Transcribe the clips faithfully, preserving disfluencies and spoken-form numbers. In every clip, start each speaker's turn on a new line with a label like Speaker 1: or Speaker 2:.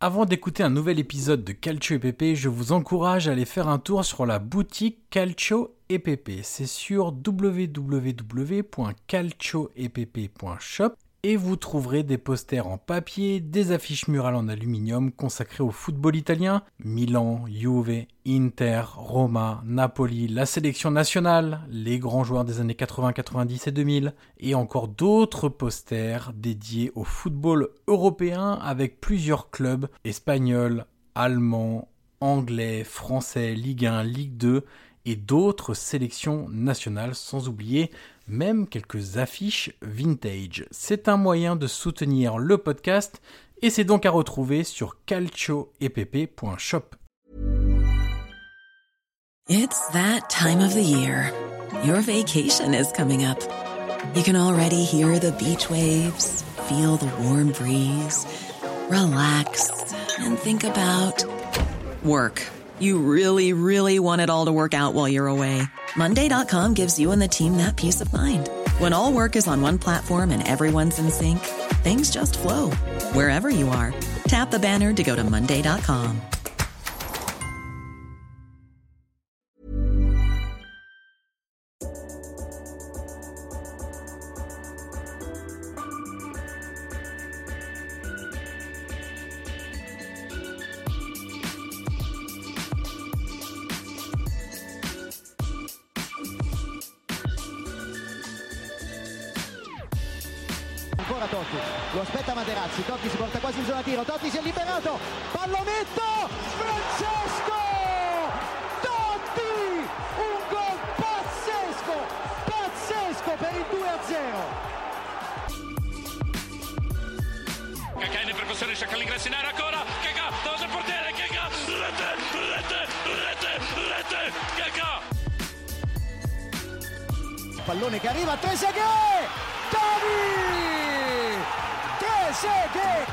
Speaker 1: Avant d'écouter un nouvel épisode de Calcio et Pepe, je vous encourage à aller faire un tour sur la boutique Calcio et Pepe. C'est sur w w w point calcio et pepe point shop et vous trouverez des posters en papier, des affiches murales en aluminium consacrées au football italien, Milan, Juve, Inter, Roma, Napoli, la sélection nationale, les grands joueurs des années quatre-vingts, quatre-vingt-dix et deux mille, et encore d'autres posters dédiés au football européen avec plusieurs clubs espagnols, allemands, anglais, français, Ligue un, Ligue deux et d'autres sélections nationales, sans oublier même quelques affiches vintage. C'est un moyen de soutenir le podcast et c'est donc à retrouver sur calcio et pepe point shop.
Speaker 2: It's that time of the year. Your vacation is coming up. You can already hear the beach waves, feel the warm breeze, relax and think about work. You really, really want it all to work out while you're away. Monday dot com gives you and the team that peace of mind. When all work is on one platform and everyone's in sync, things just flow. Wherever you are, tap the banner to go to monday dot com.
Speaker 3: Ancora Totti, lo aspetta Materazzi, Totti si porta quasi in zona tiro, Totti si è liberato, pallonetto, Francesco Totti, un gol pazzesco, pazzesco per il due a zero.
Speaker 4: Kakà in percussione, cerca l'ingresso in area ancora, Kakà, davanti al portiere, Kakà, rete, rete, rete, rete, Kakà.
Speaker 3: Pallone che arriva a Trezeguet, Totti! Trezeguet,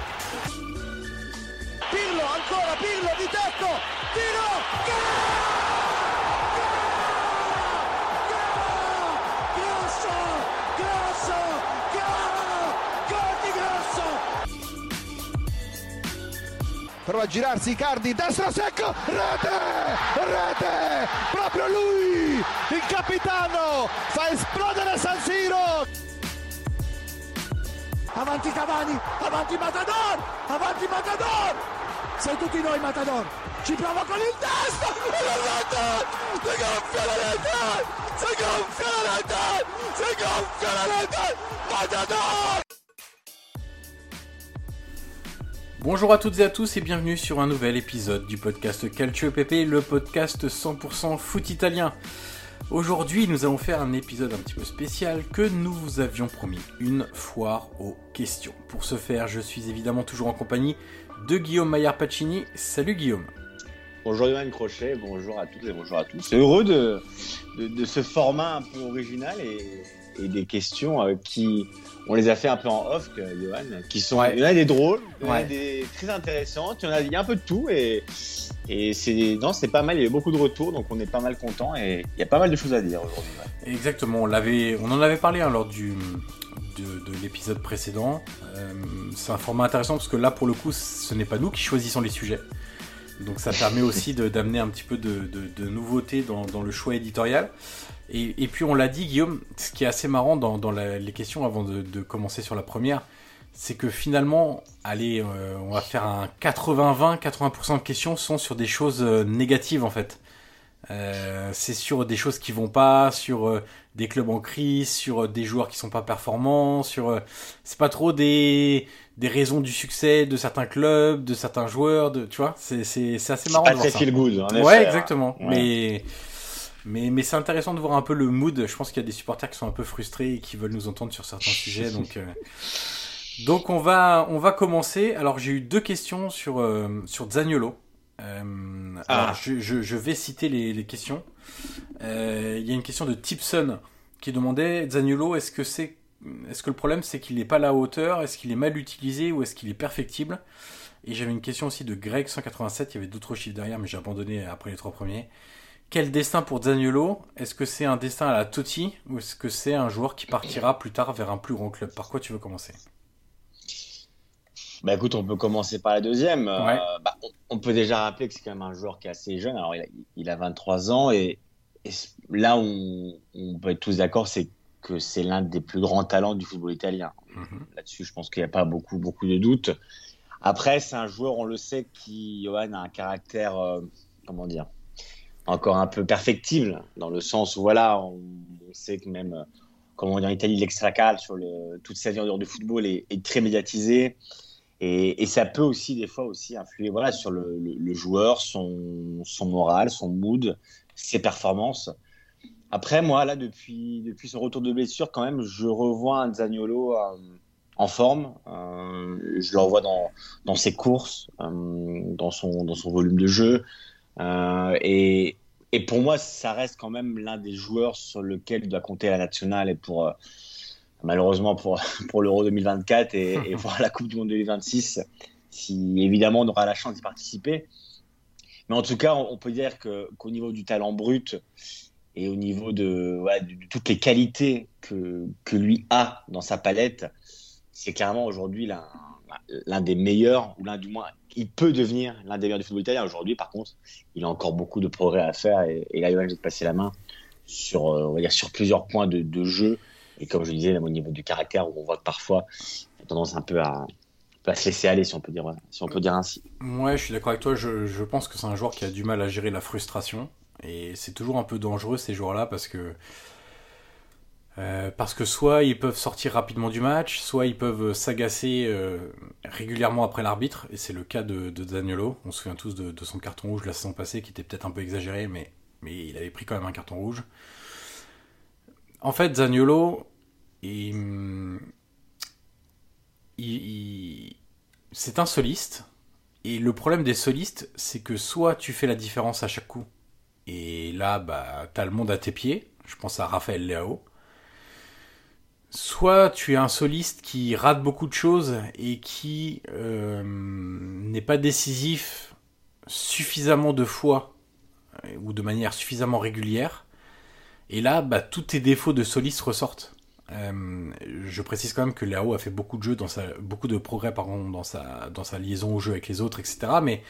Speaker 3: Pirlo ancora, Pirlo di tacco, tiro, gol! Grosso, grosso, gol! Gol di Grosso! Prova a girarsi Icardi, destro secco, rete, rete, proprio lui, il capitano, fa esplodere San Siro! Avanti Cavani, avanti Matador, avanti Matador, sei tutti noi Matador, ci prova con il destro, si gonfia la rete, si gonfia la rete, si gonfia la rete, Matador.
Speaker 1: Bonjour à toutes et à tous et bienvenue sur un nouvel épisode du podcast Calcio et Pepe, le podcast cent pour cent foot italien. Aujourd'hui, nous allons faire un épisode un petit peu spécial que nous vous avions promis, une foire aux questions. Pour ce faire, je suis évidemment toujours en compagnie de Guillaume Maillard-Pacini. Salut Guillaume.
Speaker 5: Bonjour Yoann Crochet, bonjour à toutes et bonjour à tous. C'est heureux de, de, de ce format un peu original et, et des questions euh, qui... On les a fait un peu en off, Yoann, qui sont... Ouais. Il y en a des drôles, il y en a ouais. des très intéressantes, il y en a, il y a un peu de tout et... Et c'est, non, c'est pas mal, il y a eu beaucoup de retours, donc on est pas mal content et il y a pas mal de choses à dire aujourd'hui. Ouais.
Speaker 1: Exactement, on, l'avait, on en avait parlé hein, lors du, de, de l'épisode précédent. Euh, c'est un format intéressant parce que là, pour le coup, ce n'est pas nous qui choisissons les sujets. Donc ça permet aussi de, d'amener un petit peu de, de, de nouveauté dans, dans le choix éditorial. Et, et puis on l'a dit, Guillaume, ce qui est assez marrant dans, dans la, les questions avant de, de commencer sur la première, c'est que finalement, allez, euh, on va faire un quatre-vingts vingt, quatre-vingts pour cent de questions sont sur des choses euh, négatives en fait. Euh, c'est sur des choses qui vont pas, sur euh, des clubs en crise, sur euh, des joueurs qui sont pas performants, sur euh, c'est pas trop des des raisons du succès de certains clubs, de certains joueurs, de tu vois, c'est c'est c'est assez marrant.
Speaker 5: C'est
Speaker 1: de
Speaker 5: pas
Speaker 1: voir
Speaker 5: très
Speaker 1: ça.
Speaker 5: feel good. En effet,
Speaker 1: ouais, exactement.
Speaker 5: Ouais.
Speaker 1: Mais Mais, mais c'est intéressant de voir un peu le mood. Je pense qu'il y a des supporters qui sont un peu frustrés et qui veulent nous entendre sur certains sujets. Donc, euh... donc on va, on va commencer. Alors j'ai eu deux questions sur, euh, sur Zaniolo. Euh, alors
Speaker 5: Ah.
Speaker 1: je, je, je vais citer les, les questions. Euh, Il y a une question de Tipson qui demandait Zaniolo, est-ce que c'est, est-ce que le problème c'est qu'il n'est pas à la hauteur, est-ce qu'il est mal utilisé ou est-ce qu'il est perfectible? Et j'avais une question aussi de Greg cent quatre-vingt-sept. Il y avait d'autres chiffres derrière, mais j'ai abandonné après les trois premiers. Quel destin pour Zaniolo? Est-ce que c'est un destin à la Totti ou est-ce que c'est un joueur qui partira plus tard vers un plus grand club? Par quoi tu veux commencer?
Speaker 5: Bah écoute, on peut commencer par la deuxième.
Speaker 1: Ouais.
Speaker 5: Euh, bah, on, on peut déjà rappeler que c'est quand même un joueur qui est assez jeune. Alors il a, il a vingt-trois ans et, et là on, on peut être tous d'accord, c'est que c'est l'un des plus grands talents du football italien. Mm-hmm. Là-dessus, je pense qu'il n'y a pas beaucoup, beaucoup de doutes. Après, c'est un joueur, on le sait, qui, Johan, a un caractère, euh, comment dire, encore un peu perfectible, dans le sens où, voilà, on, on sait que même, euh, comme on dit en Italie, l'extra-calcio, le, toute sa vie en dehors du football est, est très médiatisée. Et, et ça peut aussi, des fois, aussi influer voilà, sur le, le, le joueur, son, son moral, son mood, ses performances. Après, moi, là, depuis, depuis son retour de blessure, quand même, je revois un Zaniolo euh, en forme. Euh, je le revois dans, dans ses courses, euh, dans, son, dans son volume de jeu. Euh, et, et pour moi, ça reste quand même l'un des joueurs sur lequel doit compter la nationale et pour... Euh, malheureusement pour, pour l'Euro deux mille vingt-quatre et, et pour la Coupe du Monde deux mille vingt-six, si évidemment on aura la chance d'y participer. Mais en tout cas, on, on peut dire que, qu'au niveau du talent brut et au niveau de, ouais, de, de toutes les qualités que, que lui a dans sa palette, c'est clairement aujourd'hui l'un, l'un des meilleurs, ou l'un du moins, il peut devenir l'un des meilleurs du football italien. Aujourd'hui, par contre, il a encore beaucoup de progrès à faire et, et là, il va de passer la main sur, on va dire, sur plusieurs points de, de jeu. Et comme je disais, même au niveau du caractère, où on voit que parfois, il a tendance un peu à, à se laisser aller, si on peut dire, si on peut dire ainsi.
Speaker 1: Ouais, je suis d'accord avec toi. Je, je pense que c'est un joueur qui a du mal à gérer la frustration. Et c'est toujours un peu dangereux, ces joueurs-là, parce que, euh, parce que soit ils peuvent sortir rapidement du match, soit ils peuvent s'agacer euh, régulièrement après l'arbitre. Et c'est le cas de, de Zaniolo. On se souvient tous de, de son carton rouge la saison passée, qui était peut-être un peu exagéré, mais, mais il avait pris quand même un carton rouge. En fait, Zaniolo, il, il, il, c'est un soliste. Et le problème des solistes, c'est que soit tu fais la différence à chaque coup, et là, bah, t'as le monde à tes pieds. Je pense à Raphaël Leao. Soit tu es un soliste qui rate beaucoup de choses et qui euh, n'est pas décisif suffisamment de fois ou de manière suffisamment régulière. Et là, bah, tous tes défauts de soliste ressortent. Euh, je précise quand même que Leao a fait beaucoup de jeux, dans sa, beaucoup de progrès pardon, dans, sa, dans sa liaison au jeu avec les autres, et cetera. Mais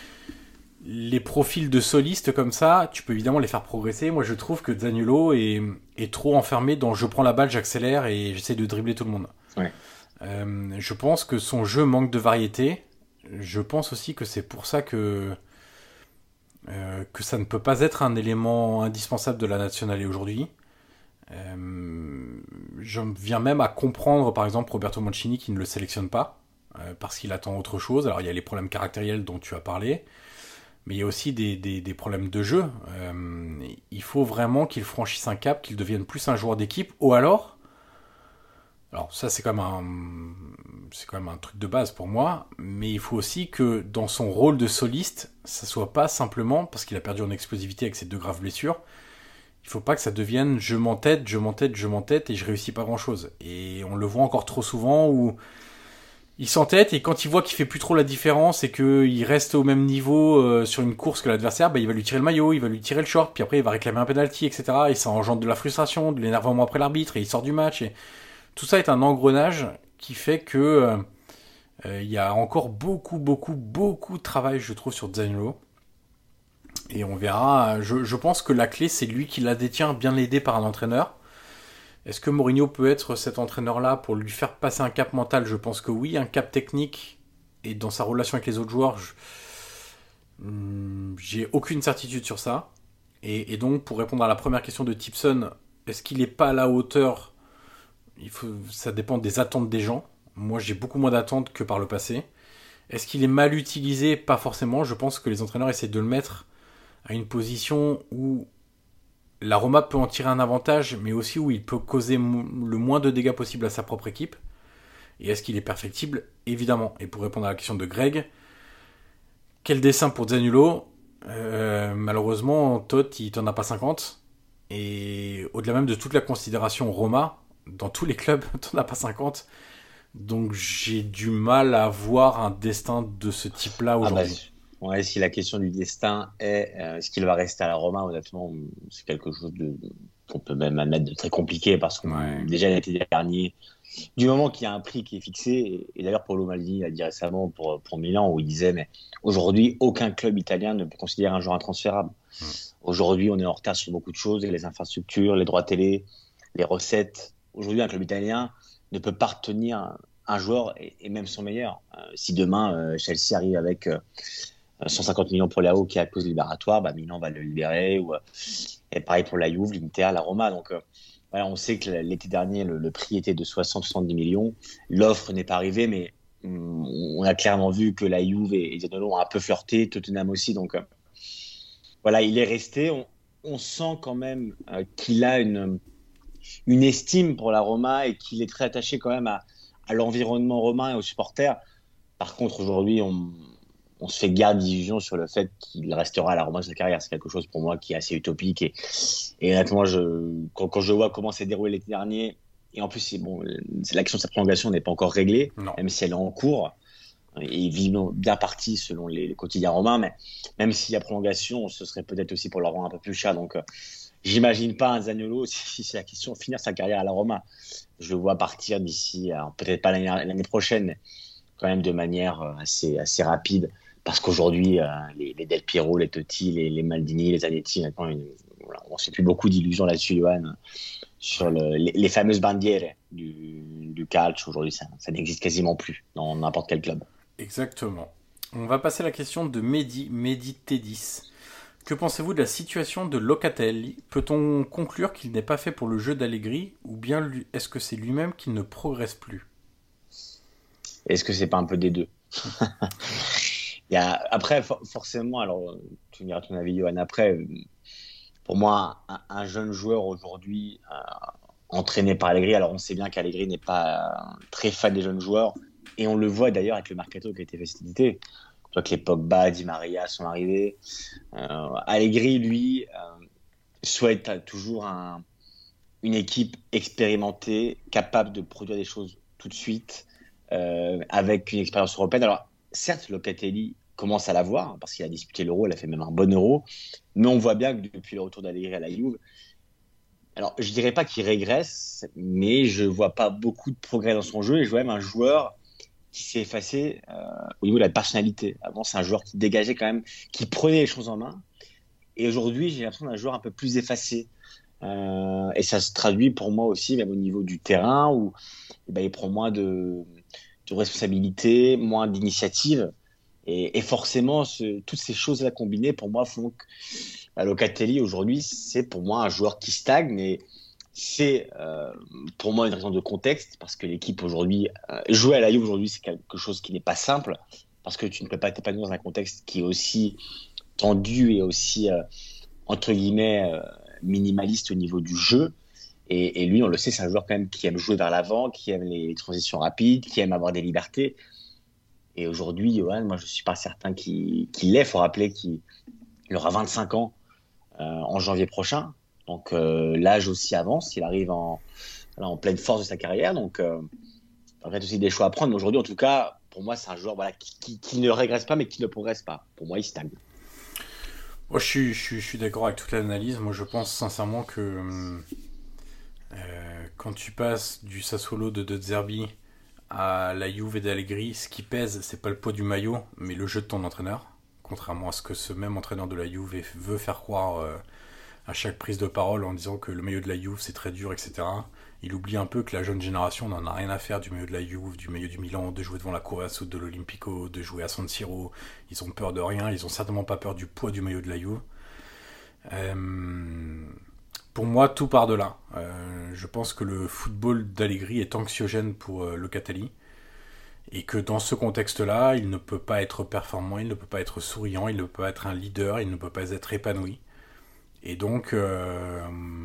Speaker 1: les profils de solistes comme ça, tu peux évidemment les faire progresser. Moi, je trouve que Zaniolo est, est trop enfermé dans je prends la balle, j'accélère et j'essaie de dribbler tout le monde.
Speaker 5: Ouais.
Speaker 1: Euh, je pense que son jeu manque de variété. Je pense aussi que c'est pour ça que Euh, que ça ne peut pas être un élément indispensable de la nationale aujourd'hui. Euh, je viens même à comprendre, par exemple, Roberto Mancini qui ne le sélectionne pas, euh, parce qu'il attend autre chose. Alors, il y a les problèmes caractériels dont tu as parlé, mais il y a aussi des, des, des problèmes de jeu. Euh, il faut vraiment qu'il franchisse un cap, qu'il devienne plus un joueur d'équipe, ou alors... Alors ça c'est quand même un, c'est quand même un truc de base pour moi, mais il faut aussi que dans son rôle de soliste, ça soit pas simplement, parce qu'il a perdu en explosivité avec ses deux graves blessures, il faut pas que ça devienne je m'entête, je m'entête, je m'entête et je réussis pas grand chose. Et on le voit encore trop souvent où il s'entête et quand il voit qu'il fait plus trop la différence et qu'il reste au même niveau euh, sur une course que l'adversaire, bah, il va lui tirer le maillot, il va lui tirer le short, puis après il va réclamer un penalty, et cetera. Et ça engendre de la frustration, de l'énervement après l'arbitre et il sort du match et... Tout ça est un engrenage qui fait que euh, euh, y a encore beaucoup, beaucoup, beaucoup de travail, je trouve, sur Zaniolo. Et on verra. Je, je pense que la clé, c'est lui qui la détient, bien aidé par un entraîneur. Est-ce que Mourinho peut être cet entraîneur-là pour lui faire passer un cap mental ? Je pense que oui. Un cap technique et dans sa relation avec les autres joueurs, je, hum, j'ai aucune certitude sur ça. Et, et donc, pour répondre à la première question de Tipson, est-ce qu'il n'est pas à la hauteur ? Il faut, ça dépend des attentes des gens. Moi, j'ai beaucoup moins d'attentes que par le passé. Est-ce qu'il est mal utilisé ? Pas forcément. Je pense que les entraîneurs essaient de le mettre à une position où la Roma peut en tirer un avantage, mais aussi où il peut causer le moins de dégâts possible à sa propre équipe. Et est-ce qu'il est perfectible ? Évidemment. Et pour répondre à la question de Greg, quel dessin pour Zaniolo ? euh, Malheureusement, Todd, il t'en a pas cinquante. Et au-delà même de toute la considération Roma, dans tous les clubs, t'en as pas cinquante. Donc j'ai du mal à voir un destin de ce type-là aujourd'hui.
Speaker 5: Ah bah, ouais, si la question du destin est euh, est-ce qu'il va rester à la Roma, honnêtement, c'est quelque chose de, qu'on peut même admettre de très compliqué parce que ouais. déjà l'été dernier, du moment qu'il y a un prix qui est fixé, et, et d'ailleurs Paolo Maldini l'a dit récemment pour, pour Milan, où il disait, mais aujourd'hui, aucun club italien ne peut considérer un joueur intransférable. Mmh. Aujourd'hui, on est en retard sur beaucoup de choses, les infrastructures, les droits télé, les recettes. Aujourd'hui, un club italien ne peut pas retenir un, un joueur, et, et même son meilleur. Euh, si demain, euh, Chelsea arrive avec euh, cent cinquante millions pour Léao qui est à cause libératoire, bah, Milan va le libérer, ou, euh, et pareil pour la Juve, l'Inter, la Roma. Donc, euh, voilà, on sait que l'été dernier, le, le prix était de soixante à soixante-dix millions. L'offre n'est pas arrivée, mais hum, on a clairement vu que la Juve et, et Zaniolo ont un peu flirté, Tottenham aussi. Donc euh, voilà, il est resté. On, on sent quand même euh, qu'il a une, une estime pour la Roma et qu'il est très attaché quand même à, à l'environnement romain et aux supporters. Par contre, aujourd'hui, on, on se fait garde d'illusion sur le fait qu'il restera à la Roma de sa carrière. C'est quelque chose pour moi qui est assez utopique. Et, et honnêtement, je, quand, quand je vois comment s'est déroulé l'été dernier, et en plus, c'est bon, c'est la question de sa prolongation n'est pas encore réglée, non. Même si elle est en cours. Et vivement bien parti selon les, les quotidiens romains. Mais même s'il y a prolongation, ce serait peut-être aussi pour leur rendre un peu plus cher. Donc, euh, j'imagine pas un Zaniolo, si, si c'est la question, finir sa carrière à la Roma. Je le vois partir d'ici, alors peut-être pas l'année, l'année prochaine, mais quand même de manière assez, assez rapide. Parce qu'aujourd'hui, euh, les, les Del Piero, les Totti, les, les Maldini, les Zanetti, maintenant, une, voilà, on ne fait plus beaucoup d'illusions là-dessus, Johan, sur le, les, les fameuses bandiere du, du calcio. Aujourd'hui, ça, ça n'existe quasiment plus dans n'importe quel club.
Speaker 1: Exactement. On va passer à la question de Mehdi, Mehdi T dix. Que pensez-vous de la situation de Locatelli ? Peut-on conclure qu'il n'est pas fait pour le jeu d'Allegri, ou bien lui, est-ce que c'est lui-même qui ne progresse plus ?
Speaker 5: Est-ce que c'est pas un peu des deux ? Il y a, après, for- forcément, alors tu me diras ton avis, Johan, après. Pour moi, un, un jeune joueur aujourd'hui euh, entraîné par Allegri, alors on sait bien qu'Allegri n'est pas euh, très fan des jeunes joueurs, et on le voit d'ailleurs avec le mercato qui a été fait cet été. Tu vois que les Pogba, Di Maria sont arrivés. Euh, Allegri, lui, euh, souhaite toujours un, une équipe expérimentée, capable de produire des choses tout de suite, euh, avec une expérience européenne. Alors, certes, Locatelli commence à l'avoir, parce qu'il a disputé l'Euro, il a fait même un bon Euro, mais on voit bien que depuis le retour d'Allegri à la Juve, alors je dirais pas qu'il régresse, mais je vois pas beaucoup de progrès dans son jeu, et je vois même un joueur qui s'est effacé euh, au niveau de la personnalité. Avant, c'est un joueur qui dégageait quand même, qui prenait les choses en main, et aujourd'hui, j'ai l'impression d'un joueur un peu plus effacé. Euh, et ça se traduit pour moi aussi, même au niveau du terrain, où eh ben, il prend moins de, de responsabilités, moins d'initiatives. Et, et forcément, ce, toutes ces choses-là combinées, pour moi, font que bah, Locatelli, aujourd'hui, c'est pour moi un joueur qui stagne. Et c'est euh, pour moi une raison de contexte, parce que l'équipe aujourd'hui, euh, jouer à la Juve aujourd'hui, c'est quelque chose qui n'est pas simple, parce que tu ne peux pas t'épanouir dans un contexte qui est aussi tendu et aussi, euh, entre guillemets, euh, minimaliste au niveau du jeu. Et, et lui, on le sait, c'est un joueur quand même qui aime jouer vers l'avant, qui aime les transitions rapides, qui aime avoir des libertés. Et aujourd'hui, Johan, moi, je ne suis pas certain qu'il, qu'il l'ait. Il faut rappeler qu'il aura vingt-cinq ans euh, en janvier prochain. Donc, euh, l'âge aussi avance. Il arrive en, voilà, en pleine force de sa carrière. Donc, euh, il y a peut-être aussi des choix à prendre. Mais aujourd'hui, en tout cas, pour moi, c'est un joueur voilà, qui, qui, qui ne régresse pas, mais qui ne progresse pas. Pour moi, il stagne.
Speaker 1: Moi, je suis, je suis, je suis d'accord avec toute l'analyse. Moi, je pense sincèrement que euh, quand tu passes du Sassuolo de De Zerbi à la Juve et d'Allegri, ce qui pèse, c'est pas le poids du maillot, mais le jeu de ton entraîneur. Contrairement à ce que ce même entraîneur de la Juve veut faire croire euh, à chaque prise de parole en disant que le maillot de la Juve c'est très dur, et cetera. Il oublie un peu que la jeune génération n'en a rien à faire du maillot de la Juve, du maillot du Milan, de jouer devant la Corea Sud de l'Olimpico, de jouer à San Siro. Ils ont peur de rien, ils ont certainement pas peur du poids du maillot de la Juve. Euh... Pour moi, tout part de là. Euh, je pense que le football d'Allegri est anxiogène pour euh, Locatelli. Et que dans ce contexte-là, il ne peut pas être performant, il ne peut pas être souriant, il ne peut pas être un leader, il ne peut pas être épanoui. Et donc, euh,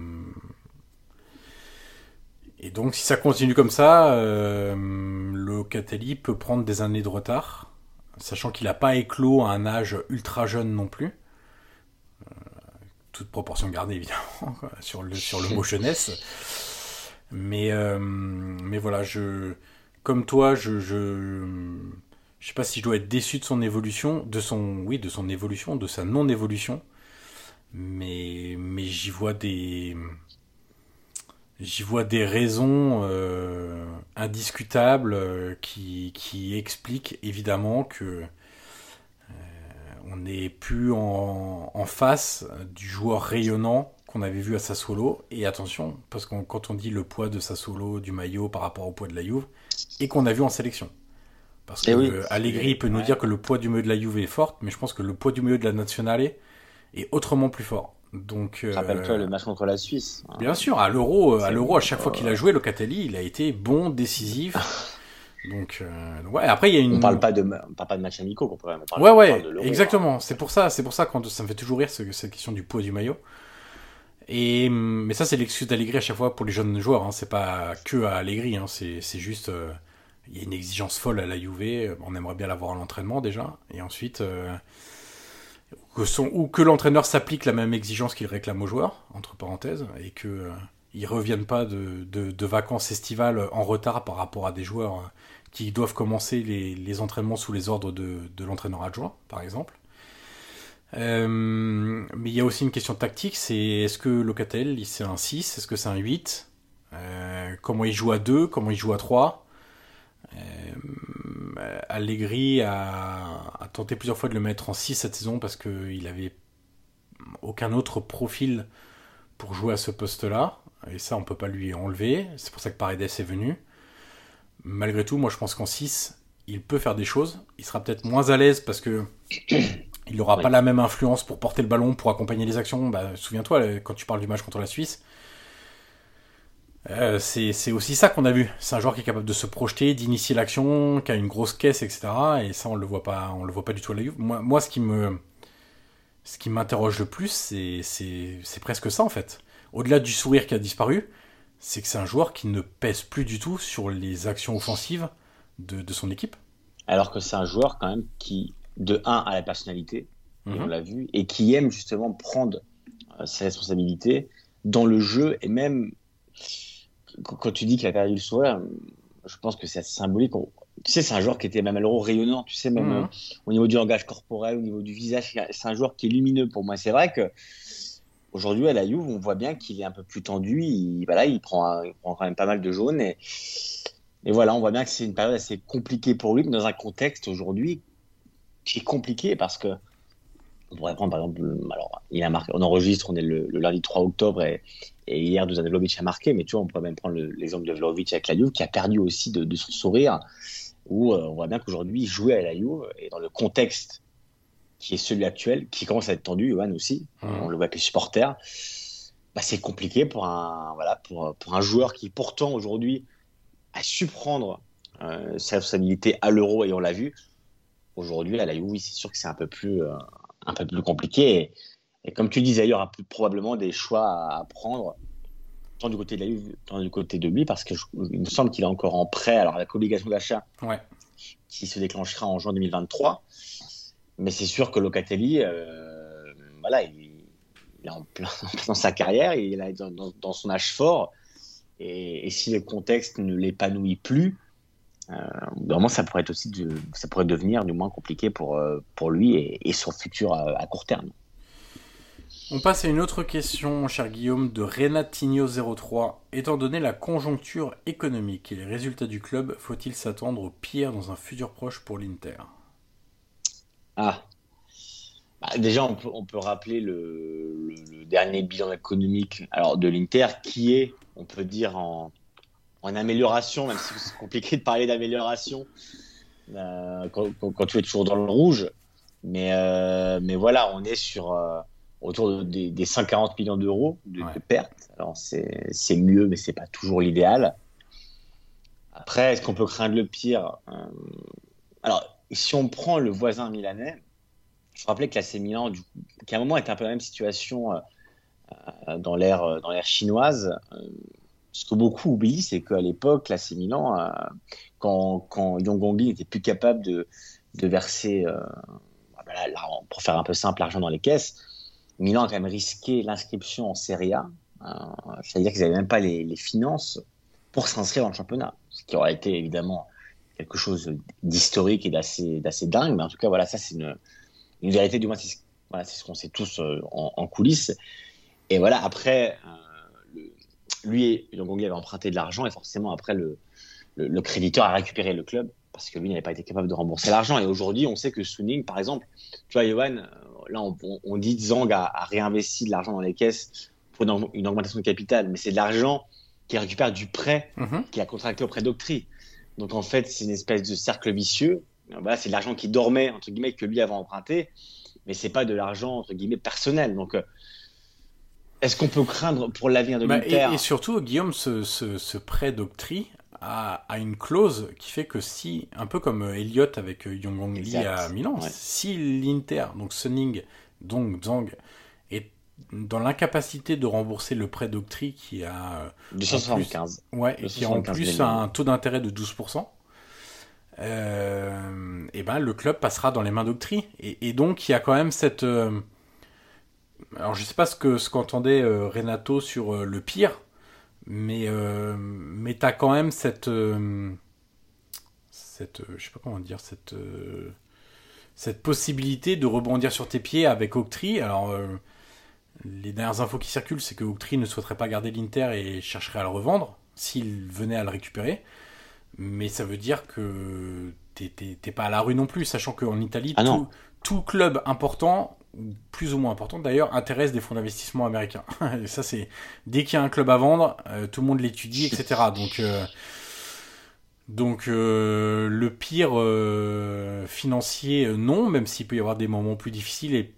Speaker 1: et donc si ça continue comme ça, euh, Locatelli peut prendre des années de retard, sachant qu'il n'a pas éclos à un âge ultra jeune non plus. Toute proportion gardée évidemment quoi, sur le sur le mot jeunesse, mais euh, mais voilà, je comme toi je je je sais pas si je dois être déçu de son évolution, de son oui de son évolution, de sa non évolution, mais mais j'y vois des j'y vois des raisons euh, indiscutables euh, qui, qui expliquent évidemment que euh, on n'est plus en, en face du joueur rayonnant qu'on avait vu à Sassuolo. Et attention, parce que quand on dit le poids de Sassuolo, du maillot par rapport au poids de la Juve, et qu'on a vu en sélection. Parce que oui, Allegri peut ouais. nous dire que le poids du maillot de la Juve est fort, mais je pense que le poids du maillot de la Nazionale est autrement plus fort. Donc, euh,
Speaker 5: rappelle-toi le match contre la Suisse.
Speaker 1: Bien sûr, à l'Euro, à l'Euro, à chaque fois qu'il a joué, Locatelli, il a été bon, décisif. Donc, euh, ouais. Après, il y a une.
Speaker 5: On parle pas de, on parle pas de match amicaux, qu'on pourrait.
Speaker 1: Ouais, ouais, exactement. Hein. C'est pour ça, c'est pour ça quand ça me fait toujours rire cette question du poids du maillot. Et mais ça, c'est l'excuse d'Allegri à chaque fois pour les jeunes joueurs. Hein. C'est pas que à Allegri. Hein. C'est, c'est juste, euh, il y a une exigence folle à la Juve. On aimerait bien l'avoir à l'entraînement déjà, et ensuite. Euh, Que son, ou que l'entraîneur s'applique la même exigence qu'il réclame aux joueurs, entre parenthèses, et qu'ils euh, ne reviennent pas de, de, de vacances estivales en retard par rapport à des joueurs euh, qui doivent commencer les, les entraînements sous les ordres de, de l'entraîneur adjoint, par exemple. Euh, mais il y a aussi une question tactique, c'est est-ce que Locatelli, c'est un six, est-ce que c'est un huit euh, comment il joue à deux, comment il joue à trois Euh, Allegri a, a tenté plusieurs fois de le mettre en six cette saison parce qu'il avait aucun autre profil pour jouer à ce poste-là, et ça on peut pas lui enlever. C'est pour ça que Paredes est venu. Malgré tout, moi je pense qu'en six il peut faire des choses. Il sera peut-être moins à l'aise parce que il n'aura oui. pas la même influence pour porter le ballon, pour accompagner les actions. Bah, souviens-toi quand tu parles du match contre la Suisse, Euh, c'est, c'est aussi ça qu'on a vu. C'est un joueur qui est capable de se projeter, d'initier l'action, qui a une grosse caisse, et cetera. Et ça, on le voit pas, on le voit pas du tout à la Juve. Moi, moi, ce qui me, ce qui m'interroge le plus, c'est, c'est, c'est presque ça en fait. Au-delà du sourire qui a disparu, c'est que c'est un joueur qui ne pèse plus du tout sur les actions offensives de, de son équipe.
Speaker 5: Alors que c'est un joueur quand même qui, de un, a la personnalité, mm-hmm. et on l'a vu, et qui aime justement prendre euh, ses responsabilités dans le jeu et même. Quand tu dis qu'il a perdu le sourire, je pense que c'est assez symbolique. Tu sais, c'est un joueur qui était même à l'Euro rayonnant, tu sais, même mmh. au niveau du langage corporel, au niveau du visage. C'est un joueur qui est lumineux pour moi. C'est vrai que aujourd'hui à la Juve, on voit bien qu'il est un peu plus tendu. Il, voilà, il prend, il prend quand même pas mal de jaunes. Et, et voilà, on voit bien que c'est une période assez compliquée pour lui, mais dans un contexte aujourd'hui qui est compliqué parce que on pourrait prendre par exemple, alors il a marqué, on enregistre, on est le, le lundi trois octobre et, et hier Dusan Vlahovic a marqué, mais tu vois, on pourrait même prendre le, l'exemple de Vlahovic avec la Juve qui a perdu aussi de, de son sourire, où euh, on voit bien qu'aujourd'hui il jouait à la Juve et dans le contexte qui est celui actuel, qui commence à être tendu, Johan aussi, mmh. on le voit avec les supporters, bah, c'est compliqué pour un, voilà, pour, pour un joueur qui pourtant aujourd'hui a su prendre euh, sa responsabilité à l'Euro et on l'a vu. Aujourd'hui à la Juve, oui, c'est sûr que c'est un peu plus euh, un peu plus compliqué et, et comme tu le disais, il y aura plus, probablement des choix à, à prendre tant du côté de la Juve, tant du côté de lui parce que je, il me semble qu'il est encore en prêt alors avec obligation d'achat ouais. qui se déclenchera en juin deux mille vingt-trois, mais c'est sûr que Locatelli euh, voilà, il, il est en plein dans sa carrière, il est dans, dans, dans son âge fort et, et si le contexte ne l'épanouit plus, Euh, vraiment, ça pourrait être aussi de, ça pourrait devenir du moins compliqué pour, euh, pour lui et, et son futur à, à court terme.
Speaker 1: On passe à une autre question, mon cher Guillaume, de Renatinho zéro trois. Étant donné la conjoncture économique et les résultats du club, faut-il s'attendre au pire dans un futur proche pour l'Inter ?
Speaker 5: Ah, bah, déjà on peut, on peut rappeler le, le, le dernier bilan économique alors, de l'Inter qui est, on peut dire en en amélioration, même si c'est compliqué de parler d'amélioration euh, quand, quand, quand tu es toujours dans le rouge. Mais, euh, mais voilà, on est sur euh, autour de, des, des cent quarante millions d'euros de, ouais. de pertes. Alors c'est, c'est mieux, mais c'est pas toujours l'idéal. Après, est-ce qu'on peut craindre le pire ? euh, Alors, si on prend le voisin milanais, il faut rappeler que l'A C Milan, du coup, qui à un moment était un peu la même situation euh, dans l'ère, dans l'ère chinoise. Euh, Ce que beaucoup oublient, c'est qu'à l'époque, l'A C Milan, euh, quand, quand Yongongbi n'était plus capable de, de verser, euh, voilà, là, pour faire un peu simple, l'argent dans les caisses, Milan a quand même risqué l'inscription en Serie A. Euh, c'est-à-dire qu'ils n'avaient même pas les, les finances pour s'inscrire dans le championnat. Ce qui aurait été évidemment quelque chose d'historique et d'assez, d'assez dingue. Mais en tout cas, voilà, ça, c'est une, une vérité. Du moins, c'est, voilà, c'est ce qu'on sait tous euh, en, en coulisses. Et voilà, après... Euh, lui, Yongongli avait emprunté de l'argent et forcément après le, le, le créditeur a récupéré le club parce que lui n'avait pas été capable de rembourser l'argent. Et aujourd'hui, on sait que Suning, par exemple, tu vois, Johan, là, on, on dit Zhang a, a réinvesti de l'argent dans les caisses pour une, une augmentation de capital, mais c'est de l'argent qu'il récupère du prêt mm-hmm. qu'il a contracté auprès d'Oktri. Donc, en fait, c'est une espèce de cercle vicieux. Voilà, c'est de l'argent qui dormait, entre guillemets, que lui avait emprunté, mais c'est pas de l'argent, entre guillemets, personnel. Donc, est-ce qu'on peut craindre pour l'avenir de
Speaker 1: bah,
Speaker 5: l'Inter ?
Speaker 1: et, et surtout, Guillaume, ce, ce, ce prêt d'Oktri a, a une clause qui fait que si, un peu comme Elliott avec Yongongli à Milan, ouais. si l'Inter, donc Suning, donc Zhang, est dans l'incapacité de rembourser le prêt d'Oktri qui a
Speaker 5: deux cent soixante-quinze,
Speaker 1: plus, ouais, et qui a en plus un taux d'intérêt de douze pour cent, euh, et ben le club passera dans les mains d'Oktri. Et, et donc il y a quand même cette euh, alors je sais pas ce que ce qu'entendait euh, Renato sur euh, le pire, mais euh, mais t'as quand même cette euh, cette euh, je sais pas comment dire cette euh, cette possibilité de rebondir sur tes pieds avec Oktri. Alors euh, les dernières infos qui circulent, c'est que Oktri ne souhaiterait pas garder l'Inter et chercherait à le revendre s'il venait à le récupérer. Mais ça veut dire que t'es, t'es, t'es pas à la rue non plus, sachant qu'en Italie,
Speaker 5: ah
Speaker 1: tout, tout club important, plus ou moins important d'ailleurs, intéresse des fonds d'investissement américains. Et ça, c'est dès qu'il y a un club à vendre, euh, tout le monde l'étudie, et cetera. Donc, euh, donc euh, le pire euh, financier, euh, non, même s'il peut y avoir des moments plus difficiles et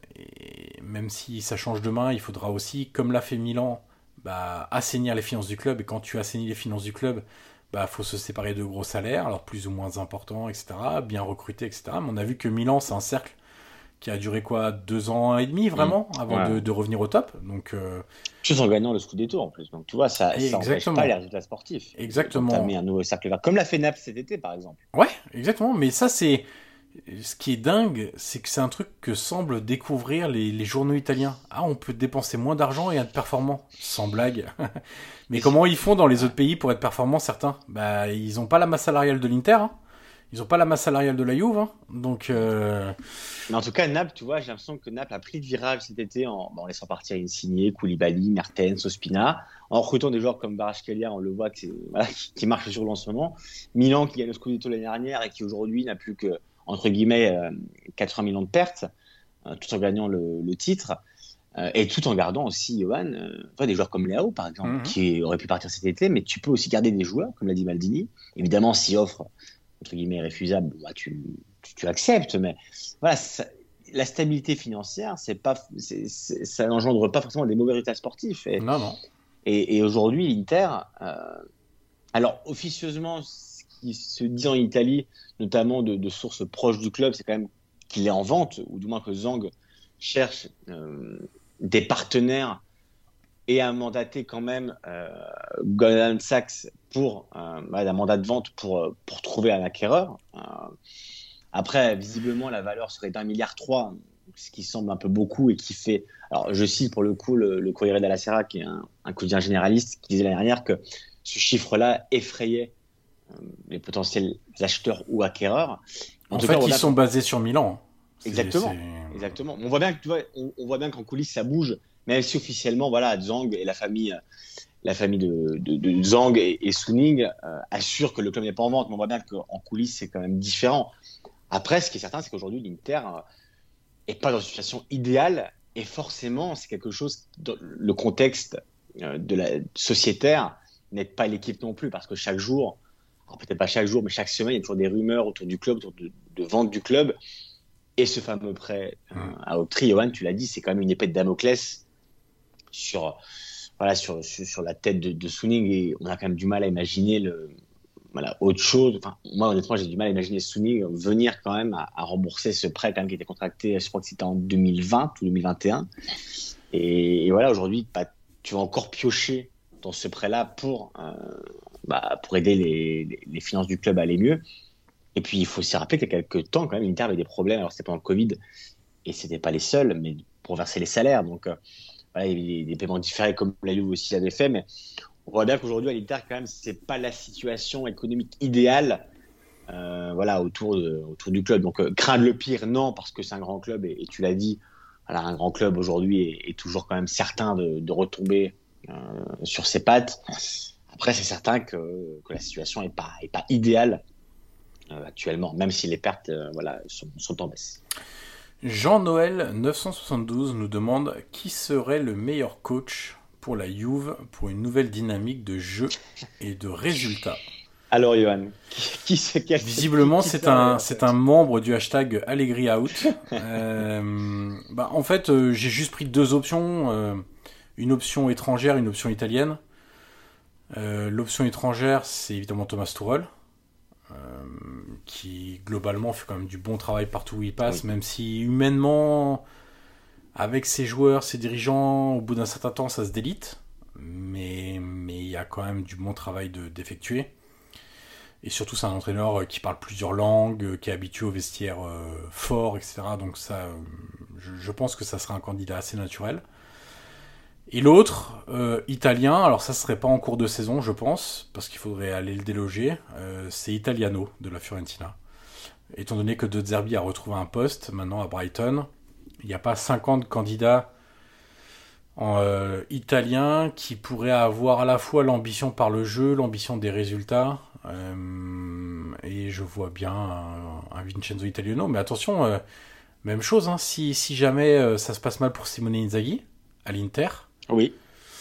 Speaker 1: Et même si ça change de main, il faudra aussi, comme l'a fait Milan, bah, assainir les finances du club. Et quand tu assainis les finances du club, bah, faut se séparer de gros salaires, alors plus ou moins importants, et cetera, bien recruter, et cetera. Mais on a vu que Milan, c'est un cercle qui a duré quoi, deux ans et demi vraiment, mmh. avant ouais. de, de revenir au top. Donc, euh...
Speaker 5: tout en gagnant le Scudetto en plus. Donc tu vois, ça n'empêche pas les résultats sportifs.
Speaker 1: Exactement.
Speaker 5: Tu as mis un nouveau cercle vert, comme l'a fait Naples cet été, par exemple.
Speaker 1: Ouais, exactement. Mais ça, c'est... Ce qui est dingue, c'est que c'est un truc que semblent découvrir les, les journaux italiens. Ah, on peut dépenser moins d'argent et être performant. Sans blague. Mais et comment ils font dans les autres pays pour être performants, certains ? Bah, ils n'ont pas la masse salariale de l'Inter. Hein. Ils n'ont pas la masse salariale de la Juve. Hein. Donc, euh...
Speaker 5: Mais en tout cas, Naples, tu vois, j'ai l'impression que Naples a pris le virage cet été en, en laissant partir Insigne, Koulibaly, Mertens, Ospina, en recrutant des joueurs comme Kvaratskhelia, on le voit, que c'est, voilà, qui, qui marche sur le en ce moment. Milan, qui gagne le Scudetto l'année dernière et qui aujourd'hui n'a plus que entre guillemets, euh, quatre-vingts millions de pertes, euh, tout en gagnant le, le titre, euh, et tout en gardant aussi, Johan, euh, des joueurs comme Leao, par exemple, mm-hmm. qui aurait pu partir cet été, mais tu peux aussi garder des joueurs, comme l'a dit Maldini. Évidemment, si offre, entre guillemets, refusable, bah, tu, tu, tu acceptes, mais voilà, ça, la stabilité financière, c'est pas, c'est, c'est, ça n'engendre pas forcément des mauvais résultats sportifs. Et,
Speaker 1: non, non.
Speaker 5: Et, et aujourd'hui, l'Inter, euh, alors officieusement, qui se dit en Italie, notamment de, de sources proches du club, c'est quand même qu'il est en vente, ou du moins que Zhang cherche euh, des partenaires et a mandaté quand même euh, Goldman Sachs pour euh, un mandat de vente pour, pour trouver un acquéreur. Euh, après, visiblement, la valeur serait d'un milliard trois, ce qui semble un peu beaucoup et qui fait... Alors, je cite pour le coup le, le Corriere della Sera, qui est un, un quotidien généraliste, qui disait l'année dernière que ce chiffre-là effrayait les potentiels acheteurs ou acquéreurs.
Speaker 1: En, en fait, cas, ils sont basés sur Milan.
Speaker 5: C'est, exactement, c'est... exactement. On voit bien que tu vois, on, on voit bien qu'en coulisses ça bouge, même si officiellement, voilà, Zhang et la famille, la famille de, de, de Zhang et, et Suning euh, assurent que le club n'est pas en vente. Mais on voit bien qu'en coulisses c'est quand même différent. Après, ce qui est certain, c'est qu'aujourd'hui l'Inter euh, est pas dans une situation idéale et forcément, c'est quelque chose. Dans le contexte euh, de la sociétaire n'aide pas l'équipe non plus, parce que chaque jour. Alors peut-être pas chaque jour, mais chaque semaine, il y a toujours des rumeurs autour du club, autour de, de vente du club. Et ce fameux prêt euh, à Oktri, Johan, tu l'as dit, c'est quand même une épée de Damoclès sur, voilà, sur, sur, sur la tête de, de Suning. Et on a quand même du mal à imaginer le, voilà, autre chose. Enfin, moi, honnêtement, j'ai du mal à imaginer Suning venir quand même à, à rembourser ce prêt quand même qui était contracté, je crois que c'était en deux mille vingt ou deux mille vingt et un. Et, et voilà, aujourd'hui, bah, tu vas encore piocher dans ce prêt-là pour... Euh, Bah, pour aider les, les, les finances du club à aller mieux. Et puis, il faut aussi rappeler qu'il y a quelques temps, quand même, l'Inter avait des problèmes. Alors, c'était pendant le Covid, et ce n'était pas les seuls, mais pour verser les salaires. Donc, euh, voilà, il y avait des, des paiements différés, comme la Juve aussi l'avait fait. Mais on voit bien qu'aujourd'hui, à l'Inter, quand même, ce n'est pas la situation économique idéale euh, voilà, autour, de, autour du club. Donc, euh, craindre le pire, non, parce que c'est un grand club. Et, et tu l'as dit, voilà, un grand club, aujourd'hui, est, est toujours quand même certain de, de retomber euh, sur ses pattes. Après, c'est certain que, que la situation n'est pas, est pas idéale euh, actuellement, même si les pertes euh, voilà, sont, sont en baisse.
Speaker 1: Jean-Noël neuf cent soixante-douze nous demande qui serait le meilleur coach pour la Juve pour une nouvelle dynamique de jeu et de résultats.
Speaker 5: Alors, Johan, qui, qui se cache
Speaker 1: Visiblement, qui, qui c'est un, c'est un membre du hashtag Allegri Out. euh, bah, en fait, euh, j'ai juste pris deux options. Euh, une option étrangère, une option italienne. Euh, l'option étrangère, c'est évidemment Thomas Tuchel, euh, qui globalement fait quand même du bon travail partout où il passe, oui. Même si humainement, avec ses joueurs, ses dirigeants, au bout d'un certain temps, ça se délite. Mais mais il y a quand même du bon travail de, d'effectuer. Et surtout, c'est un entraîneur qui parle plusieurs langues, qui est habitué au vestiaire euh, fort, et cetera. Donc ça, euh, je, je pense que ça sera un candidat assez naturel. Et l'autre, euh, italien, alors ça serait pas en cours de saison, je pense, parce qu'il faudrait aller le déloger, euh, c'est Italiano, de la Fiorentina. Étant donné que De Zerbi a retrouvé un poste, maintenant à Brighton, il n'y a pas cinquante candidats en euh, italien qui pourraient avoir à la fois l'ambition par le jeu, l'ambition des résultats, euh, et je vois bien un, un Vincenzo Italiano. Mais attention, euh, même chose, hein, si, si jamais euh, ça se passe mal pour Simone Inzaghi, à l'Inter,
Speaker 5: oui.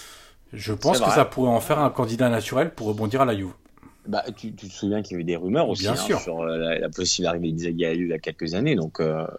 Speaker 1: Je pense que ça pourrait en faire un candidat naturel pour rebondir à la Juve.
Speaker 5: Bah, tu, tu te souviens qu'il y a eu des rumeurs aussi,
Speaker 1: Bien
Speaker 5: hein,
Speaker 1: sûr.
Speaker 5: sur la, la possible arrivée d'Inzaghi à la Juve il y a quelques années. Donc, euh,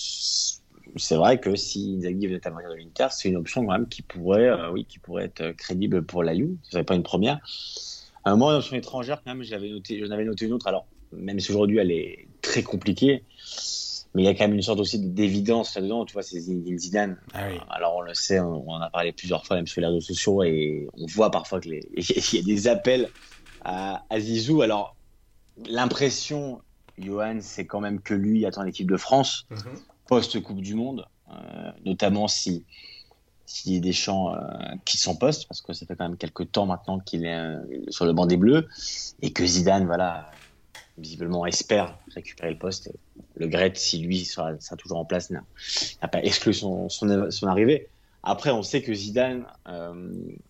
Speaker 5: c'est vrai que si Inzaghi venait à venir de l'Inter, c'est une option quand même qui pourrait, euh, oui, qui pourrait être crédible pour la Juve. Ce serait pas une première. Euh, moi, une option étrangère, quand même, j'avais noté, j'en avais noté une autre. Alors, même si aujourd'hui elle est très compliquée, mais il y a quand même une sorte aussi d'évidence là-dedans. Tu vois, c'est Zinedine Zidane.
Speaker 1: Ah oui.
Speaker 5: Alors, on le sait, on, on en a parlé plusieurs fois, même sur les réseaux sociaux, et on voit parfois qu'il y a des appels à, à Zizou. Alors, l'impression, Johan, c'est quand même que lui attend l'équipe de France mm-hmm. post-Coupe du Monde, euh, notamment si, si Deschamps euh, quitte son poste, parce que ça fait quand même quelques temps maintenant qu'il est euh, sur le banc des Bleus, et que Zidane, voilà, visiblement espère récupérer le poste. Et le Gret, si lui sera, sera toujours en place, n'a, n'a pas exclu son, son, son arrivée. Après, on sait que Zidane euh,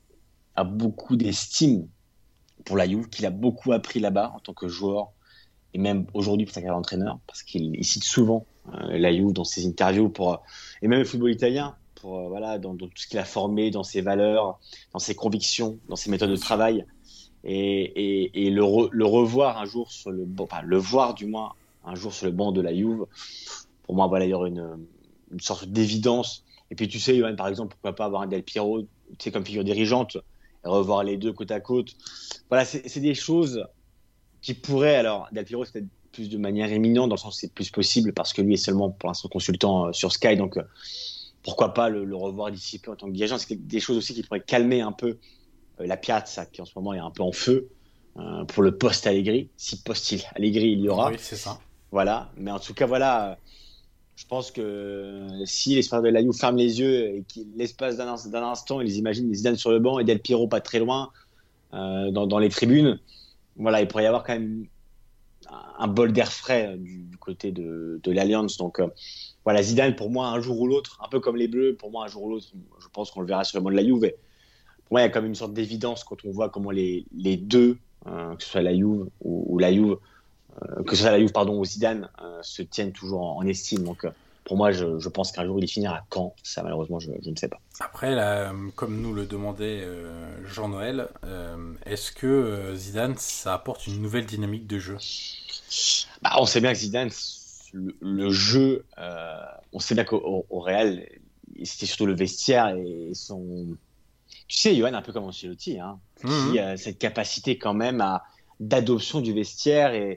Speaker 5: a beaucoup d'estime pour la Juve, qu'il a beaucoup appris là-bas en tant que joueur, et même aujourd'hui pour sa carrière d'entraîneur, parce qu'il il cite souvent euh, la Juve dans ses interviews, pour, et même le football italien, pour, euh, voilà, dans, dans tout ce qu'il a formé, dans ses valeurs, dans ses convictions, dans ses méthodes de travail. Et, et, et le, re, le revoir un jour sur le banc, enfin, le voir du moins un jour sur le banc de la Juve, pour moi, voilà, il y aura une, une sorte d'évidence. Et puis, tu sais, Johan, par exemple, pourquoi pas avoir un Del Piero, tu sais, comme figure dirigeante, et revoir les deux côte à côte. Voilà, c'est, c'est des choses qui pourraient, alors, Del Piero, c'est peut-être plus de manière éminente, dans le sens où c'est plus possible, parce que lui est seulement, pour l'instant, consultant euh, sur Sky, donc, euh, pourquoi pas le, le revoir d'ici peu en tant que dirigeant. C'est des choses aussi qui pourraient calmer un peu la Piazza, qui en ce moment est un peu en feu euh, pour le post Allegri, si post Allegri il y aura.
Speaker 1: Oui, c'est ça.
Speaker 5: Voilà, mais en tout cas, voilà, je pense que si les supporters de la Juve ferment les yeux et que l'espace d'un, d'un instant, ils imaginent Zidane sur le banc et Del Piero pas très loin euh, dans, dans les tribunes, voilà, il pourrait y avoir quand même un, un bol d'air frais du, du côté de, de l'Alliance. Donc euh, voilà, Zidane, pour moi, un jour ou l'autre, un peu comme les Bleus, pour moi, un jour ou l'autre, je pense qu'on le verra sur le banc de la Juve. Et, pour moi, il y a quand même une sorte d'évidence quand on voit comment les, les deux, euh, que ce soit la Juve ou, ou la Juve, euh, que ce soit la Juve pardon, ou Zidane, euh, se tiennent toujours en, en estime. Donc, euh, pour moi, je, je pense qu'un jour il finira quand. Ça, malheureusement, je, je ne sais pas.
Speaker 1: Après, là, comme nous le demandait euh, Jean-Noël, euh, est-ce que euh, Zidane, ça apporte une nouvelle dynamique de jeu ?
Speaker 5: Bah, on sait bien que Zidane, le, le jeu, euh, on sait bien qu'au au, au Real, c'était surtout le vestiaire et son... Tu sais, Johan, un peu comme Ancelotti, hein, mmh. qui a cette capacité quand même à, d'adoption du vestiaire et,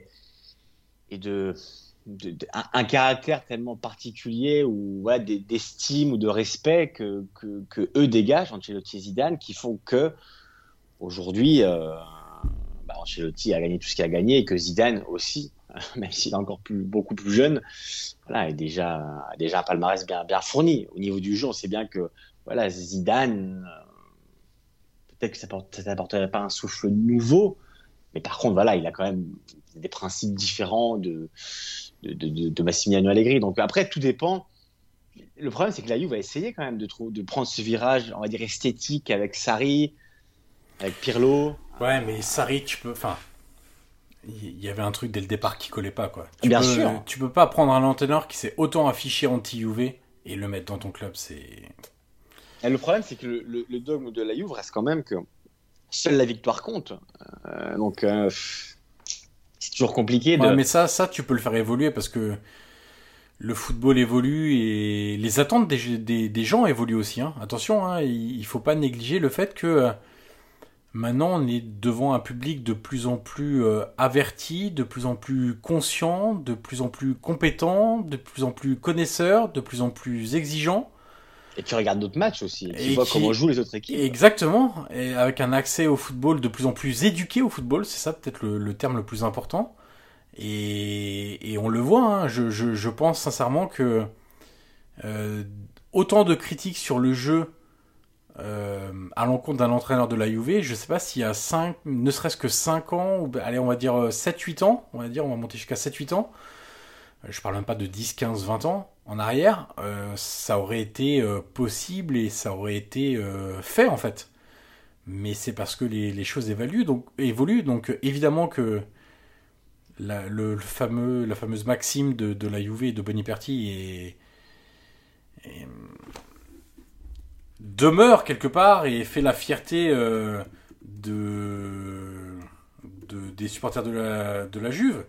Speaker 5: et de, de, de un, un caractère tellement particulier ou voilà, d'estime ou de respect que, que, que eux dégagent, Ancelotti et Zidane, qui font que aujourd'hui, euh, bah, Ancelotti a gagné tout ce qu'il a gagné et que Zidane aussi, même s'il est encore plus, beaucoup plus jeune, voilà, est déjà, a déjà un palmarès bien, bien fourni. Au niveau du jeu, on sait bien que voilà, Zidane... Peut-être que ça ne t'apporterait pas un souffle nouveau, mais par contre, voilà, il a quand même des principes différents de, de, de, de Massimiliano Allegri. Donc après, tout dépend le problème, c'est que la Juve va essayer quand même de, trou- de prendre ce virage, on va dire, esthétique avec Sarri, avec Pirlo.
Speaker 1: Ouais, mais Sarri, tu peux. Enfin, il y avait un truc dès le départ qui collait pas, quoi. Tu
Speaker 5: Bien
Speaker 1: peux,
Speaker 5: sûr.
Speaker 1: Tu peux pas prendre un entraîneur qui s'est autant affiché anti-Juve et le mettre dans ton club, c'est.
Speaker 5: Et le problème, c'est que le, le, le dogme de la Juve reste quand même que seule la victoire compte. Euh, donc, euh, c'est toujours compliqué de.
Speaker 1: Ouais, mais ça, ça, tu peux le faire évoluer parce que le football évolue et les attentes des, des, des gens évoluent aussi. Hein. Attention, hein, il faut pas négliger le fait que euh, maintenant on est devant un public de plus en plus euh, averti, de plus en plus conscient, de plus en plus compétent, de plus en plus connaisseur, de plus en plus exigeant.
Speaker 5: Et tu regardes d'autres matchs aussi, tu
Speaker 1: Et
Speaker 5: vois
Speaker 1: qui...
Speaker 5: comment jouent les autres équipes.
Speaker 1: Exactement, et avec un accès au football de plus en plus éduqué au football, c'est ça peut-être le, le terme le plus important. Et, et on le voit, hein, je, je, je pense sincèrement que euh, autant de critiques sur le jeu euh, à l'encontre d'un entraîneur de la Juve, je sais pas s'il y a cinq, ne serait-ce que cinq ans, ou allez on va dire sept huit ans, on va dire on va monter jusqu'à sept huit ans, je parle même pas de dix, quinze, vingt ans en arrière, euh, ça aurait été euh, possible et ça aurait été euh, fait en fait. Mais c'est parce que les, les choses évoluent, donc, évoluent, donc évidemment que la, le, le fameux, la fameuse maxime de, de la Juve et de Boniperti est, est, demeure quelque part et fait la fierté euh, de, de, des supporters de la, de la Juve.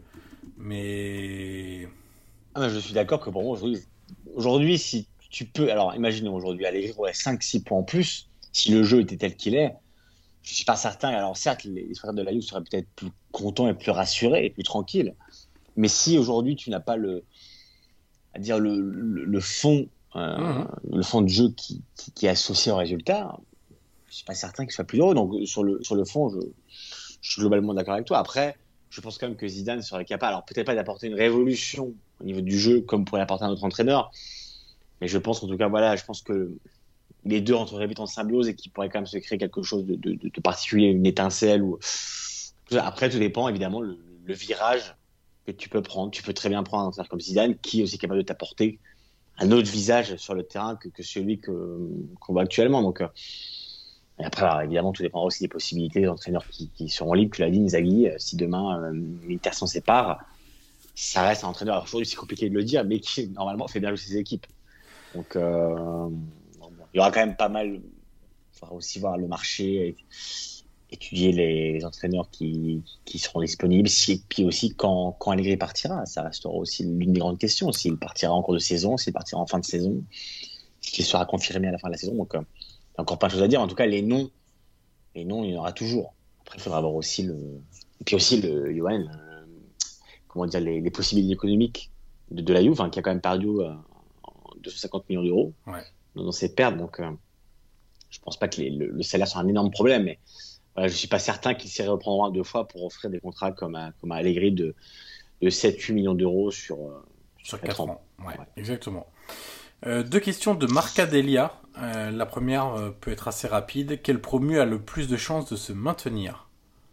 Speaker 1: Mais...
Speaker 5: Ah, mais je suis d'accord que pour moi, aujourd'hui, aujourd'hui, si tu peux... Alors, imaginons aujourd'hui, Allegri aurait cinq six points en plus, si le jeu était tel qu'il est. Je ne suis pas certain. Alors, certes, les, les supporters de la Juve seraient peut-être plus contents et plus rassurés et plus tranquilles. Mais si aujourd'hui, tu n'as pas le, à dire le, le, le fond, euh, mmh. le fond de jeu qui, qui, qui est associé au résultat, je ne suis pas certain qu'il soit plus heureux. Donc, sur le, sur le fond, je, je suis globalement d'accord avec toi. Après, je pense quand même que Zidane serait capable, alors peut-être pas d'apporter une révolution au niveau du jeu comme pourrait l'apporter un autre entraîneur, mais je pense qu'en tout cas, voilà, je pense que les deux entreraient vite en symbiose et qu'il pourrait quand même se créer quelque chose de, de, de particulier, une étincelle. Ou... Après, tout dépend évidemment le, le virage que tu peux prendre. Tu peux très bien prendre un entraîneur comme Zidane qui est aussi capable de t'apporter un autre visage sur le terrain que, que celui que, qu'on voit actuellement. Donc, euh, et après, alors, évidemment, tout dépendra aussi des possibilités des entraîneurs qui, qui seront libres. Tu l'as dit, Inzaghi, si demain euh, l'Inter s'en sépare, ça reste un entraîneur. Alors, aujourd'hui, c'est compliqué de le dire, mais qui normalement fait bien jouer ses équipes. Donc, euh, bon, il y aura quand même pas mal. Il faudra aussi voir le marché, et étudier les, les entraîneurs qui, qui seront disponibles. Et puis aussi, quand, quand Allegri partira, ça restera aussi l'une des grandes questions. S'il partira en cours de saison, s'il partira en fin de saison, s'il sera confirmé à la fin de la saison. Donc, euh, il y a encore plein de choses à dire. En tout cas, les noms, les noms, il y en aura toujours. Après, il faudra voir aussi le, et puis aussi le, Johan, euh, comment dire, les, les possibilités économiques de, de la Juve, hein, qui a quand même perdu euh, deux cent cinquante millions d'euros
Speaker 1: ouais.
Speaker 5: dans cette perte. Donc, euh, je pense pas que les, le, le salaire soit un énorme problème, mais voilà, je suis pas certain qu'ils s'y reprendront un deux fois pour offrir des contrats comme à, comme à Allegri de, de sept huit millions d'euros sur, euh,
Speaker 1: sur quatre ans. ans. Ouais, ouais. Exactement. Euh, deux questions de Marcadelia. Euh, la première euh, peut être assez rapide. Quel promu a le plus de chances de se maintenir ?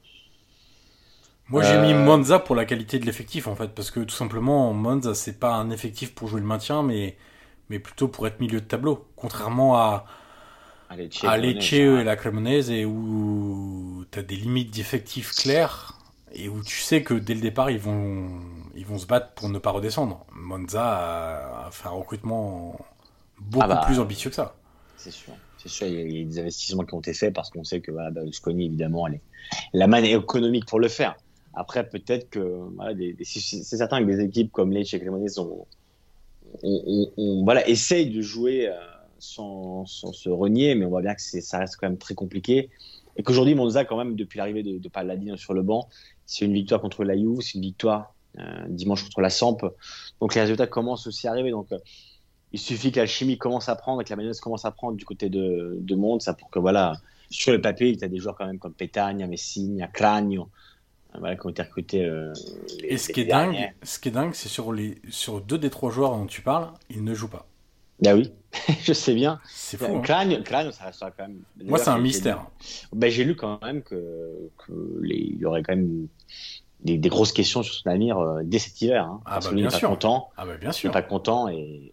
Speaker 1: Moi, j'ai euh... mis Monza pour la qualité de l'effectif, en fait, parce que tout simplement, Monza, c'est pas un effectif pour jouer le maintien, mais, mais plutôt pour être milieu de tableau. Contrairement à, à Lecce, à Lecce et la Cremonese, où tu as des limites d'effectifs claires et où tu sais que dès le départ, ils vont, ils vont se battre pour ne pas redescendre. Monza a, a fait un recrutement beaucoup ah bah, plus ambitieux que ça.
Speaker 5: C'est sûr. C'est sûr, il y a des investissements qui ont été faits parce qu'on sait que voilà, Berlusconi, évidemment, elle est la manne économique pour le faire. Après, peut-être que voilà, des, des, c'est certain que des équipes comme Lecce et Cremonese on, on, on, on, voilà, essayent de jouer euh, sans, sans se renier, mais on voit bien que c'est, ça reste quand même très compliqué. Et qu'aujourd'hui, Monza, quand même, depuis l'arrivée de, de Palladino sur le banc, c'est une victoire contre la Juve, c'est une victoire euh, dimanche contre la Samp. Donc les résultats commencent aussi à arriver. Donc euh, il suffit que l'alchimie commence à prendre et que la mayonnaise commence à prendre du côté de, de Monza pour que, voilà, sur le papier, tu as des joueurs quand même comme Petagna, Messina, Cragno, voilà, qui ont été recrutés. Euh, les,
Speaker 1: et ce qui, est dingue, ce qui est dingue, c'est sur, les, sur deux des trois joueurs dont tu parles, ils ne jouent pas.
Speaker 5: Ah oui, je sais bien.
Speaker 1: C'est fou.
Speaker 5: Cragno, hein. Cragno, ça restera quand même.
Speaker 1: Moi, c'est un mystère.
Speaker 5: Ben, j'ai lu quand même que, que les, il y aurait quand même des, des grosses questions sur son avenir euh, dès cet hiver. Hein,
Speaker 1: ah
Speaker 5: parce
Speaker 1: bah
Speaker 5: qu'il n'est pas
Speaker 1: sûr.
Speaker 5: content.
Speaker 1: Ah bah bien sûr.
Speaker 5: Il n'est pas content et,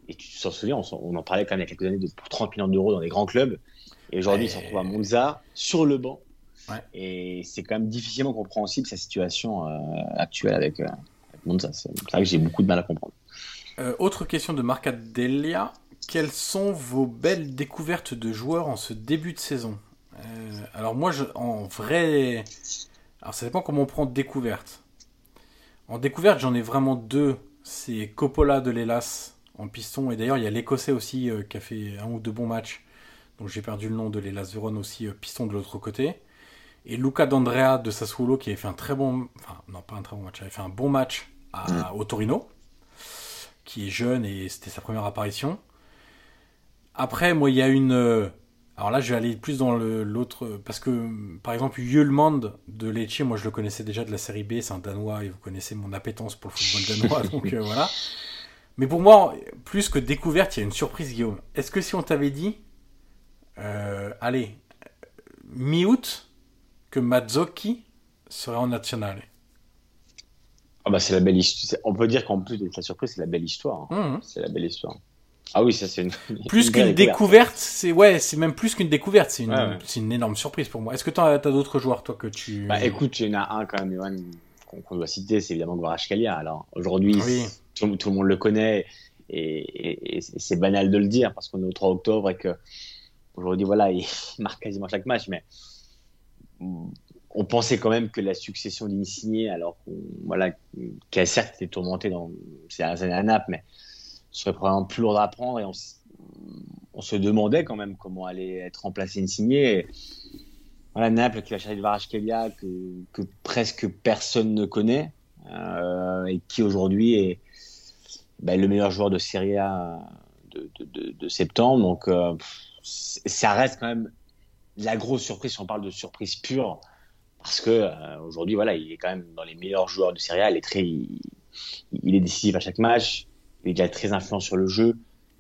Speaker 5: et tu t'en souviens, on, on en parlait quand même il y a quelques années de pour trente millions d'euros dans les grands clubs. Et aujourd'hui, ouais. il se retrouve à Monza, sur le banc. Ouais. Et c'est quand même difficilement compréhensible sa situation euh, actuelle avec, euh, avec Monza. C'est, c'est vrai que j'ai beaucoup de mal à comprendre.
Speaker 1: Euh, autre question de Marc Adelia. Quelles sont vos belles découvertes de joueurs en ce début de saison ? euh, Alors moi, je, en vrai... Alors ça dépend comment on prend découverte. En découverte, j'en ai vraiment deux. C'est Coppola de l'Hellas en piston. Et d'ailleurs, il y a l'Écossais aussi euh, qui a fait un ou deux bons matchs. Donc j'ai perdu le nom de l'Hellas Vérone aussi, euh, piston de l'autre côté. Et Luca D'Andrea de Sassuolo qui avait fait un très bon... Enfin, non, pas un très bon match. Il avait fait un bon match à, mmh. au Torino. Qui est jeune et c'était sa première apparition. Après, moi, il y a une... Euh, alors là, je vais aller plus dans le, l'autre... Parce que, par exemple, Hjulmand de Lecce, moi, je le connaissais déjà de la série B. C'est un Danois et vous connaissez mon appétence pour le football danois. donc euh, voilà. Mais pour moi, plus que découverte, il y a une surprise, Guillaume. Est-ce que si on t'avait dit... Euh, allez, mi-août... que Mazzocchi serait en national.
Speaker 5: Ah bah c'est la belle histoire. On peut dire qu'en plus de la surprise, c'est la belle histoire. Hein. Mmh. C'est la belle histoire. Ah oui, ça c'est une.
Speaker 1: Plus
Speaker 5: une
Speaker 1: qu'une découverte, c'est ouais, c'est même plus qu'une découverte. C'est une, ouais, ouais. c'est une énorme surprise pour moi. Est-ce que t'as, t'as d'autres joueurs toi que tu.
Speaker 5: Bah écoute, il y en a un quand même, Johan, qu'on, qu'on doit citer, c'est évidemment Kvaratskhelia. Alors aujourd'hui, oui. tout, tout le monde le connaît et, et, et c'est banal de le dire parce qu'on est au trois octobre et que aujourd'hui voilà, il marque quasiment chaque match, mais. On pensait quand même que la succession d'Insigne, alors qu'on, voilà, qui a certes été tourmentée dans ces dernières années à Naples, mais serait probablement plus lourde à prendre et on, on se demandait quand même comment allait être remplacé Insigne. Et voilà, Naples qui va chercher Kvaratskhelia que, que presque personne ne connaît euh, et qui aujourd'hui est ben, le meilleur joueur de Serie A de, de, de, de septembre. Donc euh, ça reste quand même la grosse surprise, si on parle de surprise pure, parce que euh, aujourd'hui, voilà, il est quand même dans les meilleurs joueurs de Serie A. Il est très, il, il est décisif à chaque match. Il est déjà très influent sur le jeu,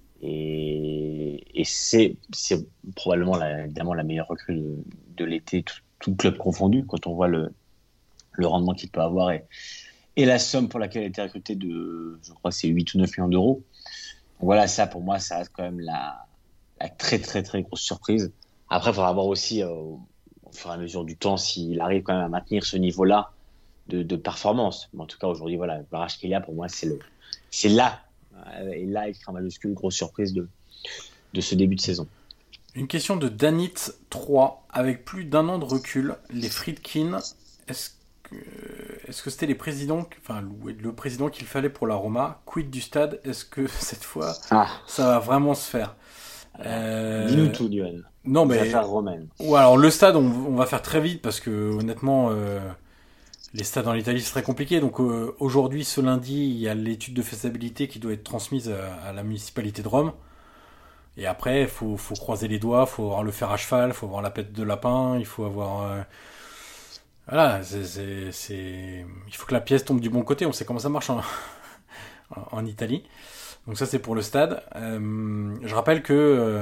Speaker 5: et, et c'est, c'est probablement la, évidemment la meilleure recrue de, de l'été, tout, tout club confondu, quand on voit le, le rendement qu'il peut avoir et, et la somme pour laquelle il a été recruté de, je crois, que c'est huit ou neuf millions d'euros. Donc voilà, ça pour moi, ça reste quand même la, la très très très grosse surprise. Après, il faudra voir aussi, euh, au fur et à mesure du temps, s'il arrive quand même à maintenir ce niveau-là de, de performance. Mais en tout cas, aujourd'hui, voilà, Kvaratskhelia, pour moi, c'est, le, c'est là, et là, écrit en majuscule, grosse surprise de, de ce début de saison.
Speaker 1: Une question de Danit trois. Avec plus d'un an de recul, les Friedkin, est-ce que, est-ce que c'était les présidents, enfin, le, le président qu'il fallait pour la Roma, quid du stade? Est-ce que cette fois, ah. ça va vraiment se faire?
Speaker 5: Euh... Dis-nous tout, Duel.
Speaker 1: Non, mais.
Speaker 5: L'affaire romaine.
Speaker 1: Ou alors le stade, on, on va faire très vite parce que honnêtement, euh, les stades en Italie c'est très compliqué. Donc euh, aujourd'hui, ce lundi, il y a l'étude de faisabilité qui doit être transmise à, à la municipalité de Rome. Et après, il faut, faut croiser les doigts, il faut avoir le fer à cheval, il faut avoir la pète de lapin, il faut avoir. Euh... Voilà, c'est, c'est, c'est. Il faut que la pièce tombe du bon côté. On sait comment ça marche en, en Italie. Donc ça c'est pour le stade. Euh, je rappelle que euh,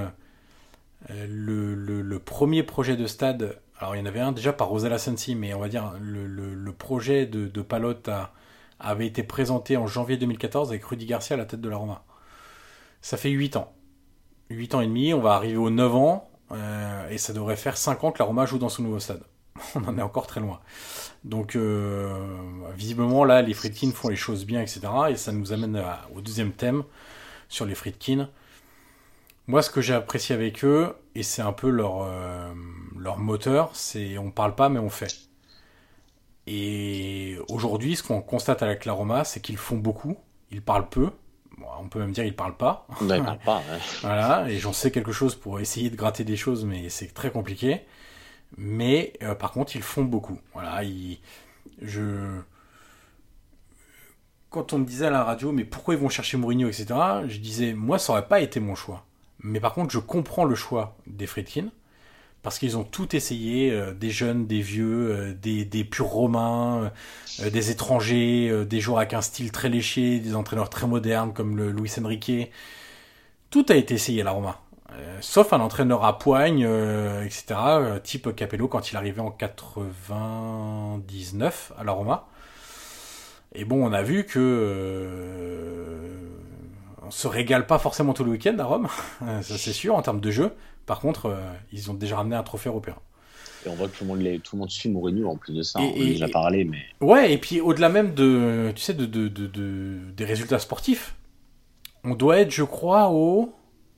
Speaker 1: le, le, le premier projet de stade, alors il y en avait un déjà par Rosella Sensi, mais on va dire le, le, le projet de, de Pallotta avait été présenté en janvier deux mille quatorze avec Rudy Garcia à la tête de la Roma. Ça fait huit ans. huit ans et demi, on va arriver aux neuf ans, euh, et ça devrait faire cinq ans que la Roma joue dans son nouveau stade. On en est encore très loin. Donc, euh, visiblement, là, les Friedkin font les choses bien, et cetera. Et ça nous amène à, au deuxième thème sur les Friedkin. Moi, ce que j'ai apprécié avec eux, et c'est un peu leur, euh, leur moteur, c'est on parle pas, mais on fait. Et aujourd'hui, ce qu'on constate avec la Roma, c'est qu'ils font beaucoup, ils parlent peu. Bon, on peut même dire qu'ils parlent pas.
Speaker 5: Non, ils parlent pas, ouais.
Speaker 1: Voilà, et j'en sais quelque chose pour essayer de gratter des choses, mais c'est très compliqué. Mais euh, par contre, ils font beaucoup. Voilà, ils, je, quand on me disait à la radio, mais pourquoi ils vont chercher Mourinho, et cetera. Je disais, moi, ça aurait pas été mon choix. Mais par contre, je comprends le choix des Friedkin parce qu'ils ont tout essayé, euh, des jeunes, des vieux, euh, des, des purs romains, euh, des étrangers, euh, des joueurs avec un style très léché, des entraîneurs très modernes comme le Luis Enrique. Tout a été essayé à la Roma. Euh, sauf un entraîneur à poigne, euh, et cetera, euh, type Capello quand il arrivait en quatre-vingt-dix-neuf à la Roma. Et bon, on a vu que... Euh, on se régale pas forcément tout le week-end à Rome, ça c'est sûr, en termes de jeu. Par contre, euh, ils ont déjà ramené un trophée européen.
Speaker 5: Et on voit que tout le monde, les, tout le monde suit Mourinho en plus de ça,
Speaker 1: Et-
Speaker 5: on en a
Speaker 1: et-
Speaker 5: déjà parlé, mais...
Speaker 1: Ouais, et puis au-delà même de, tu sais, de, de, de, de- des résultats sportifs, on doit être, je crois, au...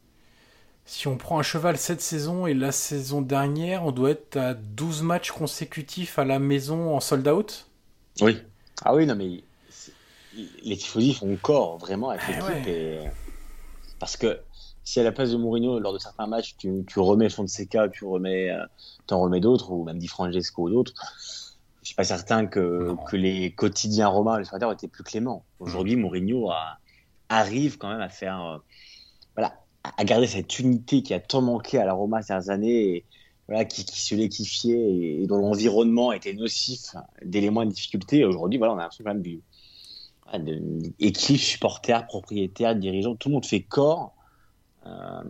Speaker 1: Si on prend un cheval cette saison et la saison dernière, on doit être à douze matchs consécutifs à la maison en sold-out.
Speaker 5: Oui. Ah oui, non, mais c'est- les tifosi font corps vraiment avec
Speaker 1: Ah
Speaker 5: l'équipe.
Speaker 1: ouais.
Speaker 5: Et... Parce que si à la place de Mourinho, lors de certains matchs, tu, tu remets Fonseca, tu remets, euh, t'en remets d'autres, ou même Di Francesco ou d'autres, je suis pas certain que, que les quotidiens romains, les supporters, étaient plus cléments. Aujourd'hui, Mourinho a- arrive quand même à faire, euh, voilà, à à garder cette unité qui a tant manqué à la Roma ces dernières années, et, voilà, qui, qui se liquéfiait et, et dont l'environnement était nocif dès les mois de difficulté. Et aujourd'hui, voilà, on a l'impression quand même du voilà, de- équipe, supporters, propriétaires, dirigeants, tout le monde fait corps euh,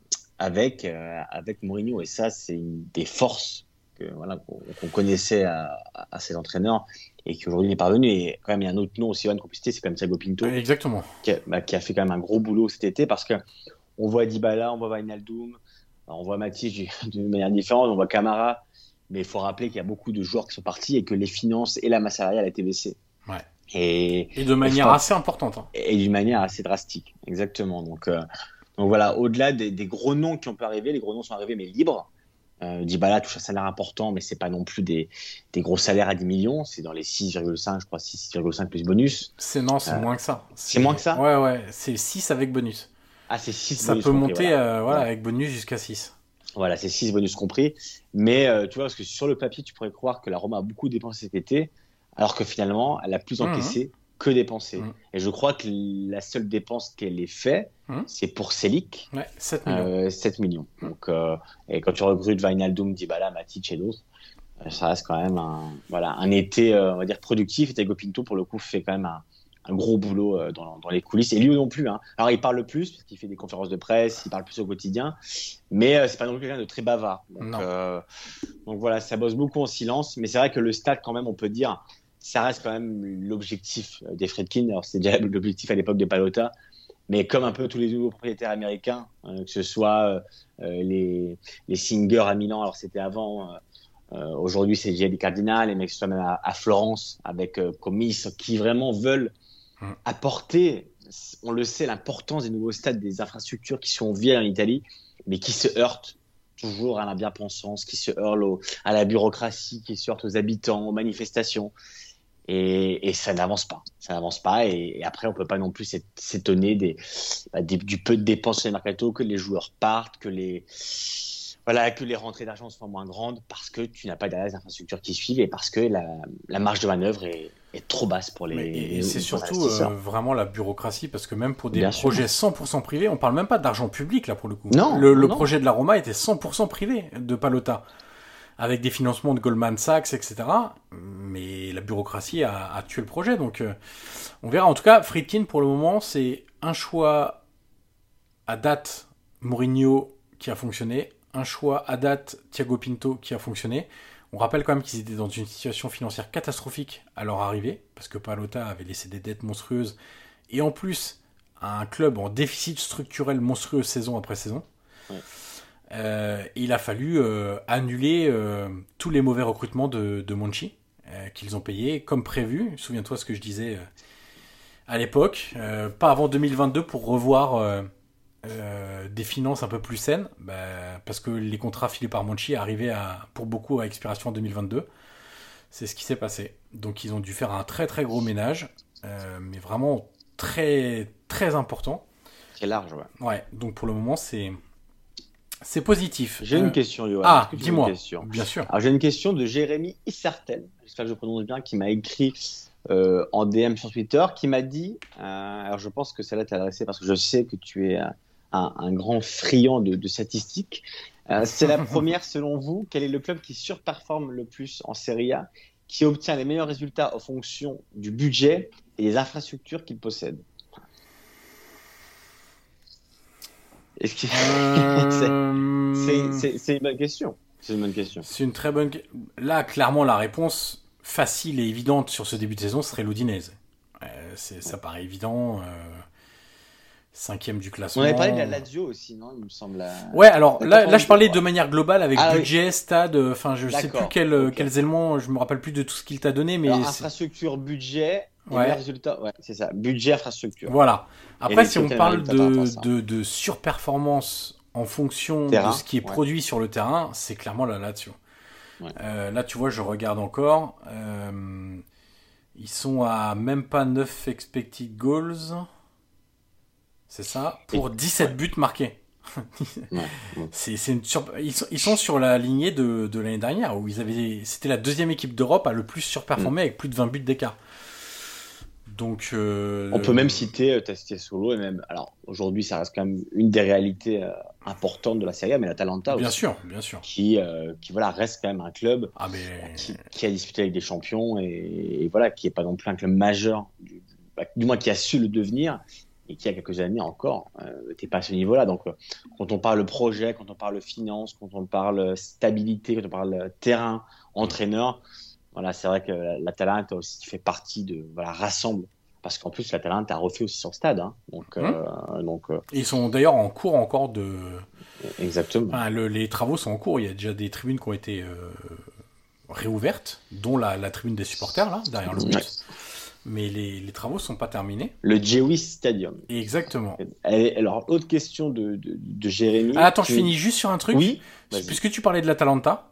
Speaker 5: avec, euh, avec Mourinho. Et ça, c'est une des forces que, voilà, qu'on, qu'on connaissait à, à, à ces entraîneurs et qui aujourd'hui n'est pas revenu. Et quand même, il y a un autre nom aussi, Johan, qu'on peut citer, c'est quand même Thiago Pinto,
Speaker 1: Exactement.
Speaker 5: qui a, bah, qui a fait quand même un gros boulot cet été, parce que on voit Dybala, on voit Wijnaldum, on voit Matic d'une manière différente, on voit Camara, mais il faut rappeler qu'il y a beaucoup de joueurs qui sont partis et que les finances et la masse salariale a été baissée.
Speaker 1: Ouais.
Speaker 5: Et,
Speaker 1: Et de manière
Speaker 5: je pense-
Speaker 1: assez importante. hein.
Speaker 5: et d'une manière assez drastique, exactement. Donc, euh, donc voilà, au-delà des, des gros noms qui ont pu arriver, les gros noms sont arrivés mais libres. Euh, Dybala touche un salaire important, mais c'est pas non plus des, des gros salaires à dix millions, c'est dans les six virgule cinq, je crois, six virgule cinq plus bonus.
Speaker 1: C'est non, c'est
Speaker 5: Euh,
Speaker 1: moins que ça.
Speaker 5: c'est moins que ça
Speaker 1: Ouais, ouais, c'est six avec bonus.
Speaker 5: Ah, c'est six
Speaker 1: Ça
Speaker 5: bonus
Speaker 1: peut
Speaker 5: compris,
Speaker 1: monter
Speaker 5: voilà.
Speaker 1: euh, voilà,
Speaker 5: Ouais.
Speaker 1: avec bonus jusqu'à six.
Speaker 5: Voilà, c'est six bonus compris. Mais euh, tu vois, parce que sur le papier, tu pourrais croire que la Roma a beaucoup dépensé cet été, alors que finalement, elle a plus
Speaker 1: Mhm.
Speaker 5: encaissé que dépensé.
Speaker 1: Mhm.
Speaker 5: Et je crois que la seule dépense qu'elle ait fait,
Speaker 1: Mhm.
Speaker 5: c'est pour Selic,
Speaker 1: Ouais, sept millions.
Speaker 5: euh, sept millions. Donc, euh, et quand tu recrutes Wijnaldum, Dybala, Matic et d'autres, euh, ça reste quand même un, voilà, un été, euh, on va dire, productif. Et Thiago Pinto, pour le coup, fait quand même un, un gros boulot euh, dans, dans les coulisses. Et lui non plus. Hein. Alors, il parle plus, parce qu'il fait des conférences de presse, il parle plus au quotidien, mais euh, c'est pas non plus quelqu'un de très bavard. Donc,
Speaker 1: Non.
Speaker 5: euh, donc voilà, ça bosse beaucoup en silence. Mais c'est vrai que le stade, quand même, on peut dire, ça reste quand même l'objectif des Friedkin. Alors, c'est déjà l'objectif à l'époque de Pallotta. Mais comme un peu tous les nouveaux propriétaires américains, euh, que ce soit euh, les, les Singer à Milan, alors c'était avant, euh, euh, aujourd'hui c'est J D Cardinal, mais que ce soit même à, à Florence avec euh, Comis, qui vraiment veulent
Speaker 1: Mm.
Speaker 5: apporter, on le sait, l'importance des nouveaux stades, des infrastructures qui sont vielles en Italie, mais qui se heurtent toujours à la bien-pensance, qui se heurtent au, à la bureaucratie, qui se heurtent aux habitants, aux manifestations. Et, et ça n'avance pas. Ça n'avance pas. Et, et après, on peut pas non plus s'ét- s'étonner des, bah, des- du peu de dépenses sur les mercato, que les joueurs partent, que les, voilà, que les rentrées d'argent soient moins grandes, parce que tu n'as pas derrière les infrastructures qui suivent et parce que la, la marge de manœuvre est, est trop basse pour les.
Speaker 1: Mais- et
Speaker 5: les-
Speaker 1: c'est
Speaker 5: les
Speaker 1: surtout
Speaker 5: investisseurs.
Speaker 1: euh, vraiment la bureaucratie, parce que même pour des
Speaker 5: Bien sûr.
Speaker 1: projets cent pour cent privés, on parle même pas d'argent public là pour le coup.
Speaker 5: Non,
Speaker 1: le, le
Speaker 5: non.
Speaker 1: projet de la Roma était cent pour cent privé de Pallotta, avec des financements de Goldman Sachs, et cetera. Mais la bureaucratie a, a tué le projet, donc euh, on verra. En tout cas, Friedkin pour le moment, c'est un choix à date Mourinho qui a fonctionné, un choix à date Thiago Pinto qui a fonctionné. On rappelle quand même qu'ils étaient dans une situation financière catastrophique à leur arrivée, parce que Pallotta avait laissé des dettes monstrueuses, et en plus, un club en déficit structurel monstrueux saison après saison.
Speaker 5: Ouais.
Speaker 1: Euh, il a fallu euh, annuler euh, tous les mauvais recrutements de, de Monchi, euh, qu'ils ont payés comme prévu. Souviens-toi ce que je disais euh, à l'époque. Euh, pas avant deux mille vingt-deux pour revoir euh, euh, des finances un peu plus saines, bah, parce que les contrats filés par Monchi arrivaient à, pour beaucoup à expiration en deux mille vingt-deux. C'est ce qui s'est passé. Donc ils ont dû faire un très très gros ménage, euh, mais vraiment très très important.
Speaker 5: Très large, ouais.
Speaker 1: Ouais, donc pour le moment c'est c'est positif.
Speaker 5: J'ai
Speaker 1: Euh,
Speaker 5: une question, Johan.
Speaker 1: Ah,
Speaker 5: Est-ce que tu as
Speaker 1: dis-moi.
Speaker 5: une question
Speaker 1: Bien sûr.
Speaker 5: Alors, j'ai une question de Jérémy Issertel, j'espère que je prononce bien, qui m'a écrit euh, en D M sur Twitter, qui m'a dit, euh, alors je pense que celle-là t'est adressée parce que je sais que tu es euh, un, un grand friand de, de statistiques. Euh, c'est la première, selon vous, quel est le club qui surperforme le plus en Serie A, qui obtient les meilleurs résultats en fonction du budget et des infrastructures qu'il possède? Est-ce qu'il...
Speaker 1: Euh,
Speaker 5: c'est, c'est, c'est une bonne question. C'est une bonne question.
Speaker 1: C'est une très bonne. Là, clairement, la réponse facile et évidente sur ce début de saison serait l'Udinese. Euh, c'est, ça paraît évident. Euh, cinquième du classement.
Speaker 5: On avait parlé de la Lazio aussi, non, il me semble. La...
Speaker 1: Ouais, alors
Speaker 5: la
Speaker 1: là, là, je parlais
Speaker 5: ouais.
Speaker 1: de manière globale avec
Speaker 5: ah,
Speaker 1: budget,
Speaker 5: oui.
Speaker 1: stade, enfin, je sais plus quel, okay. quels éléments, je me rappelle plus de tout ce qu'il t'a donné, mais.
Speaker 5: Alors, infrastructure, budget, et
Speaker 1: ouais.
Speaker 5: les résultats, ouais, c'est ça, budget, infrastructure.
Speaker 1: Voilà. Après, si on parle de, de, de surperformance en fonction terrain, de ce qui est ouais. produit sur le terrain, c'est clairement la Lazio. Ouais. Euh, là, tu vois, je regarde encore. Euh, ils sont à même pas neuf expected goals. C'est ça, pour et, dix-sept ouais. buts marqués. ouais, ouais. C'est, c'est une sur... ils, sont, ils sont sur la lignée de, de l'année dernière, où ils avaient... c'était la deuxième équipe d'Europe à le plus surperformer, mm. avec plus de vingt buts d'écart. Donc, euh...
Speaker 5: on peut même citer euh, Tastia Solo, et même, alors aujourd'hui ça reste quand même une des réalités euh, importantes de la Serie A, mais l'Atalanta
Speaker 1: bien
Speaker 5: aussi,
Speaker 1: sûr, bien sûr.
Speaker 5: Qui, euh, qui voilà, reste quand même un club
Speaker 1: ah, mais...
Speaker 5: qui, qui a disputé avec des champions, et, et voilà, qui n'est pas non plus un club majeur, du, bah, du moins qui a su le devenir, et qui, il y a quelques années encore, n'était euh, pas à ce niveau-là. Donc, euh, quand on parle projet, quand on parle finance, quand on parle stabilité, quand on parle terrain, entraîneur, voilà, c'est vrai que l'Atalanta aussi fait partie de, voilà, rassemble. Parce qu'en plus, l'Atalanta a refait aussi son stade. Hein. Donc, mmh. euh, donc, euh...
Speaker 1: Ils sont d'ailleurs en cours encore de...
Speaker 5: Exactement.
Speaker 1: Enfin, le, les travaux sont en cours. Il y a déjà des tribunes qui ont été euh, réouvertes, dont la, la tribune des supporters, là, derrière le but. Ouais. Mais les, les travaux ne sont pas terminés.
Speaker 5: Le Gewiss Stadium.
Speaker 1: Exactement.
Speaker 5: Et alors, autre question de, de, de Jérémy.
Speaker 1: Ah, attends,
Speaker 5: tu...
Speaker 1: je finis juste sur un truc.
Speaker 5: Oui.
Speaker 1: Puisque tu parlais de l'Atalanta,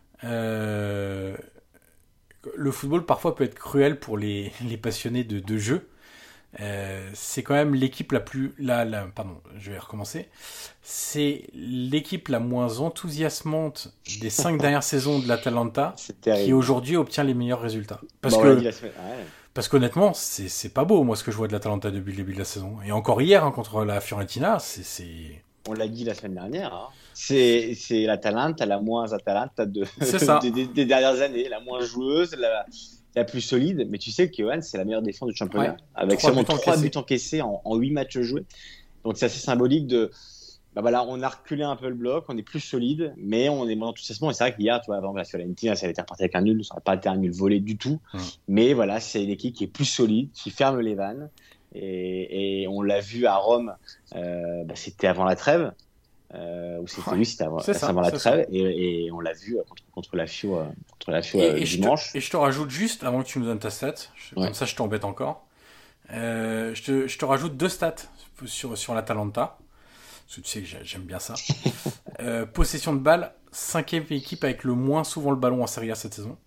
Speaker 1: euh, le football parfois peut être cruel pour les, les passionnés de, de jeu. Euh, c'est quand même l'équipe la plus... La, la, pardon, je vais recommencer. C'est l'équipe la moins enthousiasmante des cinq dernières saisons de l'Atalanta qui aujourd'hui obtient les meilleurs résultats. Parce
Speaker 5: bon,
Speaker 1: que...
Speaker 5: Ouais.
Speaker 1: Parce qu'honnêtement, c'est, c'est pas beau, moi, ce que je vois de l'Atalanta depuis le début de la saison. Et encore hier, hein, contre la Fiorentina, c'est... c'est...
Speaker 5: On l'a dit la semaine dernière, hein. c'est, c'est l'Atalanta, la moins Atalanta de, des, des, des dernières années, la moins joueuse, la, la plus solide. Mais tu sais que Johan, c'est la meilleure défense du championnat, ouais. avec seulement trois buts encaissés en, en huit matchs joués. Donc c'est assez symbolique de... Bah voilà, on a reculé un peu le bloc, on est plus solide, mais on est moins enthousiasmant. Et c'est vrai qu'hier, tu vois, avant la Fiorentina, ça avait été reparti avec un nul, ça n'aurait pas été un nul volé du tout. Mmh. Mais voilà, c'est une équipe qui est plus solide, qui ferme les vannes. Et, et on l'a vu à Rome, euh, bah, c'était avant la trêve. Euh, ou c'était, ouais. Oui, c'était avant, c'est ça, avant la trêve. Et, et on l'a vu contre, contre la Fio, euh, contre la Fio et, euh,
Speaker 1: et
Speaker 5: dimanche.
Speaker 1: Je te, et je te rajoute juste, avant que tu nous donnes ta stat, je, ouais. comme ça je t'embête encore, euh, je, te, je te rajoute deux stats sur, sur l'Atalanta. Parce que tu sais que j'aime bien ça. euh, possession de balle, cinquième équipe avec le moins souvent le ballon en Serie A cette saison.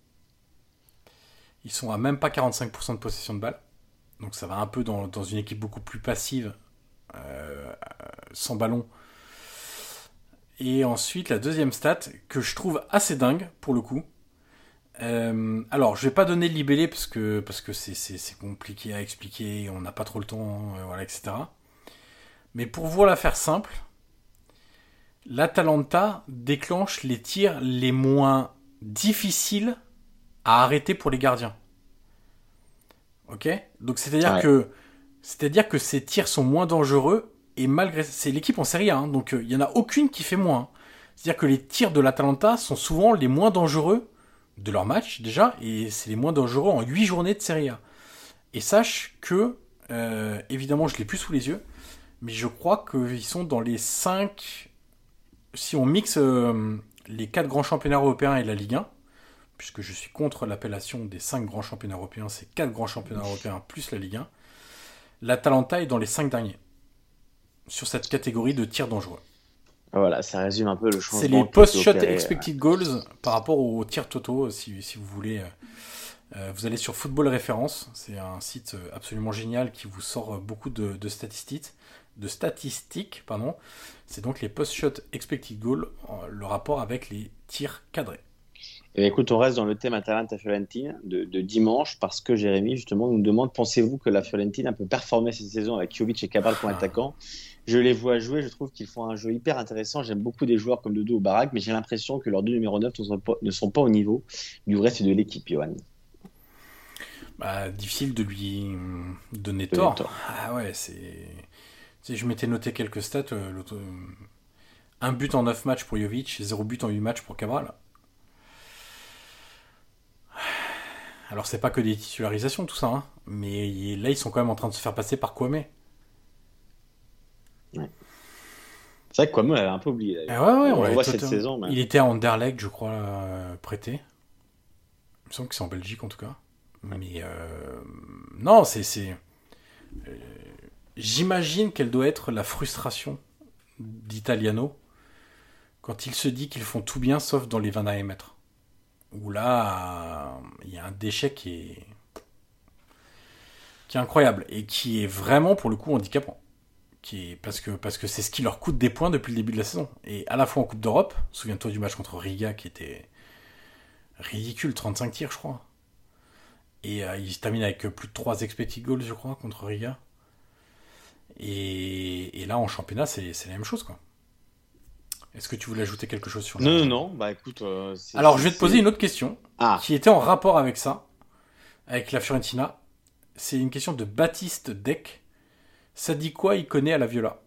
Speaker 1: Ils sont à même pas quarante-cinq pour cent de possession de balle. Donc ça va un peu dans, dans une équipe beaucoup plus passive, euh, sans ballon. Et ensuite, la deuxième stat, que je trouve assez dingue, pour le coup. Euh, alors, je vais pas donner le libellé, parce que, parce que c'est, c'est, c'est compliqué à expliquer, on n'a pas trop le temps, euh, voilà, et cetera. Mais pour vous la faire simple, l'Atalanta déclenche les tirs les moins difficiles à arrêter pour les gardiens. Ok ? Donc c'est-à-dire ouais. que c'est-à-dire que ces tirs sont moins dangereux et malgré c'est l'équipe en Serie A, hein, donc il euh, y en a aucune qui fait moins. C'est-à-dire que les tirs de l'Atalanta sont souvent les moins dangereux de leur match déjà et c'est les moins dangereux en huit journées de Serie A. Et sache que euh, évidemment je l'ai plus sous les yeux. Mais je crois qu'ils sont dans les cinq... Si on mixe euh, les quatre grands championnats européens et la Ligue un, puisque je suis contre l'appellation des cinq grands championnats européens, c'est quatre grands championnats européens plus la Ligue un, l'Atalanta est dans les cinq derniers, sur cette catégorie de tirs dangereux.
Speaker 5: Voilà, ça résume un peu le changement.
Speaker 1: C'est les post-shot expected goals par rapport aux tirs totaux, si, si vous voulez... Euh, vous allez sur Football Référence, c'est un site absolument génial qui vous sort beaucoup de, de statistiques. De statistiques, pardon. C'est donc les post-shot expected goal, le rapport avec les tirs cadrés.
Speaker 5: Et écoute, on reste dans le thème Atalanta-Fiorentina de, de dimanche parce que Jérémy justement nous demande, pensez-vous que la Fiorentina peut performer cette saison avec Jovic et Cabral comme ah. attaquants ? Je les vois jouer, je trouve qu'ils font un jeu hyper intéressant. J'aime beaucoup des joueurs comme Dodo ou Barak, mais j'ai l'impression que leurs deux numéro neuf ne sont pas, ne sont pas au niveau du reste de l'équipe, Johan.
Speaker 1: Bah, difficile de lui donner de tort. tort. Ah ouais, c'est... Tu sais, je m'étais noté quelques stats. Euh, l'autre... Un but en neuf matchs pour Jovic, zéro but en huit matchs pour Cabral. Alors, c'est pas que des titularisations, tout ça, hein, mais là, ils sont quand même en train de se faire passer par Kwame.
Speaker 5: C'est vrai que Kwame, on l'avait un peu oublié.
Speaker 1: Eh ouais, ouais,
Speaker 5: on
Speaker 1: on
Speaker 5: le voit
Speaker 1: tout
Speaker 5: cette
Speaker 1: un...
Speaker 5: saison. Mais...
Speaker 1: Il était à Anderlecht, je crois, euh, prêté. Il me semble que c'est en Belgique, en tout cas. Ouais. Mais euh... non, c'est... c'est... Euh... J'imagine quelle doit être la frustration d'Italiano quand il se dit qu'ils font tout bien, sauf dans les vingt derniers mètres. Où là, il y a un déchet qui est... qui est incroyable. Et qui est vraiment, pour le coup, handicapant. Qui est... parce, que, parce que c'est ce qui leur coûte des points depuis le début de la saison. Et à la fois en Coupe d'Europe, souviens-toi du match contre Riga qui était ridicule, trente-cinq tirs je crois. Et euh, il se termine avec plus de trois expected goals je crois contre Riga. Et, et là en championnat c'est, c'est la même chose quoi. Est-ce que tu voulais ajouter quelque chose sur
Speaker 5: Non,
Speaker 1: la...
Speaker 5: non, non, bah écoute... Euh, c'est,
Speaker 1: Alors
Speaker 5: c'est,
Speaker 1: je vais te
Speaker 5: c'est...
Speaker 1: poser une autre question
Speaker 5: ah.
Speaker 1: qui était en rapport avec ça, avec la Fiorentina. C'est une question de Baptiste Deck. Ça dit quoi Icone à la Viola?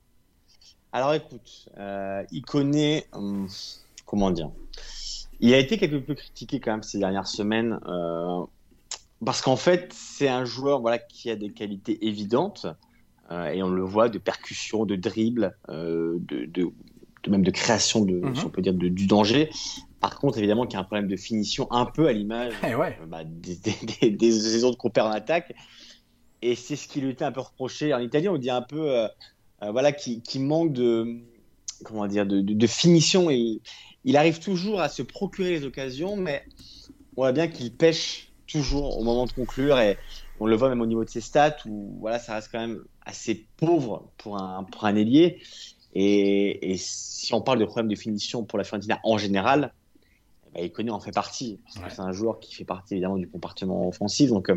Speaker 5: Alors écoute, euh, Icone, hum, comment dire, il a été quelque peu critiqué quand même ces dernières semaines, euh, parce qu'en fait c'est un joueur voilà, qui a des qualités évidentes, euh, et on le voit, de percussion, de dribble, euh, de, de, de même de création, de, mm-hmm. si on peut dire, de, du danger. Par contre, évidemment, qu'il y a un problème de finition un peu à l'image
Speaker 1: hey, ouais.
Speaker 5: euh, bah, des, des, des, des saisons de compères en attaque. Et c'est ce qui lui était un peu reproché. En Italie, on dit un peu, euh, euh, voilà, qui, qui manque de, comment dire, de, de, de finition. Et il arrive toujours à se procurer les occasions, mais on voit bien qu'il pêche toujours au moment de conclure. Et on le voit même au niveau de ses stats, où voilà, ça reste quand même assez pauvre pour un, pour un ailier. Et, et si on parle de problème de finition pour la Fiorentina en général, bah, Icone en fait partie. Parce
Speaker 1: ouais.
Speaker 5: que c'est un joueur qui fait partie évidemment du compartiment offensif. Donc, euh,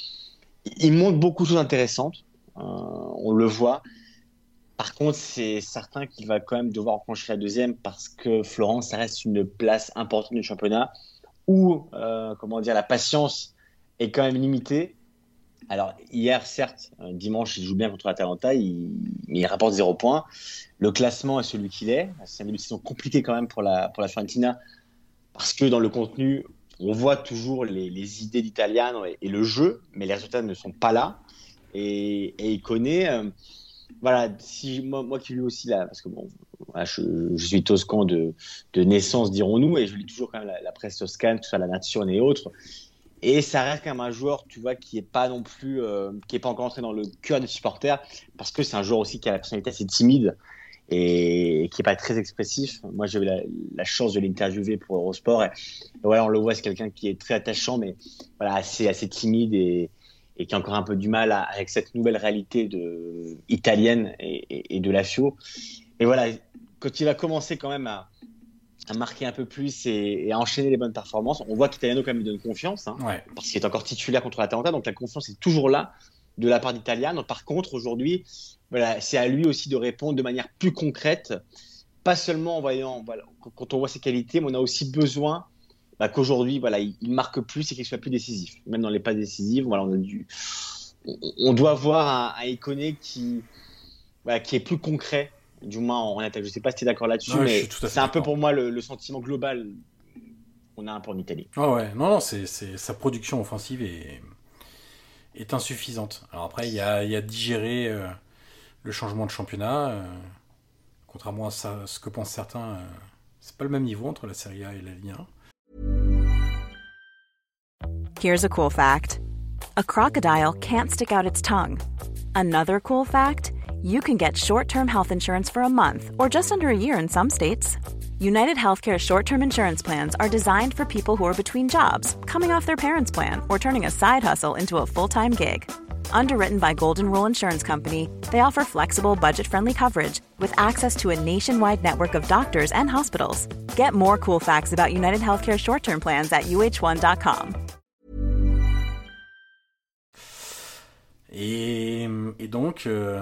Speaker 5: il montre beaucoup de choses intéressantes, euh, on le voit. Par contre, c'est certain qu'il va quand même devoir enclencher la deuxième parce que Florence, ça reste une place importante du championnat où, euh, comment dire, la patience est quand même limitée. Alors, hier, certes, dimanche, il joue bien contre l'Atalanta, il, mais il rapporte zéro point. Le classement est celui qu'il est. C'est une décision compliquée quand même pour la, pour la Fiorentina parce que dans le contenu, on voit toujours les, les idées d'Italiano et, et le jeu, mais les résultats ne sont pas là. Et, et il connaît, euh, voilà, si, moi, moi qui lis aussi là, parce que bon, voilà, je, je suis toscan de, de naissance, dirons-nous, et je lis toujours quand même la, la presse toscane, que ce soit la Nazione et autres. Et ça reste quand même un joueur, tu vois, qui est pas non plus, euh, qui est pas encore entré dans le cœur des supporters, parce que c'est un joueur aussi qui a la personnalité assez timide et qui est pas très expressif. Moi, j'ai eu la, la chance de l'interviewer pour Eurosport. Et, et voilà, on le voit, c'est quelqu'un qui est très attachant, mais voilà, assez, assez timide et, et qui a encore un peu du mal à, avec cette nouvelle réalité de, italienne et, et, et de la Fio. Et voilà, quand il va commencer quand même à, à marquer un peu plus et, et à enchaîner les bonnes performances, on voit qu'Italiano quand même lui donne confiance, hein,
Speaker 1: ouais.
Speaker 5: parce qu'il est encore titulaire contre l'Atalanta, donc la confiance est toujours là de la part d'Italiano. Par contre, aujourd'hui, voilà, c'est à lui aussi de répondre de manière plus concrète, pas seulement en voyant, voilà, quand on voit ses qualités, mais on a aussi besoin bah, qu'aujourd'hui, voilà, il, il marque plus et qu'il soit plus décisif. Même dans les passes décisives, voilà, on, a dû, on, on doit voir un, un Icone qui, voilà, qui est plus concret, du moins en attaque. Je ne sais pas si tu es d'accord là-dessus,
Speaker 1: non,
Speaker 5: mais c'est
Speaker 1: d'accord.
Speaker 5: un peu pour moi le, le sentiment global qu'on a un peu en Italie.
Speaker 1: Oh ouais, non, non, c'est, c'est sa production offensive est, est insuffisante. Alors après, il y a, y a digéré euh, le changement de championnat. Euh, contrairement à ça, ce que pensent certains, euh, c'est pas le même niveau entre la Serie A et la Ligue un.
Speaker 6: Here's a cool fact. A crocodile can't stick out its tongue. Another cool fact, you can get short-term health insurance for a month or just under a year in some states. United Healthcare short-term insurance plans are designed for people who are between jobs, coming off their parents' plan, or turning a side hustle into a full-time gig. Underwritten by Golden Rule Insurance Company, they offer flexible, budget-friendly coverage with access to a nationwide network of doctors and hospitals. Get more cool facts about United Healthcare short-term plans at U H one dot com.
Speaker 1: Et, et donc, euh,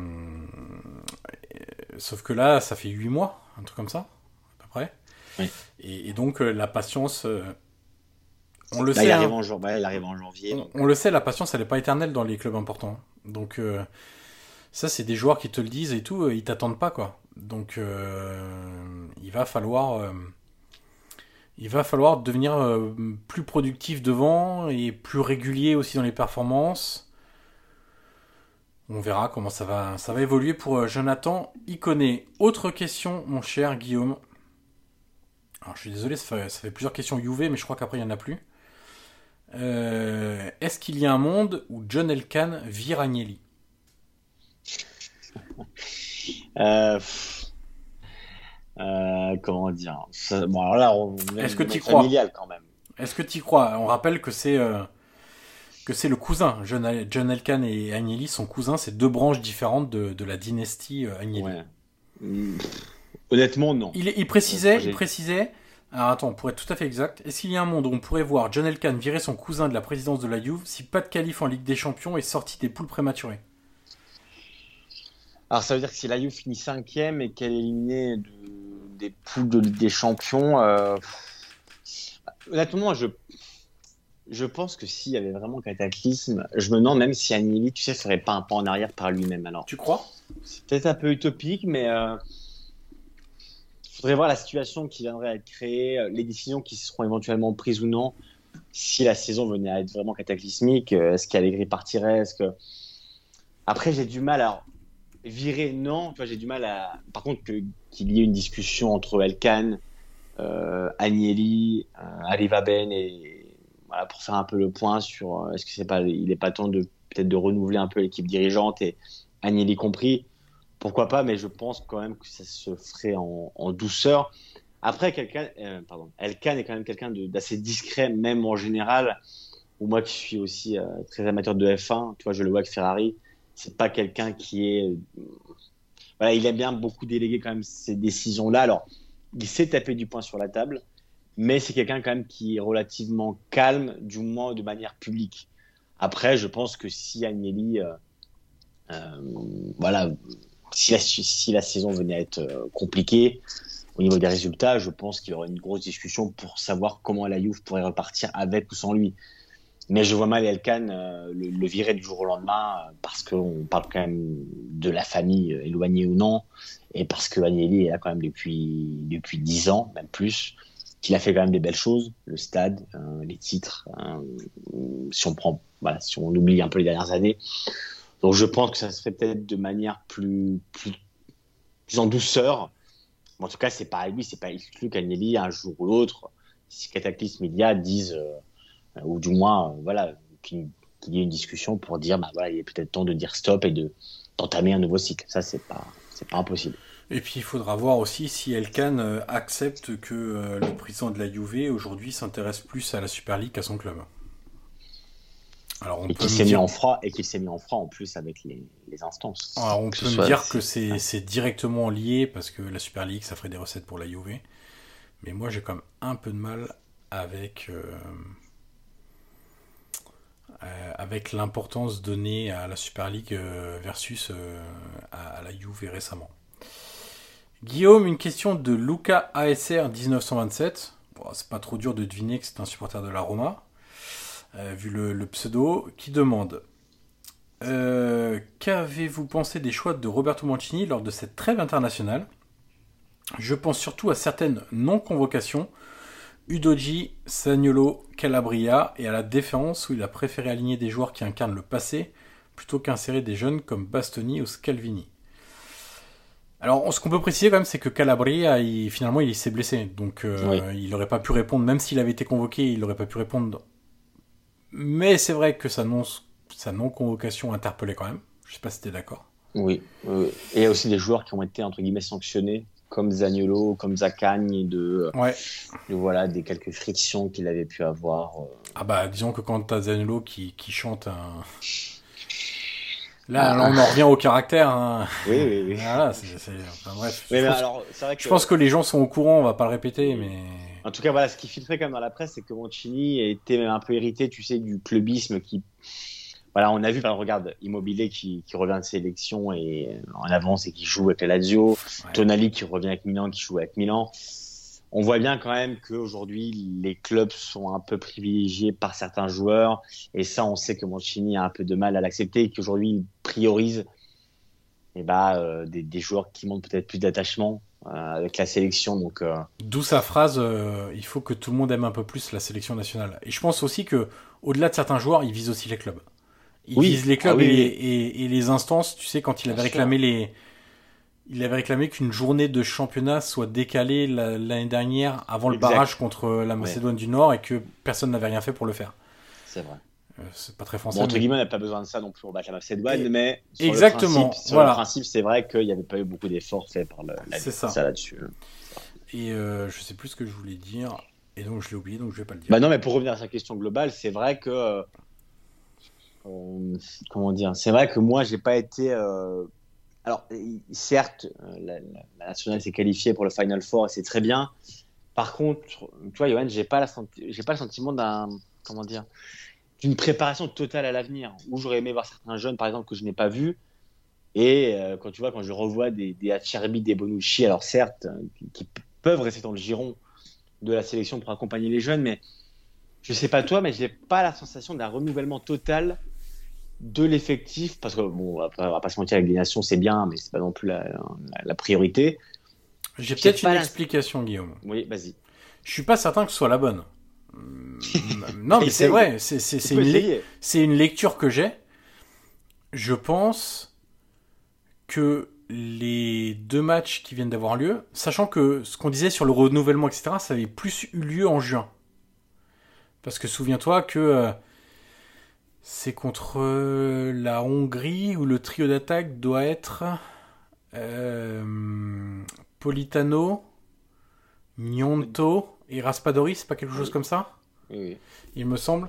Speaker 1: sauf que là, ça fait huit mois, un truc comme ça, à peu près.
Speaker 5: Oui.
Speaker 1: Et, et donc, euh, la patience, euh, on le
Speaker 5: là,
Speaker 1: sait.
Speaker 5: Il arrive,
Speaker 1: hein,
Speaker 5: en, jour, bah, il arrive en janvier.
Speaker 1: On, on le sait, la patience, elle n'est pas éternelle dans les clubs importants. Donc, euh, ça, c'est des joueurs qui te le disent et tout, ils t'attendent pas, quoi. Donc, euh, il va falloir... Euh, Il va falloir devenir euh, plus productif devant et plus régulier aussi dans les performances. On verra comment ça va, ça va évoluer pour Jonathan Iconé. Autre question, mon cher Guillaume. Alors, je suis désolé, ça fait, ça fait plusieurs questions Juve, mais je crois qu'après, il n'y en a plus. Euh, est-ce qu'il y a un monde où John Elkann vire Agnelli ?
Speaker 5: euh, euh, Comment dire ça, bon, alors là, on
Speaker 1: est-ce que tu y crois ?
Speaker 5: Familial quand même.
Speaker 1: Est-ce que tu y crois ? On rappelle que c'est... Euh, que c'est le cousin. John, John Elkann et Agnelli sont cousins, c'est deux branches différentes de, de la dynastie Agnelli.
Speaker 5: Ouais. Mmh. Honnêtement, non.
Speaker 1: Il, il précisait, il précisait, alors attends, pour être tout à fait exact, est-ce qu'il y a un monde où on pourrait voir John Elkann virer son cousin de la présidence de la Juve si pas de qualif en Ligue des Champions et sorti des poules prématurées ?
Speaker 5: Alors ça veut dire que si la Juve finit cinquième et qu'elle est éliminée de, des poules de Ligue des Champions, euh... honnêtement, je Je pense que s'il y avait vraiment cataclysme, je me demande même si Agnelli, tu sais, ferait pas un pas en arrière par lui-même. Alors,
Speaker 1: tu crois ?
Speaker 5: C'est peut-être un peu utopique, mais il euh, faudrait voir la situation qui viendrait à être créée, les décisions qui seront éventuellement prises ou non. Si la saison venait à être vraiment cataclysmique, est-ce qu'Allegri partirait ? Est-ce que... Après, j'ai du mal à virer, non. Enfin, j'ai du mal à. Par contre, que, qu'il y ait une discussion entre Elkann, euh, Agnelli, euh, Alivaben et voilà, pour faire un peu le point sur euh, est-ce que c'est pas, il n'est pas temps de peut-être de renouveler un peu l'équipe dirigeante et Agnelli compris, pourquoi pas, mais je pense quand même que ça se ferait en, en douceur. Après, quelqu'un, euh, pardon, Elkann est quand même quelqu'un de, d'assez discret, même en général. Ou moi qui suis aussi euh, très amateur de F un, tu vois, je le vois avec Ferrari, c'est pas quelqu'un qui est, euh, voilà, il aime bien beaucoup déléguer quand même ces décisions-là. Alors, il sait taper du poing sur la table. Mais c'est quelqu'un quand même qui est relativement calme, du moins de manière publique. Après, je pense que si Agnelli, euh, euh, voilà, si la, si la saison venait à être euh, compliquée au niveau des résultats, je pense qu'il y aurait une grosse discussion pour savoir comment la Juve pourrait repartir avec ou sans lui. Mais je vois mal Elkann euh, le, le virer du jour au lendemain euh, parce qu'on parle quand même de la famille euh, éloignée ou non, et parce que Agnelli est là quand même depuis depuis dix ans, même plus. Qu'il a fait quand même des belles choses, le stade, euh, les titres, euh, si on prend, voilà, si on oublie un peu les dernières années. Donc je pense que ça se fait peut-être de manière plus, plus, plus en douceur. Mais en tout cas, c'est pas lui, c'est pas exclu qu'Agnelli, un jour ou l'autre, si cataclysme il y a, disent, euh, ou du moins, euh, voilà, qu'il, qu'il y ait une discussion pour dire, bah voilà, il est peut-être temps de dire stop et de d'entamer un nouveau cycle. Ça, c'est pas, c'est pas impossible.
Speaker 1: Et puis il faudra voir aussi si Elkann euh, accepte que euh, le président de la Juve aujourd'hui s'intéresse plus à la Super League qu'à son club. Alors on
Speaker 5: et
Speaker 1: peut
Speaker 5: qu'il s'est
Speaker 1: dire...
Speaker 5: mis en froid et qu'il s'est mis en froid en plus avec les, les instances.
Speaker 1: Alors on
Speaker 5: que
Speaker 1: peut me
Speaker 5: soit...
Speaker 1: dire que c'est, c'est directement lié parce que la Super League ça ferait des recettes pour la Juve. Mais moi j'ai quand même un peu de mal avec euh, euh, avec l'importance donnée à la Super League euh, versus euh, à, à la Juve récemment. Guillaume, une question de Luca A S R dix-neuf cent vingt-sept. Bon, c'est pas trop dur de deviner que c'est un supporter de la Roma, euh, vu le, le pseudo, qui demande euh, qu'avez-vous pensé des choix de Roberto Mancini lors de cette trêve internationale ? Je pense surtout à certaines non-convocations, Udogie, Zaniolo, Calabria, et à la défense où il a préféré aligner des joueurs qui incarnent le passé plutôt qu'insérer des jeunes comme Bastoni ou Scalvini. Alors, ce qu'on peut préciser quand même, c'est que Calabria, il, finalement, il s'est blessé. Donc, euh, oui. il n'aurait pas pu répondre, même s'il avait été convoqué, il n'aurait pas pu répondre. Mais c'est vrai que sa, non, sa non-convocation interpellait quand même. Je ne sais pas si tu es d'accord.
Speaker 5: Oui. Euh, et il y a aussi des joueurs qui ont été, entre guillemets, sanctionnés, comme Zaniolo, comme Zacagne, de,
Speaker 1: ouais.
Speaker 5: de voilà, des quelques frictions qu'il avait pu avoir. Euh...
Speaker 1: Ah bah, disons que quand tu as Zaniolo qui, qui chante un... Là, là, on en revient au caractère. Hein.
Speaker 5: Oui, oui, oui.
Speaker 1: Voilà, c'est, c'est... Enfin, bref.
Speaker 5: Oui,
Speaker 1: je,
Speaker 5: mais
Speaker 1: pense...
Speaker 5: alors, c'est vrai que...
Speaker 1: je pense que les gens sont au courant, on va pas le répéter, mais...
Speaker 5: En tout cas, voilà, ce qui filtrait quand même dans la presse, c'est que Mancini était même un peu hérité, tu sais, du clubisme qui... Voilà, on a vu, par regarde, Immobile qui, qui revient de sélection et en avance et qui joue avec la Lazio. Ouais. Tonali qui revient avec Milan, qui joue avec Milan. On voit bien quand même qu'aujourd'hui, les clubs sont un peu privilégiés par certains joueurs. Et ça, on sait que Mancini a un peu de mal à l'accepter et qu'aujourd'hui, il priorise eh ben, euh, des, des joueurs qui montrent peut-être plus d'attachement euh, avec la sélection. Donc, euh...
Speaker 1: D'où sa phrase euh, « Il faut que tout le monde aime un peu plus la sélection nationale ». Et je pense aussi qu'au-delà de certains joueurs, il vise aussi les clubs. Il
Speaker 5: Oui.
Speaker 1: vise les clubs
Speaker 5: Ah oui,
Speaker 1: et,
Speaker 5: oui.
Speaker 1: et, et les instances. Tu sais, quand il avait
Speaker 5: Bien
Speaker 1: réclamé les, il avait réclamé qu'une journée de championnat soit décalée la- l'année dernière avant le
Speaker 5: Exact.
Speaker 1: barrage contre la Macédoine du Nord et que personne n'avait rien fait pour le faire.
Speaker 5: C'est vrai.
Speaker 1: Euh, c'est pas très français.
Speaker 5: Bon, entre
Speaker 1: mais-
Speaker 5: guillemets, on n'a pas besoin de ça non plus pour battre la Macédoine,
Speaker 1: Et-
Speaker 5: mais sur
Speaker 1: Exactement,
Speaker 5: le principe, sur
Speaker 1: voilà.
Speaker 5: le principe, c'est vrai qu'il n'y avait pas eu beaucoup d'efforts faits par le, la
Speaker 1: C'est ça.
Speaker 5: là-dessus.
Speaker 1: Et euh, je sais plus ce que je voulais dire. Et donc je l'ai oublié, donc je vais pas le dire.
Speaker 5: Bah non, mais pour revenir à sa question globale, c'est vrai que euh, euh, comment dire, c'est vrai que moi, j'ai pas été. Euh... Alors, certes, la, la, la nationale s'est qualifiée pour le Final Four et c'est très bien. Par contre, tu vois, Johan, j'ai pas la senti... j'ai pas le sentiment d'un comment dire d'une préparation totale à l'avenir. Où j'aurais aimé voir certains jeunes, par exemple, que je n'ai pas vus. Et euh, quand tu vois, quand je revois des, des Acerbi, des Bonucci, alors certes, qui, qui peuvent rester dans le giron de la sélection pour accompagner les jeunes, mais je sais pas toi, mais j'ai pas la sensation d'un renouvellement total de l'effectif, parce que bon, après, on va pas se mentir, avec les nations c'est bien, mais c'est pas non plus la, la, la priorité.
Speaker 1: J'ai
Speaker 5: j'ai
Speaker 1: peut-être
Speaker 5: pas
Speaker 1: une
Speaker 5: la-
Speaker 1: explication, Guillaume.
Speaker 5: Oui, vas-y.
Speaker 1: Je suis pas certain que ce soit la bonne. Hum, non, mais c'est
Speaker 5: Essaye.
Speaker 1: vrai. C'est, c'est,
Speaker 5: Tu
Speaker 1: c'est,
Speaker 5: peux
Speaker 1: une, le-
Speaker 5: essayer.
Speaker 1: c'est une lecture que j'ai. Je pense que les deux matchs qui viennent d'avoir lieu, sachant que ce qu'on disait sur le renouvellement, et cetera, ça avait plus eu lieu en juin. Parce que souviens-toi que euh, c'est contre euh, la Hongrie où le trio d'attaque doit être euh, Politano, Gnonto et Raspadori, c'est pas quelque chose
Speaker 5: Oui.
Speaker 1: comme ça,
Speaker 5: Oui, oui.
Speaker 1: il me semble.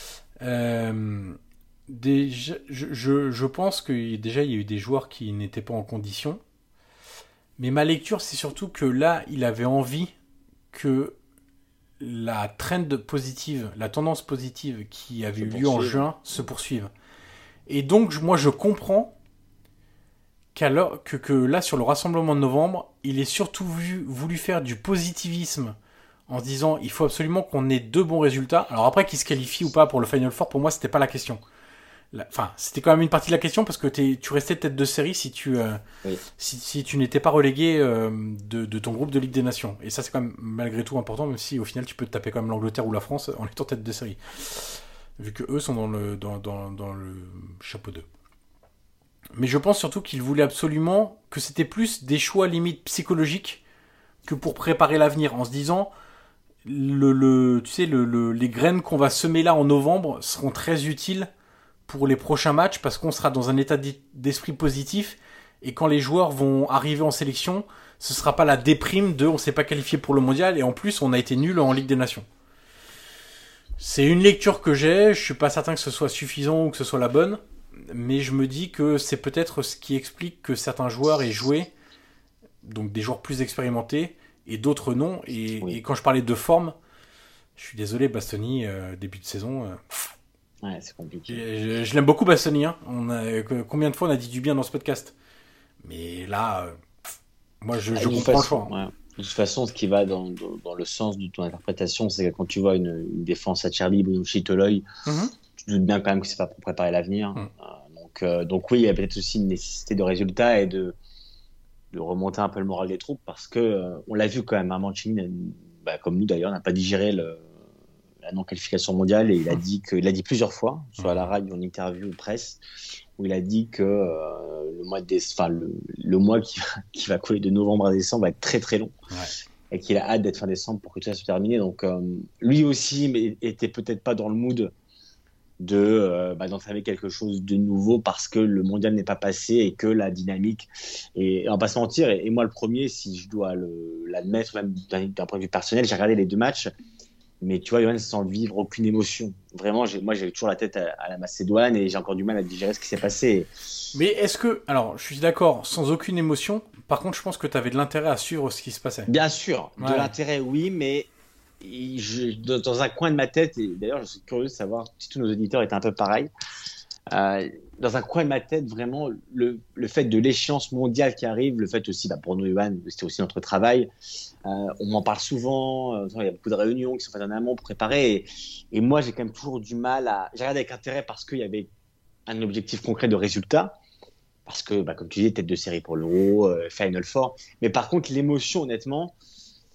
Speaker 1: Euh, déjà, je, je, je pense que déjà il y a eu des joueurs qui n'étaient pas en condition. Mais ma lecture, c'est surtout que là, il avait envie que la trend positive, la tendance positive qui avait
Speaker 5: Se
Speaker 1: eu lieu en
Speaker 5: poursuive.
Speaker 1: juin se poursuive. Et donc, je- moi, je comprends qu'alors, que, que là, sur le rassemblement de novembre, il ait surtout vu- voulu faire du positivisme en se disant il faut absolument qu'on ait deux bons résultats. Alors après, qu'il se qualifie ou pas pour le Final Four, pour moi, c'était pas la question. La- Enfin, c'était quand même une partie de la question parce que t'es- tu restais tête de série si tu, euh,
Speaker 5: Oui.
Speaker 1: si, si tu n'étais pas relégué euh, de, de ton groupe de Ligue des Nations. Et ça, c'est quand même malgré tout important, même si au final, tu peux te taper quand même l'Angleterre ou la France en étant tête de série. Vu que eux sont dans le, dans, dans, dans le chapeau deux. Mais je pense surtout qu'ils voulaient absolument que c'était plus des choix limite psychologiques que pour préparer l'avenir, en se disant le, le, tu sais, le, le, les graines qu'on va semer là en novembre seront très utiles pour les prochains matchs parce qu'on sera dans un état d'esprit positif et quand les joueurs vont arriver en sélection, ce sera pas la déprime de on s'est pas qualifié pour le mondial et en plus on a été nul en Ligue des Nations. C'est une lecture que j'ai, je suis pas certain que ce soit suffisant ou que ce soit la bonne, mais je me dis que c'est peut-être ce qui explique que certains joueurs aient joué, donc des joueurs plus expérimentés et d'autres non. Et,
Speaker 5: Oui.
Speaker 1: et quand je parlais de forme, je suis désolé, Bastoni, euh, début de saison. euh,
Speaker 5: Ouais, c'est compliqué.
Speaker 1: je, je- je l'aime beaucoup, Bastoni. Hein. On a, que- combien de fois on a dit du bien dans ce podcast? Mais là, euh, moi, je, je
Speaker 5: Ah, de toute
Speaker 1: comprends le
Speaker 5: façon,
Speaker 1: choix.
Speaker 5: ouais. De toute façon, ce qui va dans, dans, dans le sens de ton interprétation, c'est que quand tu vois une, une défense à Cherby, Bonucci, Toloi,
Speaker 1: Mhm.
Speaker 5: tu te doutes bien quand même que c'est pas pour préparer l'avenir.
Speaker 1: Mm.
Speaker 5: Euh, donc, euh, donc oui, il y a peut-être aussi une nécessité de résultat et de, de remonter un peu le moral des troupes parce que euh, on l'a vu quand même, hein, Mancini, n'a- bah, comme nous d'ailleurs, n'a pas digéré le, la non-qualification mondiale et il a dit que, il a dit plusieurs fois, soit à la radio, en interview, presse, où il a dit que euh, le mois de déce- enfin, le, le mois qui va, qui va couler de novembre à décembre va être très très long.
Speaker 1: Ouais.
Speaker 5: Et qu'il a hâte d'être fin décembre pour que tout ça soit terminé. Donc, euh, lui aussi mais était peut-être pas dans le mood de euh, bah, d'entamer quelque chose de nouveau parce que le mondial n'est pas passé et que la dynamique et, et on va pas se mentir et, et moi le premier si je dois le, l'admettre même d'un, d'un point de vue personnel j'ai regardé les deux matchs mais tu vois Johan sans vivre aucune émotion vraiment j'ai, moi j'ai toujours la tête à, à la Macédoine et j'ai encore du mal à digérer ce qui s'est passé.
Speaker 1: Mais est-ce que... Alors, je suis d'accord, sans aucune émotion. Par contre, je pense que tu avais de l'intérêt à suivre ce qui se passait.
Speaker 5: Bien sûr, de
Speaker 1: Ouais.
Speaker 5: l'intérêt, oui, mais je, dans dans un coin de ma tête, et d'ailleurs, je suis curieux de savoir si tous nos auditeurs étaient un peu pareils, euh, dans un coin de ma tête, vraiment, le, le fait de l'échéance mondiale qui arrive, le fait aussi, bah, pour nous, Johan, c'était aussi notre travail, euh, on m'en parle souvent, euh, il y a beaucoup de réunions qui sont faites en amont pour préparer, et, et moi, j'ai quand même toujours du mal à... J'ai regardé avec intérêt parce qu'il y avait un objectif concret de résultat, parce que, bah, comme tu disais, tête de série pour l'Euro, euh, Final Four. Mais par contre, l'émotion, honnêtement,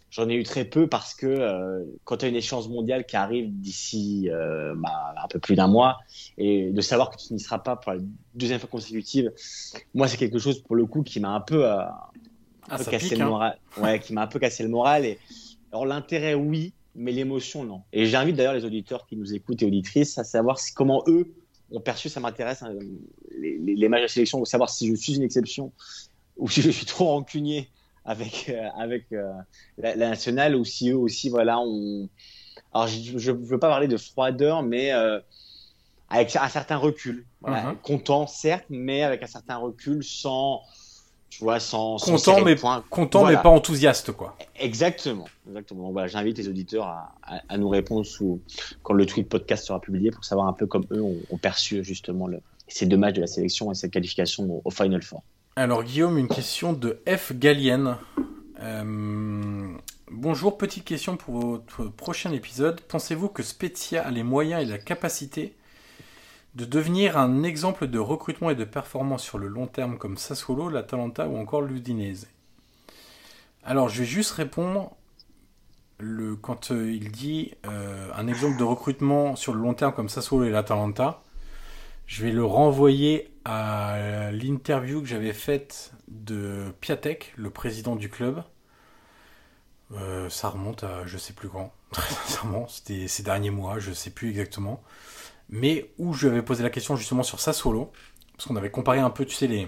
Speaker 5: j'en ai eu très peu parce que euh, quand tu as une échéance mondiale qui arrive d'ici euh, bah, un peu plus d'un mois, et de savoir que tu n'y seras pas pour la deuxième fois consécutive, moi c'est quelque chose pour le coup qui m'a un peu, euh, un
Speaker 1: Ah,
Speaker 5: peu
Speaker 1: ça
Speaker 5: cassé
Speaker 1: pique,
Speaker 5: le
Speaker 1: hein.
Speaker 5: moral. Ouais, qui m'a un peu cassé le moral. Et alors l'intérêt oui, mais l'émotion non. Et j'invite d'ailleurs les auditeurs qui nous écoutent et auditrices à savoir si, comment eux ont perçu, ça m'intéresse, hein, les, les, les matchs de sélection, de savoir si je suis une exception ou si je suis trop rancunier avec euh, avec euh, la, la nationale, ou si eux aussi voilà on. Alors je ne veux pas parler de froideur, mais euh, avec un certain recul, voilà.
Speaker 1: Mhm.
Speaker 5: Content certes, mais avec un certain recul, sans tu vois sans, sans
Speaker 1: Content,
Speaker 5: serrer
Speaker 1: mais,
Speaker 5: le poing.
Speaker 1: content
Speaker 5: Voilà.
Speaker 1: mais pas enthousiaste, quoi.
Speaker 5: Exactement, exactement. Donc voilà, j'invite les auditeurs à, à, à nous répondre sous, quand le tweet podcast sera publié, pour savoir un peu comme eux ont, ont perçu justement le, ces deux matchs de la sélection et cette qualification au, au Final Four.
Speaker 1: Alors Guillaume, une question de F. Gallienne. Euh, bonjour, petite question pour votre prochain épisode. Pensez-vous que Spezia a les moyens et la capacité de devenir un exemple de recrutement et de performance sur le long terme comme Sassuolo, l'Atalanta ou encore l'Udinese? Alors je vais juste répondre le, quand euh, il dit euh, un exemple de recrutement sur le long terme comme Sassuolo et l'Atalanta. Je vais le renvoyer à l'interview que j'avais faite de Piatek, le président du club. Euh, ça remonte à je sais plus quand. Très sincèrement, c'était ces derniers mois, je sais plus exactement. Mais où je lui avais posé la question justement sur Sassuolo. Parce qu'on avait comparé un peu, tu sais, les...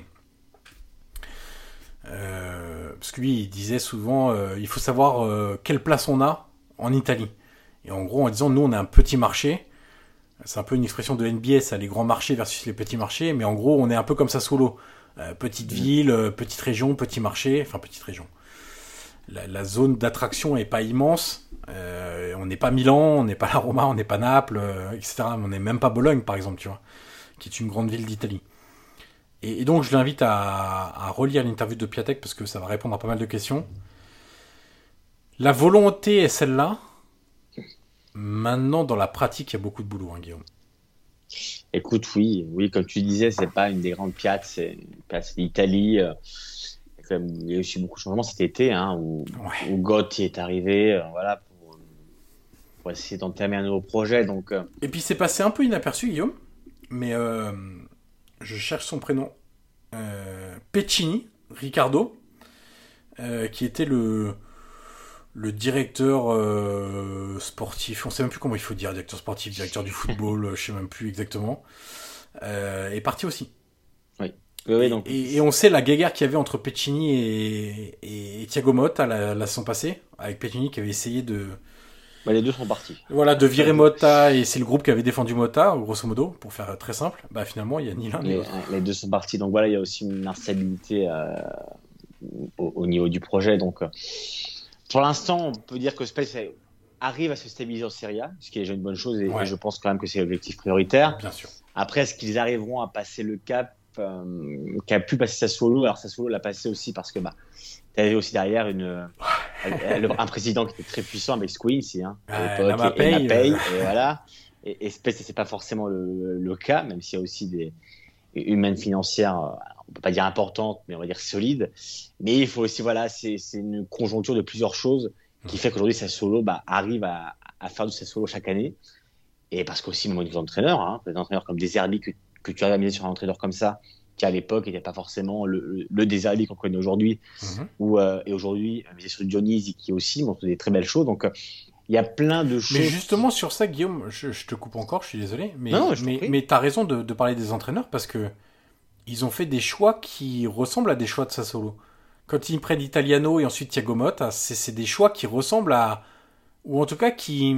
Speaker 1: Euh, parce que lui, il disait souvent, euh, il faut savoir euh, quelle place on a en Italie. Et en gros, en disant, nous, on a un petit marché. C'est un peu une expression de N B A, ça, les grands marchés versus les petits marchés. Mais en gros, on est un peu comme Sassuolo. Euh, petite ville, euh, petite région, petit marché. Enfin, petite région. La, la zone d'attraction est pas immense. Euh, on n'est pas Milan, on n'est pas la Roma, on n'est pas Naples, euh, et cetera. On n'est même pas Bologne, par exemple, tu vois, qui est une grande ville d'Italie. Et, et donc, je l'invite à, à relire l'interview de Piatek parce que ça va répondre à pas mal de questions. La volonté est celle-là. Maintenant, dans la pratique, il y a beaucoup de boulot, hein, Guillaume.
Speaker 5: Écoute, oui, oui, comme tu disais, c'est pas une des grandes piazze, c'est une piazze d'Italie. Euh, il y a eu aussi beaucoup de changements cet été, hein, où,
Speaker 1: Ouais.
Speaker 5: où Gotti est arrivé, euh, voilà, pour, pour essayer d'entamer un nouveau projet. Donc, euh,
Speaker 1: Et puis, c'est passé un peu inaperçu, Guillaume, mais euh, je cherche son prénom. Euh, Pecini, Riccardo, euh, qui était le... le directeur euh, sportif, on sait même plus comment il faut dire, directeur sportif, directeur du football, je sais même plus exactement, euh, est parti aussi.
Speaker 5: oui. Oui, oui,
Speaker 1: Et,
Speaker 5: donc,
Speaker 1: et, et on sait la guéguerre qu'il y avait entre Pecini et, et, et Thiago Motta la, la saison passée, avec Pecini qui avait essayé de,
Speaker 5: bah, les deux sont partis.
Speaker 1: voilà, de virer Motta, et c'est le groupe qui avait défendu Motta, grosso modo, pour faire très simple. Bah finalement, il n'y a ni l'un ni
Speaker 5: Les,
Speaker 1: l'autre.
Speaker 5: les deux sont partis. Donc voilà, il y a aussi une instabilité euh, au, au niveau du projet. Donc, euh, pour l'instant, on peut dire que Spezia arrive à se stabiliser en Serie A, ce qui est déjà une bonne chose, et,
Speaker 1: Ouais.
Speaker 5: et je pense quand même que c'est l'objectif prioritaire.
Speaker 1: Bien sûr.
Speaker 5: Après, est-ce qu'ils arriveront à passer le cap euh, qu'a pu passer Sassuolo? Alors Sassuolo l'a passé aussi parce que bah, tu avais aussi derrière une, euh, un président qui était très puissant avec Squincy, hein, à
Speaker 1: Euh,
Speaker 5: l'époque,
Speaker 1: la Mapei,
Speaker 5: et, et, Mapei,
Speaker 1: euh.
Speaker 5: et voilà. Et, et Spezia, c'est pas forcément le, le cas, même s'il y a aussi des humaines financières, euh, on peut pas dire importantes, mais on va dire solides. Mais il faut aussi, voilà, c'est, c'est une conjoncture de plusieurs choses qui fait qu'aujourd'hui Sassuolo bah, arrive à, à faire du Sassuolo chaque année. Et parce qu'aussi, même au niveau d'entraîneur, hein, des entraîneurs comme De Zerbi, que, que tu as amené sur un entraîneur comme ça, qui à l'époque n'était pas forcément le, le, le De Zerbi qu'on connaît aujourd'hui,
Speaker 1: Mm-hmm.
Speaker 5: ou, euh, et aujourd'hui, misé sur Dionisi, qui aussi montre des très belles choses. Donc, euh, il y a plein de choses.
Speaker 1: Mais justement, sur ça, Guillaume, je, je te coupe encore, je suis désolé, mais,
Speaker 5: Non, je t'en
Speaker 1: mais,
Speaker 5: prie.
Speaker 1: mais tu as raison de, de parler des entraîneurs parce que ils ont fait des choix qui ressemblent à des choix de Sassuolo. Quand ils prennent Italiano et ensuite Thiago Motta, c'est, c'est des choix qui ressemblent à... ou en tout cas qui,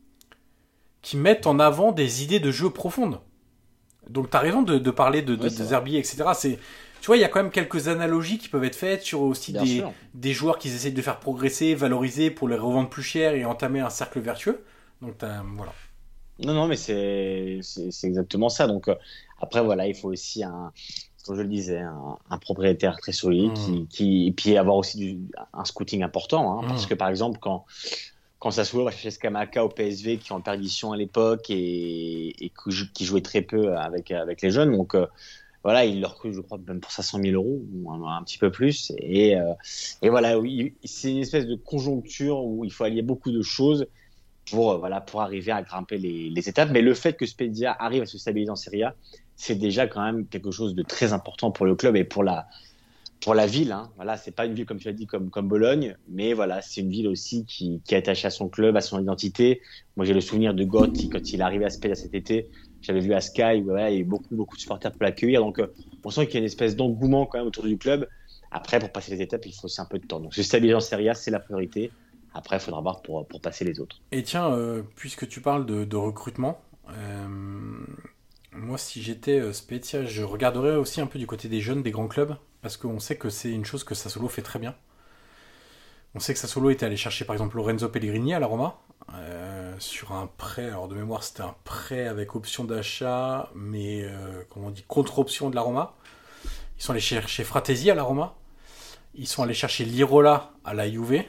Speaker 1: qui mettent en avant des idées de jeu profondes. Donc tu as raison de, de parler de, de,
Speaker 5: Ouais,
Speaker 1: de
Speaker 5: c'est
Speaker 1: Zerbi, et cetera. C'est, tu vois, il y a quand même quelques analogies qui peuvent être faites sur aussi
Speaker 5: Bien
Speaker 1: des,
Speaker 5: sûr.
Speaker 1: des joueurs qu'ils essayent de faire progresser, valoriser pour les revendre plus cher et entamer un cercle vertueux. Donc t'as, voilà.
Speaker 5: Non, non, mais c'est, c'est, c'est exactement ça. Donc, euh, après, voilà, il faut aussi, un, comme je le disais, un, un propriétaire très solide,
Speaker 1: Mmh.
Speaker 5: qui, qui, et puis avoir aussi du, un scouting important. Hein,
Speaker 1: Mmh.
Speaker 5: Parce que, par exemple, quand, quand Sassuolo va chercher Scamacca au P S V, qui est en perdition à l'époque et, et qui jouait très peu avec, avec les jeunes, donc euh, voilà, il le recrute, je crois, même pour cinq cent mille euros, ou un, un petit peu plus. Et, euh, et voilà, oui, c'est une espèce de conjoncture où il faut allier beaucoup de choses pour, euh, voilà, pour arriver à grimper les, les étapes. Mais le fait que Spezia arrive à se stabiliser en Serie A, c'est déjà quand même quelque chose de très important pour le club et pour la, pour la ville. Hein. Voilà, c'est pas une ville, comme tu as dit, comme, comme Bologne, mais voilà, c'est une ville aussi qui, qui est attachée à son club, à son identité. Moi, j'ai le souvenir de Gotti quand il est arrivé à Spezia cet été. J'avais vu à Sky, voilà, il y a eu beaucoup, beaucoup de supporters pour l'accueillir. Donc, euh, on sent qu'il y a une espèce d'engouement quand même autour du club. Après, pour passer les étapes, il faut aussi un peu de temps. Donc, se stabiliser en Serie A, c'est la priorité. Après, il faudra voir pour, pour passer les autres.
Speaker 1: Et tiens, euh, puisque tu parles de, de recrutement, euh, moi, si j'étais euh, Spezia, je regarderais aussi un peu du côté des jeunes, des grands clubs, parce qu'on sait que c'est une chose que Sassuolo fait très bien. On sait que Sassuolo était allé chercher par exemple Lorenzo Pellegrini à la Roma, euh, sur un prêt, alors de mémoire c'était un prêt avec option d'achat, mais euh, comment on dit, contre-option de la Roma. Ils sont allés chercher Fratesi à la Roma, ils sont allés chercher Lirola à la Juve.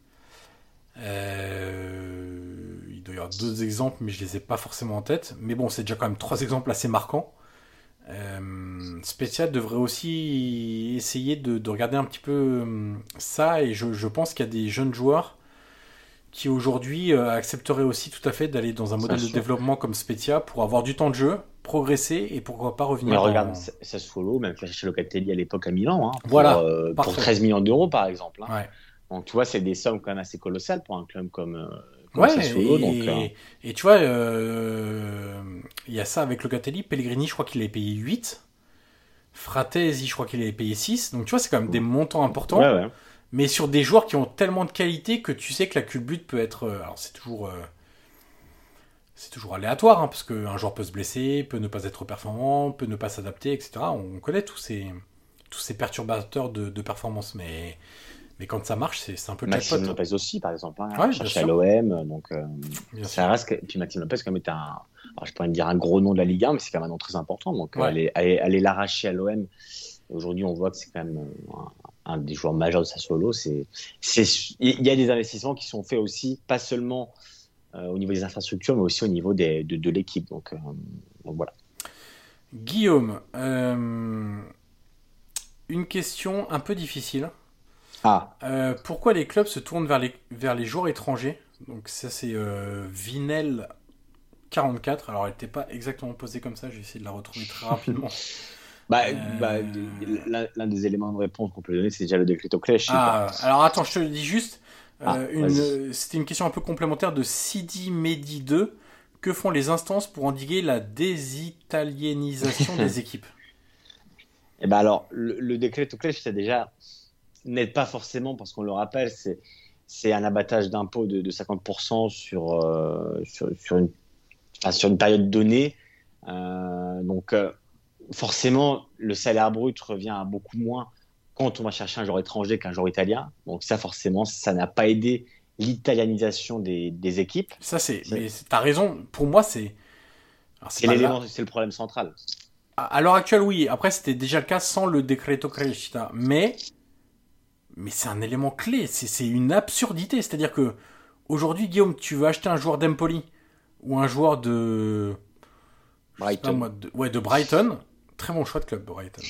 Speaker 1: Euh, il doit y avoir d'autres exemples, mais je les ai pas forcément en tête. Mais bon, c'est déjà quand même trois exemples assez marquants. Euh, Spezia devrait aussi essayer de, de regarder un petit peu euh, ça, et je, je pense qu'il y a des jeunes joueurs qui aujourd'hui euh, accepteraient aussi tout à fait d'aller dans un modèle de développement comme Spezia pour avoir du temps de jeu, progresser et pourquoi pas revenir.
Speaker 5: Mais
Speaker 1: dans...
Speaker 5: regarde, Sassuolo, même tu as cherché Locatelli à l'époque à Milan, hein, pour,
Speaker 1: voilà,
Speaker 5: euh, pour treize millions d'euros par exemple. Hein.
Speaker 1: Ouais.
Speaker 5: Donc tu vois, c'est des sommes quand même assez colossales pour un club comme. Euh,
Speaker 1: Ouais,
Speaker 5: Sassuolo,
Speaker 1: et,
Speaker 5: donc, euh...
Speaker 1: et tu vois, il euh, y a ça avec Locatelli. Pellegrini, je crois qu'il est payé huit. Fratesi, je crois qu'il est payé six. Donc tu vois, c'est quand même des montants importants.
Speaker 5: Ouais, ouais.
Speaker 1: Mais sur des joueurs qui ont tellement de qualité que tu sais que la culbute peut être... Alors c'est toujours... Euh, c'est toujours aléatoire, hein, parce qu'un joueur peut se blesser, peut ne pas être performant, peut ne pas s'adapter, et cetera. On connaît tous ces, tous ces perturbateurs de, de performance, mais... Mais quand ça marche, c'est, c'est un peu le
Speaker 5: Maxime
Speaker 1: jackpot.
Speaker 5: Lopez aussi, par exemple, hein,
Speaker 1: ouais,
Speaker 5: cherché à l'O M, donc euh, ça reste. Que... Puis Maxime Lopez, quand même, était un, alors, je pourrais dire un gros nom de la Ligue un, mais c'est quand même un nom très important. Donc ouais. aller, aller, aller l'arracher à l'O M, aujourd'hui, on voit que c'est quand même un, un des joueurs majeurs de Sassuolo. C'est, c'est, il y a des investissements qui sont faits aussi, pas seulement euh, au niveau des infrastructures, mais aussi au niveau des, de, de l'équipe. Donc, euh, donc voilà.
Speaker 1: Guillaume, euh, une question un peu difficile.
Speaker 5: Ah.
Speaker 1: Euh, pourquoi les clubs se tournent vers les, vers les joueurs étrangers? Donc ça c'est euh, Vinel quarante-quatre. Alors elle n'était pas exactement posée comme ça, je vais essayer de la retrouver très rapidement.
Speaker 5: bah,
Speaker 1: euh...
Speaker 5: bah, l'un, l'un des éléments de réponse qu'on peut donner, c'est déjà le décret au clé.
Speaker 1: Ah, alors attends, je te le dis juste.
Speaker 5: Ah,
Speaker 1: euh, une, c'était une question un peu complémentaire de Sidi Mehdi deux. Que font les instances pour endiguer la désitalianisation des équipes?
Speaker 5: Et ben alors, le, le décret au clé, c'est déjà... n'aide pas forcément, parce qu'on le rappelle, c'est, c'est un abattage d'impôt de, de cinquante pour cent sur, euh, sur, sur, une, enfin, sur une période donnée. Euh, donc, euh, forcément, le salaire brut revient à beaucoup moins quand on va chercher un joueur étranger qu'un joueur italien. Donc, ça, forcément, ça n'a pas aidé l'italianisation des, des équipes.
Speaker 1: Ça, c'est. c'est... Mais t'as raison. Pour moi, c'est.
Speaker 5: Alors, c'est, c'est, l'élément, c'est le problème central.
Speaker 1: À, à l'heure actuelle, oui. Après, c'était déjà le cas sans le decreto crescita. Mais. Mais c'est un élément clé, c'est, c'est une absurdité. C'est-à-dire que aujourd'hui, Guillaume, tu veux acheter un joueur d'Empoli ou un joueur de
Speaker 5: Brighton,
Speaker 1: moi, de... ouais, de Brighton, très bon choix de club, Brighton.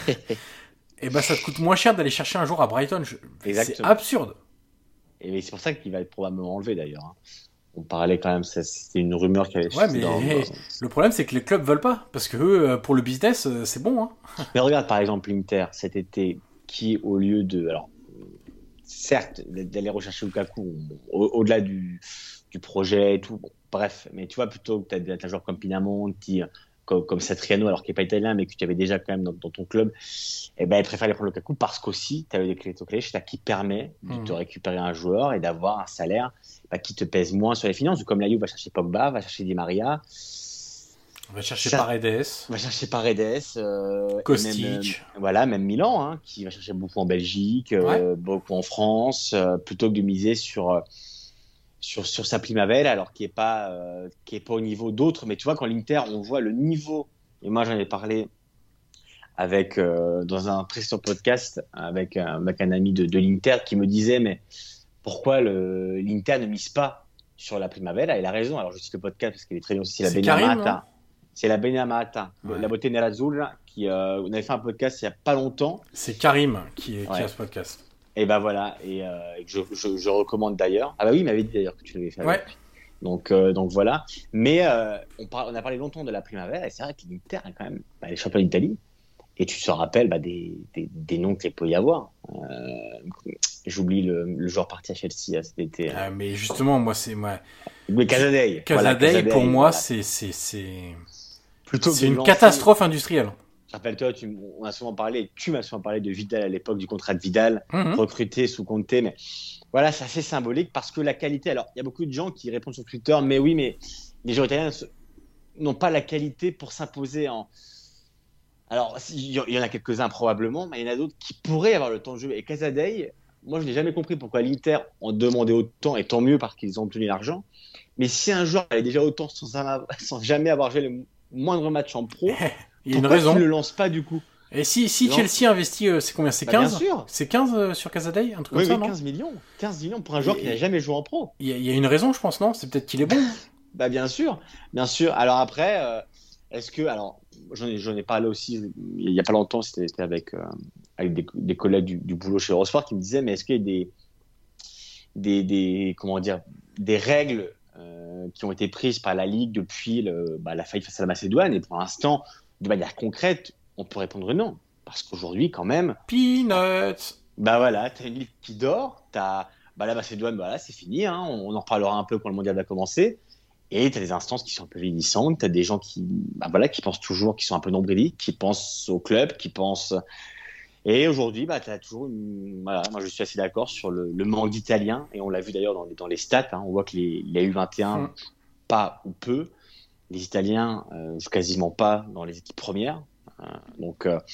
Speaker 1: Et ben, ça te coûte moins cher d'aller chercher un joueur à Brighton. Je... C'est absurde.
Speaker 5: Et c'est pour ça qu'il va être probablement enlevé d'ailleurs. Hein. On parlait quand même, ça, c'était une rumeur qui avait.
Speaker 1: Ouais, mais
Speaker 5: dans...
Speaker 1: le problème c'est que les clubs veulent pas, parce que eux, pour le business, c'est bon. Hein.
Speaker 5: Mais regarde par exemple l'Inter cet été, qui au lieu de, alors certes, d'aller rechercher Lukaku, au, au-delà du, du projet et tout, bon, bref, mais tu vois, plutôt que tu as un joueur comme Pinamonti, comme, comme Satriano, alors qu'il n'est pas italien, mais que tu avais déjà quand même dans, dans ton club, eh ben, il préfère aller prendre Lukaku parce qu'aussi, tu as eu des clés au clé, qui permet de mmh. te récupérer un joueur et d'avoir un salaire bah, qui te pèse moins sur les finances. Comme la Juve va chercher Pogba, va chercher Di Maria.
Speaker 1: On va chercher ça, Paredes.
Speaker 5: On va chercher Paredes. Euh,
Speaker 1: Kostic.
Speaker 5: Même, euh, voilà, même Milan, hein, qui va chercher beaucoup en Belgique,
Speaker 1: ouais.
Speaker 5: euh, beaucoup en France, euh, plutôt que de miser sur, euh, sur, sur sa Primavera, alors qui n'est pas, euh, qui est pas au niveau d'autres. Mais tu vois, quand l'Inter, on voit le niveau, et moi j'en ai parlé avec, euh, dans un précédent podcast avec, avec un ami de, de l'Inter qui me disait, mais pourquoi le, l'Inter ne mise pas sur la Primavera? Il a raison, alors je cite le podcast parce qu'il est très bien aussi, la Benamata. c'est la Benamata,
Speaker 1: Ouais.
Speaker 5: la beauté nerazzurra, qui euh, on avait fait un podcast il y a pas longtemps.
Speaker 1: C'est Karim qui, est, qui
Speaker 5: Ouais.
Speaker 1: a ce podcast.
Speaker 5: Et ben voilà, et euh, que je, je, je recommande d'ailleurs. Ah bah oui, il m'avait dit d'ailleurs que tu l'avais fait.
Speaker 1: Ouais.
Speaker 5: Avec lui. Donc, euh, donc voilà. Mais euh, on, par, on a parlé longtemps de la Primavera, et c'est vrai que l'Inter est quand même bah, les champions d'Italie. Et tu te rappelles bah, des, des, des noms qu'il peut y avoir. Euh, j'oublie le, le joueur parti à Chelsea cet été.
Speaker 1: Ah, mais justement, moi, c'est. Moi...
Speaker 5: Mais Casadei.
Speaker 1: Casadei,
Speaker 5: voilà, Casadei,
Speaker 1: pour moi,
Speaker 5: voilà.
Speaker 1: c'est, c'est, c'est...
Speaker 5: Plutôt que
Speaker 1: c'est
Speaker 5: de
Speaker 1: une
Speaker 5: lancer-
Speaker 1: catastrophe industrielle.
Speaker 5: Rappelle-toi, tu, on a souvent parlé, tu m'as souvent parlé de Vidal à l'époque, du contrat de Vidal,
Speaker 1: Mhm.
Speaker 5: recruté sous Conte, mais voilà, c'est assez symbolique parce que la qualité. Alors, il y a beaucoup de gens qui répondent sur Twitter, mais oui, mais les joueurs italiens se- n'ont pas la qualité pour s'imposer en. Alors, il y il y en a quelques-uns probablement, mais il y en a d'autres qui pourraient avoir le temps de jouer. Et Casadei, moi, je n'ai jamais compris pourquoi l'Inter en demandait autant, et tant mieux parce qu'ils ont obtenu l'argent. Mais si un joueur avait déjà autant sans, sans jamais avoir joué le moindre match en pro,
Speaker 1: Il y a une
Speaker 5: pourquoi
Speaker 1: raison.
Speaker 5: tu ne le lances pas du coup?
Speaker 1: Et si, si
Speaker 5: Non.
Speaker 1: Chelsea investit, euh, c'est combien? C'est
Speaker 5: Bah,
Speaker 1: quinze?
Speaker 5: bien sûr.
Speaker 1: C'est quinze euh, sur Casadei? Un truc
Speaker 5: Oui,
Speaker 1: comme ça,
Speaker 5: oui,
Speaker 1: non?
Speaker 5: quinze millions. quinze millions pour un joueur
Speaker 1: Et-
Speaker 5: qui n'a jamais joué en pro.
Speaker 1: Il y, a, il y a une raison, je pense, non? C'est peut-être qu'il est bon.
Speaker 5: Bah, bien sûr, bien sûr. Alors après, euh, est-ce que. Alors, j'en ai, j'en ai parlé aussi il n'y a pas longtemps, c'était c'était avec, euh, avec des, des collègues du, du boulot chez Eurosport qui me disaient mais est-ce qu'il y a des. des, des comment dire, des règles euh, qui ont été prises par la Ligue depuis le, bah, la faillite face à la Macédoine? Et pour l'instant, de manière concrète, on peut répondre non. Parce qu'aujourd'hui, quand même,
Speaker 1: Peanuts.
Speaker 5: bah voilà, t'as une ligue qui dort, t'as bah la Macédoine, voilà, c'est fini, hein, on, on en reparlera un peu quand le mondial va commencer. Et t'as des instances qui sont un peu vieillissantes, t'as des gens qui, bah voilà, qui pensent toujours, qui sont un peu nombriliques, qui pensent au club, qui pensent. Et aujourd'hui, bah t'as toujours, une... voilà, moi je suis assez d'accord sur le, le manque d'Italiens, et on l'a vu d'ailleurs dans les, dans les stats, hein, on voit que les, les U vingt et un,
Speaker 1: Mm.
Speaker 5: pas ou peu, les Italiens euh, jouent quasiment pas dans les équipes premières, euh, donc. Euh,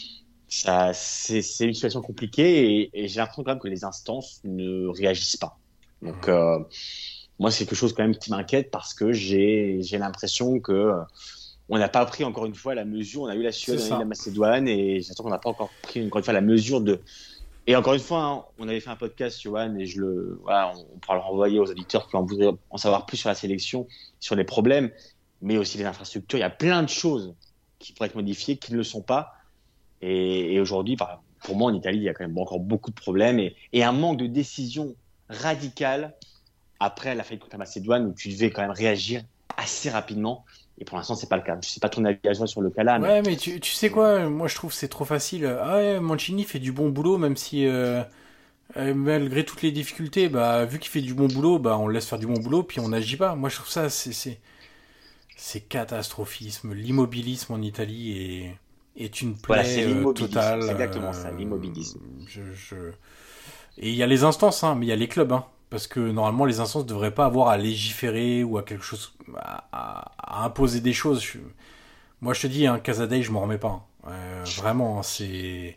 Speaker 5: Ça, c'est, c'est une situation compliquée et, et j'ai l'impression quand même que les instances ne réagissent pas. Donc, euh, moi, c'est quelque chose quand même qui m'inquiète parce que j'ai, j'ai l'impression que euh, on n'a pas pris encore une fois la mesure. On a eu la Suède,
Speaker 1: C'est
Speaker 5: on a
Speaker 1: ça.
Speaker 5: eu la Macédoine et j'ai l'impression qu'on n'a pas encore pris encore une fois la mesure de. Et encore une fois, hein, on avait fait un podcast, Johan, et je le, voilà, on, on pourra le renvoyer aux auditeurs qui en voudraient en savoir plus sur la sélection, sur les problèmes, mais aussi les infrastructures. Il y a plein de choses qui pourraient être modifiées, qui ne le sont pas. Et, et aujourd'hui, par- pour moi, en Italie, il y a quand même encore beaucoup de problèmes et, et un manque de décision radicale après la faillite contre la Macédoine où tu devais quand même réagir assez rapidement. Et pour l'instant, c'est pas le cas. Je sais pas ton avis à toi sur le cas là, mais
Speaker 1: Ouais, mais tu, tu sais quoi? Moi, je trouve que c'est trop facile. Ah ouais, Mancini fait du bon boulot, même si, euh, euh, malgré toutes les difficultés, bah, vu qu'il fait du bon boulot, bah, on le laisse faire du bon boulot, puis on n'agit pas. Moi, je trouve ça, c'est, c'est, c'est catastrophisme. L'immobilisme en Italie est, est une plaie
Speaker 5: Voilà, c'est
Speaker 1: euh,
Speaker 5: l'immobilisme.
Speaker 1: totale.
Speaker 5: C'est exactement
Speaker 1: euh,
Speaker 5: ça, l'immobilisme.
Speaker 1: Je, je... Et il y a les instances, hein, mais il y a les clubs, hein. Parce que normalement, les instances ne devraient pas avoir à légiférer ou à quelque chose, à, à- à imposer des choses. Je- Moi, je te dis, hein, Casadei, je m'en remets pas. hein. Euh, vraiment, hein, c'est,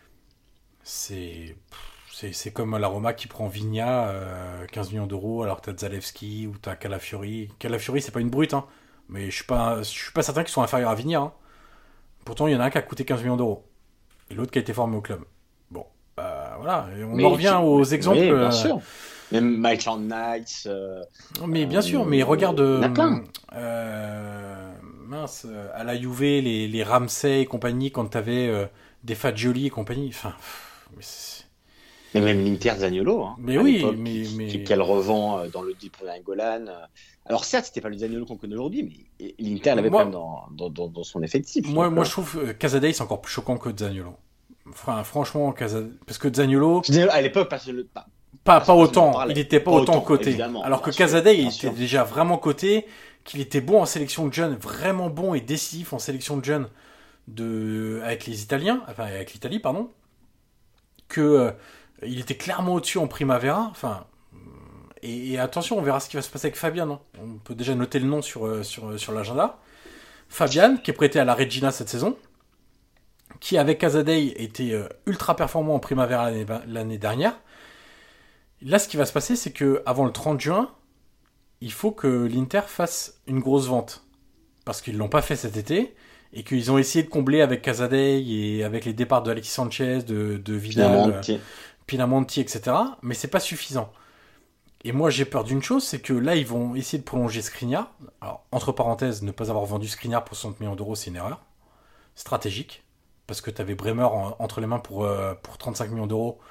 Speaker 1: c'est, c'est, c'est comme la Roma qui prend Vigna, euh, quinze millions d'euros, alors que t'as Zalewski ou t'as Calafiori. Calafiori, c'est pas une brute, hein, mais je suis pas, je suis pas certain qu'ils sont inférieurs à Vigna. hein. Pourtant, il y en a un qui a coûté quinze millions d'euros et l'autre qui a été formé au club. Bon, bah, voilà, et on
Speaker 5: Mais
Speaker 1: en revient
Speaker 5: tu-
Speaker 1: aux
Speaker 5: oui,
Speaker 1: exemples.
Speaker 5: bien
Speaker 1: euh,
Speaker 5: sûr. Même Maitland Knights. euh,
Speaker 1: Mais bien
Speaker 5: Euh,
Speaker 1: sûr, mais regarde,
Speaker 5: il y en a plein.
Speaker 1: euh, mince, euh, à la Juve, les, les Ramsey et compagnie, quand t'avais euh, des Fagioli et compagnie, enfin, pff, mais c'est-
Speaker 5: Mais même l'Inter Zaniolo. Hein,
Speaker 1: Mais
Speaker 5: à
Speaker 1: oui,
Speaker 5: l'époque,
Speaker 1: mais-
Speaker 5: qui-
Speaker 1: mais-
Speaker 5: qui- qu'elle revend euh, dans le deal pour Golan. Alors certes, c'était pas le Zaniolo qu'on connaît aujourd'hui, mais l'Inter l'avait
Speaker 1: Moi-
Speaker 5: quand même dans, dans, dans, dans son effectif.
Speaker 1: moi,
Speaker 5: Donc,
Speaker 1: moi
Speaker 5: euh,
Speaker 1: je trouve euh, Casadei c'est encore plus choquant que Zaniolo. Enfin, franchement, Casadei, parce que Zaniolo,
Speaker 5: Zaniolo, à l'époque, parce que le- pas-
Speaker 1: pas,
Speaker 5: parce
Speaker 1: pas
Speaker 5: que
Speaker 1: autant,
Speaker 5: on parlait.
Speaker 1: il était pas,
Speaker 5: Pas
Speaker 1: autant
Speaker 5: autant,
Speaker 1: coté.
Speaker 5: évidemment,
Speaker 1: Alors
Speaker 5: bien
Speaker 1: que
Speaker 5: sûr,
Speaker 1: Casadei, il
Speaker 5: bien
Speaker 1: était
Speaker 5: sûr.
Speaker 1: déjà vraiment coté, qu'il était bon en sélection de jeunes, vraiment bon et décisif en sélection de jeunes de, avec les Italiens, enfin avec l'Italie, pardon, que euh, il était clairement au-dessus en Primavera, enfin. Et, et attention, on verra ce qui va se passer avec Fabian. hein. On peut déjà noter le nom sur, euh, sur, euh, sur l'agenda. Fabian, qui est prêté à la Regina cette saison, qui avec Casadei était euh, ultra performant en Primavera l'année, l'année dernière. Là, ce qui va se passer, c'est que avant le trente juin, il faut que l'Inter fasse une grosse vente. Parce qu'ils l'ont pas fait cet été, et qu'ils ont essayé de combler avec Casadei et avec les départs de Alexis Sanchez, de, de Vidal,
Speaker 5: finalement,
Speaker 1: euh,
Speaker 5: ti-
Speaker 1: Pinamonti, et cetera. Mais c'est pas suffisant. Et moi, j'ai peur d'une chose, c'est que là, ils vont essayer de prolonger Skriniar. Alors, entre parenthèses, ne pas avoir vendu Skriniar pour soixante millions d'euros, c'est une erreur stratégique. Parce que tu avais Bremer en, entre les mains pour, euh, pour trente-cinq millions d'euros.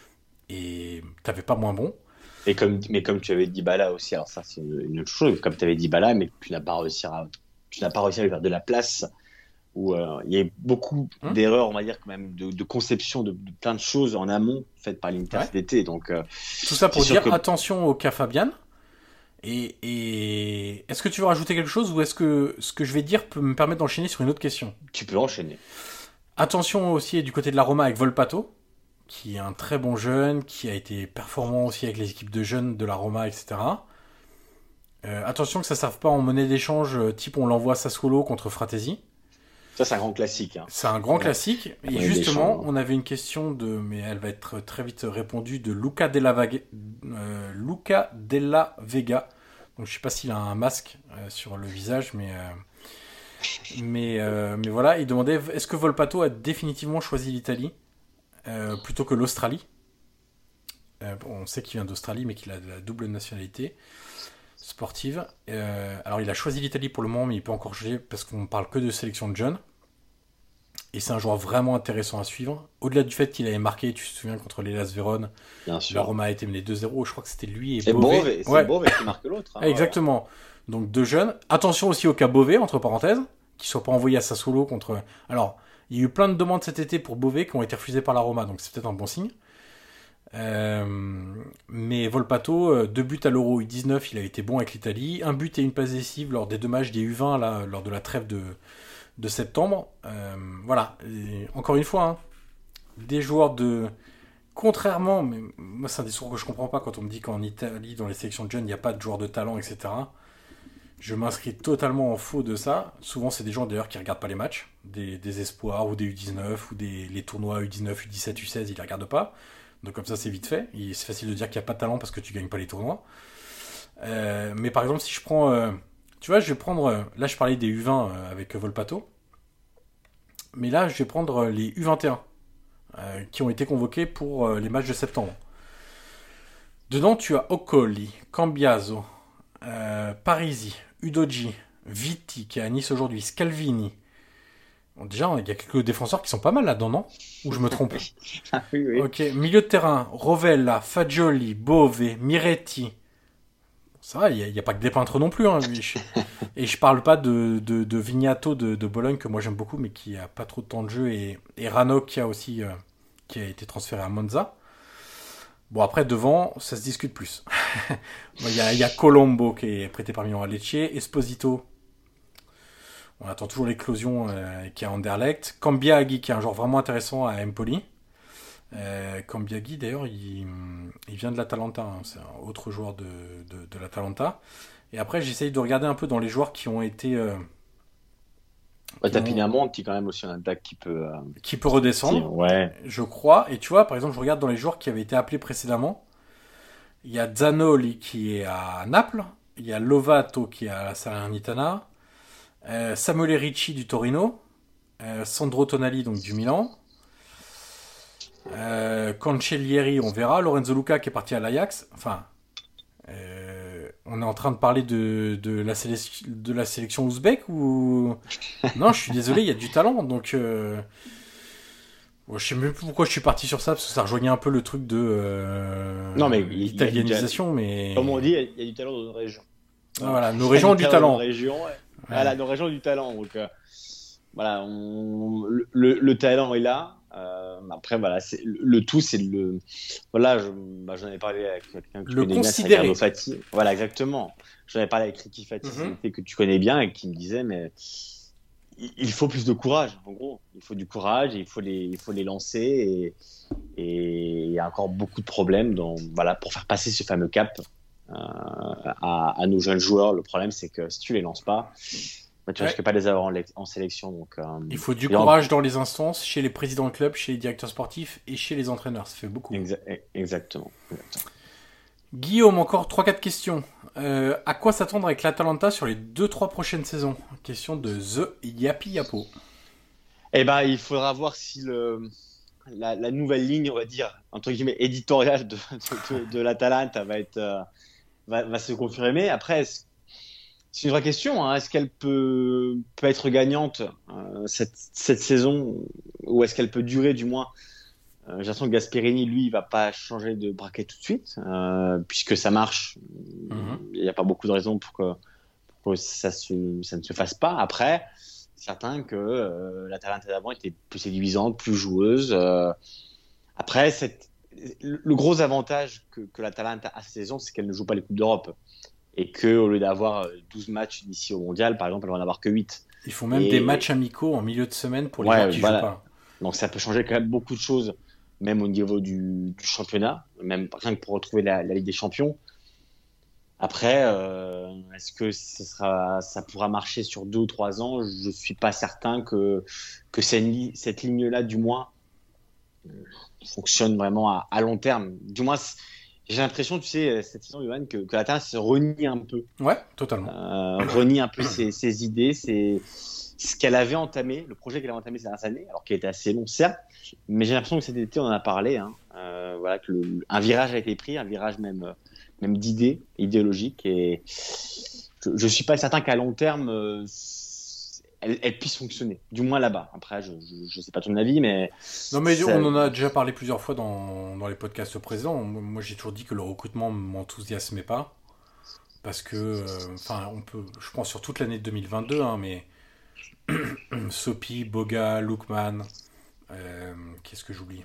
Speaker 1: Et tu n'avais pas moins bon.
Speaker 5: Et comme, mais comme tu avais dit Dybala aussi, alors ça, c'est une autre chose. Comme tu avais dit Dybala, mais tu n'as pas réussi à, tu n'as pas réussi à lui faire de la place. Où euh, il y a beaucoup hum. d'erreurs, on va dire, quand même, de, de conception de, de plein de choses en amont faites par l'Inter cet été. Donc, euh,
Speaker 1: tout ça pour dire
Speaker 5: que...
Speaker 1: attention au cas Fabian. Et, et est-ce que tu veux rajouter quelque chose ou est-ce que ce que je vais dire peut me permettre d'enchaîner sur une autre question ?
Speaker 5: Tu peux enchaîner.
Speaker 1: Attention aussi du côté de la Roma avec Volpato, qui est un très bon jeune, qui a été performant aussi avec les équipes de jeunes de la Roma, et cetera. Euh, attention que ça ne serve pas en monnaie d'échange, type on l'envoie à Sassuolo contre Fratesi.
Speaker 5: Ça, c'est un grand classique. Hein.
Speaker 1: C'est un grand ouais. classique. Et ouais, justement, on avait une question de, mais elle va être très vite répondue, de Luca Della, Vaga, euh, Luca Della Vega. Donc, je sais pas s'il a un masque euh, sur le visage, mais euh, mais euh, mais voilà. Il demandait est-ce que Volpato a définitivement choisi l'Italie euh, plutôt que l'Australie. Euh, bon, on sait qu'il vient d'Australie, mais qu'il a de la double nationalité sportive. Euh, alors il a choisi l'Italie pour le moment, mais il peut encore jouer parce qu'on parle que de sélection de jeunes. Et c'est un joueur vraiment intéressant à suivre. Au-delà du fait qu'il avait marqué, tu te souviens, contre l'Hellas Vérone,
Speaker 5: bien sûr.
Speaker 1: La Roma a été menée deux zéro. Je crois que c'était lui et
Speaker 5: c'est
Speaker 1: Bové.
Speaker 5: Bové. C'est
Speaker 1: ouais.
Speaker 5: Bové qui marque l'autre. Hein,
Speaker 1: exactement. Voilà. Donc deux jeunes. Attention aussi au cas Bové, entre parenthèses, qui ne soit pas envoyé à Sassuolo contre. Alors, il y a eu plein de demandes cet été pour Bové qui ont été refusées par la Roma, donc c'est peut-être un bon signe. Euh, mais Volpato, deux buts à l'Euro U dix-neuf, il a été bon avec l'Italie, un but et une passe décisive lors des deux matchs des U vingt là, lors de la trêve de, de septembre. Euh, voilà, et encore une fois, hein, des joueurs de... Contrairement, mais moi c'est un discours que je comprends pas quand on me dit qu'en Italie, dans les sélections de jeunes, il n'y a pas de joueurs de talent, et cetera. Je m'inscris totalement en faux de ça. Souvent, c'est des gens d'ailleurs qui regardent pas les matchs, des, des espoirs ou des U dix-neuf ou des les tournois U dix-neuf, U dix-sept, U seize, ils les regardent pas. Donc comme ça, c'est vite fait. Et c'est facile de dire qu'il n'y a pas de talent parce que tu gagnes pas les tournois. Euh, mais par exemple, si je prends... Euh, tu vois, je vais prendre... Euh, là, je parlais des U vingt euh, avec Volpato. Mais là, je vais prendre euh, les U vingt et un euh, qui ont été convoqués pour euh, les matchs de septembre. Dedans, tu as Occoli, Cambiaso, euh, Parisi, Udogi, Vitti, qui est à Nice aujourd'hui, Scalvini. Bon, déjà, il y a quelques défenseurs qui sont pas mal là-dedans, non ? Ou je me trompe ?
Speaker 5: Ah oui, oui.
Speaker 1: Ok, milieu de terrain, Rovella, Fagioli, Bove, Miretti. Ça va, il n'y a, a pas que des peintres non plus. Hein, et je parle pas de, de, de Vignato de, de Bologne, que moi j'aime beaucoup, mais qui a pas trop de temps de jeu, et, et Ranocchia qui a aussi euh, qui a été transféré à Monza. Bon, après, devant, ça se discute plus. Il y, y a Colombo qui est prêté par Milan à Lecce, Esposito. On attend toujours l'éclosion euh, qui est à Anderlecht. Cambiaghi, qui est un joueur vraiment intéressant à Empoli. Euh, Cambiaghi, d'ailleurs, il, il vient de l'Atalanta. Hein. C'est un autre joueur de, de, de l'Atalanta. Et après, j'essaye de regarder un peu dans les joueurs qui ont été... Euh,
Speaker 5: ouais, t'as Pinamont, qui est quand même aussi un attaque qui peut... Euh,
Speaker 1: qui peut redescendre,
Speaker 5: ouais.
Speaker 1: je crois. Et tu vois, par exemple, je regarde dans les joueurs qui avaient été appelés précédemment. Il y a Zanoli qui est à Naples. Il y a Lovato qui est à la Salernitana. Euh, Samuel Ricci du Torino, euh, Sandro Tonali donc du Milan, euh, Cancellieri on verra, Lorenzo Luca qui est parti à l'Ajax. Enfin, euh, on est en train de parler de, de, la, sélection, de la sélection ouzbek ou non, je suis désolé, il y a du talent donc euh... bon, je sais même plus pourquoi je suis parti sur ça parce que ça rejoignait un peu le truc de euh...
Speaker 5: non mais
Speaker 1: italianisation, mais
Speaker 5: comme on dit, il y a du talent dans nos régions.
Speaker 1: Ah, voilà, nos régions ont du talent.
Speaker 5: Régions, ouais. Ouais. Voilà, nos régions ont du talent. Donc, euh, voilà, on, le, le talent est là. Euh, après, voilà, c'est, le, le tout, c'est le. Voilà, je, bah, j'en avais parlé avec quelqu'un que tu
Speaker 1: le
Speaker 5: connais bien, c'est Ricardo Fati. Voilà, exactement. J'en avais parlé avec Ricky Fati, mm-hmm. que tu connais bien et qui me disait, mais il, il faut plus de courage, en gros. Il faut du courage, et il faut les, il faut les lancer. Et, et il y a encore beaucoup de problèmes dans, voilà, pour faire passer ce fameux cap. Euh, à, à nos jeunes joueurs. Le problème, c'est que si tu les lances pas, bah, tu ouais. risques pas de les avoir en, en sélection. Donc, euh,
Speaker 1: il faut du courage en... dans les instances, chez les présidents de club, chez les directeurs sportifs et chez les entraîneurs. Ça fait beaucoup.
Speaker 5: Exa- exactement. exactement.
Speaker 1: Guillaume, encore trois quatre questions. Euh, à quoi s'attendre avec l'Atalanta sur les deux trois prochaines saisons ? Question de The Yapi Yapo.
Speaker 5: Eh ben, il faudra voir si le la, la nouvelle ligne, on va dire, entre guillemets, éditoriale de, de, de, de l'Atalanta va, être, euh, va, va se confirmer. Après, c'est une vraie question. Hein. Est-ce qu'elle peut, peut être gagnante euh, cette, cette saison, ou est-ce qu'elle peut durer du moins? euh, J'ai l'impression que Gasperini, lui, il va pas changer de braquet tout de suite, euh, puisque ça marche. Mm-hmm. Il n'y a pas beaucoup de raisons pour que, pour que ça, se, ça ne se fasse pas. Après, certain que euh, l'Atalanta d'avant était plus séduisante, plus joueuse. Euh, après, cette, le, le gros avantage que, que l'Atalanta a cette saison, c'est qu'elle ne joue pas les Coupes d'Europe. Et qu'au lieu d'avoir douze matchs d'ici au Mondial, par exemple, elle va en avoir que huit.
Speaker 1: Ils font même et... des matchs amicaux en milieu de semaine pour les
Speaker 5: ouais,
Speaker 1: gens qui
Speaker 5: voilà.
Speaker 1: jouent pas.
Speaker 5: Donc ça peut changer quand même beaucoup de choses, même au niveau du, du championnat, même rien que pour retrouver la, la Ligue des Champions. Après, euh, est-ce que ce sera, ça pourra marcher sur deux ou trois ans? Je suis pas certain que que cette, cette ligne-là, du moins, fonctionne vraiment à, à long terme. Du moins, j'ai l'impression, tu sais, cette saison, Johan, que, que l'Atalanta se renie un peu.
Speaker 1: Ouais, totalement.
Speaker 5: Euh, renie un peu ses, ses idées, ses, ce qu'elle avait entamé, le projet qu'elle avait entamé ces dernières années, alors qu'il était assez long, certes, mais j'ai l'impression que cet été, on en a parlé. Hein, euh, voilà, que le, un virage a été pris, un virage même. même d'idées idéologiques, et je, je suis pas certain qu'à long terme euh, elle, elle puisse fonctionner, du moins là-bas. Après, je, je, je sais pas ton avis, mais
Speaker 1: non, mais ça... on en a déjà parlé plusieurs fois dans, dans les podcasts précédents. Moi, j'ai toujours dit que le recrutement m'enthousiasmait pas, parce que, enfin, euh, on peut, je pense sur toute l'année de deux mille vingt-deux, hein, mais Sopi, Boga, Lookman, euh, qu'est-ce que j'oublie?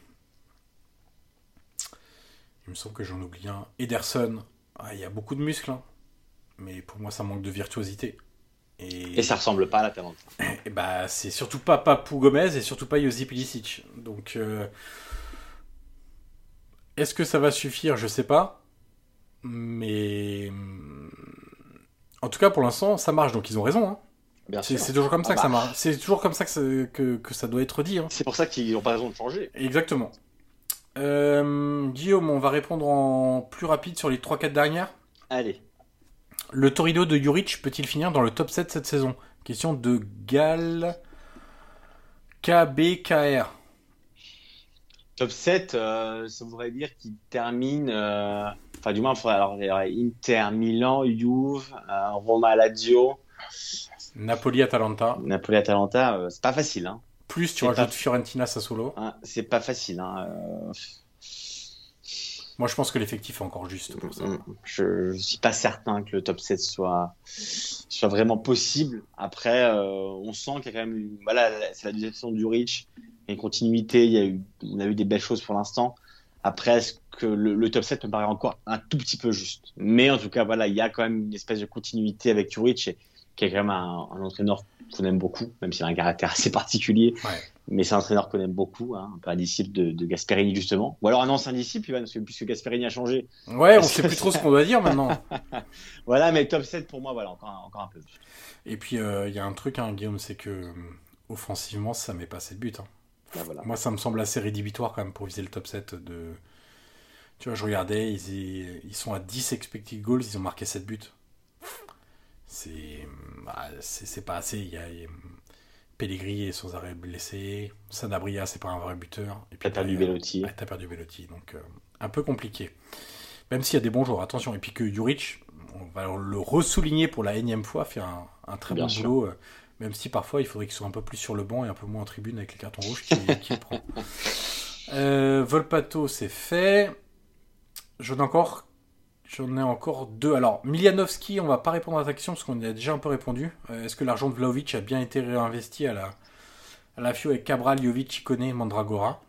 Speaker 1: Il me semble que j'en oublie un. Ederson, ah, il y a beaucoup de muscles, hein. Mais pour moi, ça manque de virtuosité. Et,
Speaker 5: et ça ressemble pas à l'Atalanta.
Speaker 1: Et bah, c'est surtout pas Papou Gomez et surtout pas Josip Ilicic. Donc, euh... est-ce que ça va suffire? Je sais pas. Mais en tout cas, pour l'instant, ça marche. Donc, ils ont raison. Hein.
Speaker 5: Bien
Speaker 1: c'est,
Speaker 5: sûr.
Speaker 1: c'est toujours comme ça
Speaker 5: ah
Speaker 1: que
Speaker 5: bah.
Speaker 1: ça marche. C'est toujours comme ça que ça, que, que ça doit être dit. Hein.
Speaker 5: C'est pour ça qu'ils n'ont pas raison de changer.
Speaker 1: Exactement. Euh, Guillaume, on va répondre en plus rapide sur les trois quatre dernières.
Speaker 5: Allez.
Speaker 1: Le Torino de Juric peut-il finir dans le top sept cette saison? Question de Gal K B K R.
Speaker 5: Top sept, euh, ça voudrait dire qu'il termine. Euh... Enfin, du moins, il faudrait alors il y aurait Inter, Milan, Juve, euh, Roma, Lazio,
Speaker 1: Napoli, Atalanta.
Speaker 5: Napoli, Atalanta, euh, c'est pas facile, hein.
Speaker 1: Plus, tu
Speaker 5: c'est
Speaker 1: rajoutes
Speaker 5: pas...
Speaker 1: Fiorentina, Sassuolo.
Speaker 5: Hein, c'est pas facile. Hein. Euh...
Speaker 1: Moi, je pense que l'effectif est encore juste pour ça.
Speaker 5: Je ne suis pas certain que le top sept soit, soit vraiment possible. Après, euh, on sent qu'il y a quand même eu... Voilà, c'est la deuxième saison du Rich. Il y a une continuité. Il y a eu, on a eu des belles choses pour l'instant. Après, est-ce que le, le top sept me paraît encore un tout petit peu juste? Mais en tout cas, voilà, il y a quand même une espèce de continuité avec Juric, et qui est quand même un, un entraîneur qu'on aime beaucoup, même s'il a un caractère assez particulier.
Speaker 1: Ouais.
Speaker 5: Mais c'est un entraîneur qu'on aime beaucoup, hein, un peu un disciple de, de Gasperini, justement. Ou alors un ancien disciple, Ivan, parce que, puisque Gasperini a changé.
Speaker 1: Ouais, on sait plus trop ce qu'on doit dire maintenant.
Speaker 5: Voilà, mais top sept pour moi, voilà, encore, encore un peu.
Speaker 1: Et puis, il euh, y a un truc, hein, Guillaume, c'est que euh, offensivement, ça met pas assez de buts. Hein.
Speaker 5: Là, voilà.
Speaker 1: Moi, ça me semble assez rédhibitoire quand même pour viser le top sept. De... Tu vois, je regardais, ils, ils sont à dix expected goals, ils ont marqué sept buts. C'est, bah, c'est, c'est pas assez. Il y a, il y a... Pellegrini est sans arrêt blessé. Sanabria, c'est pas un vrai buteur. Et puis,
Speaker 5: t'as perdu Belotti.
Speaker 1: Ouais, t'as perdu Belotti. Donc, euh, un peu compliqué. Même s'il y a des bons joueurs, attention. Et puis que Juric, on va le ressouligner pour la énième fois, fait un, un très
Speaker 5: Bien
Speaker 1: bon
Speaker 5: sûr.
Speaker 1: boulot. Euh, même si parfois, il faudrait qu'il soit un peu plus sur le banc et un peu moins en tribune avec les cartons rouges qu'il, qu'il prend. Euh, Volpato, c'est fait. J'en ai encore... J'en ai encore deux. Alors, Milianovski, on va pas répondre à ta question parce qu'on y a déjà un peu répondu. Euh, est-ce que l'argent de Vlahovic a bien été réinvesti à la, à la Fio avec Cabral, Jovic, Ciccone, Mandragora?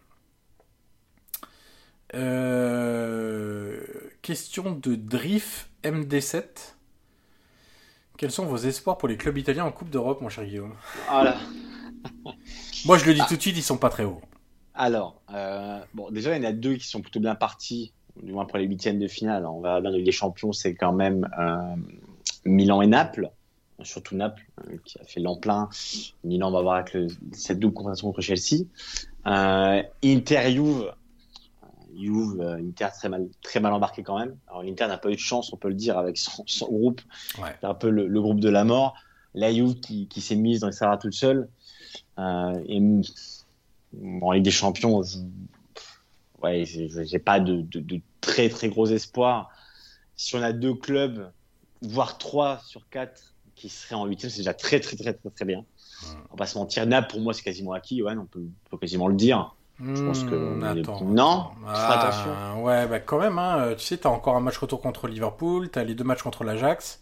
Speaker 1: euh, Question de Drif M D sept. Quels sont vos espoirs pour les clubs italiens en Coupe d'Europe, mon cher Guillaume?
Speaker 5: Voilà.
Speaker 1: Moi, je le dis
Speaker 5: Ah.
Speaker 1: tout de suite, ils sont pas très hauts.
Speaker 5: Alors, euh, bon, déjà, il y en a deux qui sont plutôt bien partis, du moins pour les huitièmes de finale. On verra bien, la Ligue des Champions, c'est quand même euh, Milan et Naples, surtout Naples, euh, qui a fait l'en-plein. Milan va voir avec le, cette double confrontation contre Chelsea. Euh, Inter, Juve, Juve, euh, Inter très mal, très mal embarqué quand même. Alors l'Inter n'a pas eu de chance, on peut le dire, avec son, son groupe.
Speaker 1: Ouais.
Speaker 5: C'est un peu le, le groupe de la mort. La Juve qui, qui s'est mise dans les salades toute seule. Euh, et en Ligue des Champions, je, ouais, j'ai, j'ai pas de, de, de très très gros espoirs. Si on a deux clubs, voire trois sur quatre qui seraient en huitième, c'est déjà très très très très très bien. Ouais. On va pas se mentir, Naples pour moi c'est quasiment acquis, ouais, on peut, on peut quasiment le dire.
Speaker 1: Mmh,
Speaker 5: je pense que
Speaker 1: attends,
Speaker 5: non,
Speaker 1: ah,
Speaker 5: attention.
Speaker 1: Ouais, bah quand même, hein, tu sais, t'as encore un match retour contre Liverpool, t'as les deux matchs contre l'Ajax.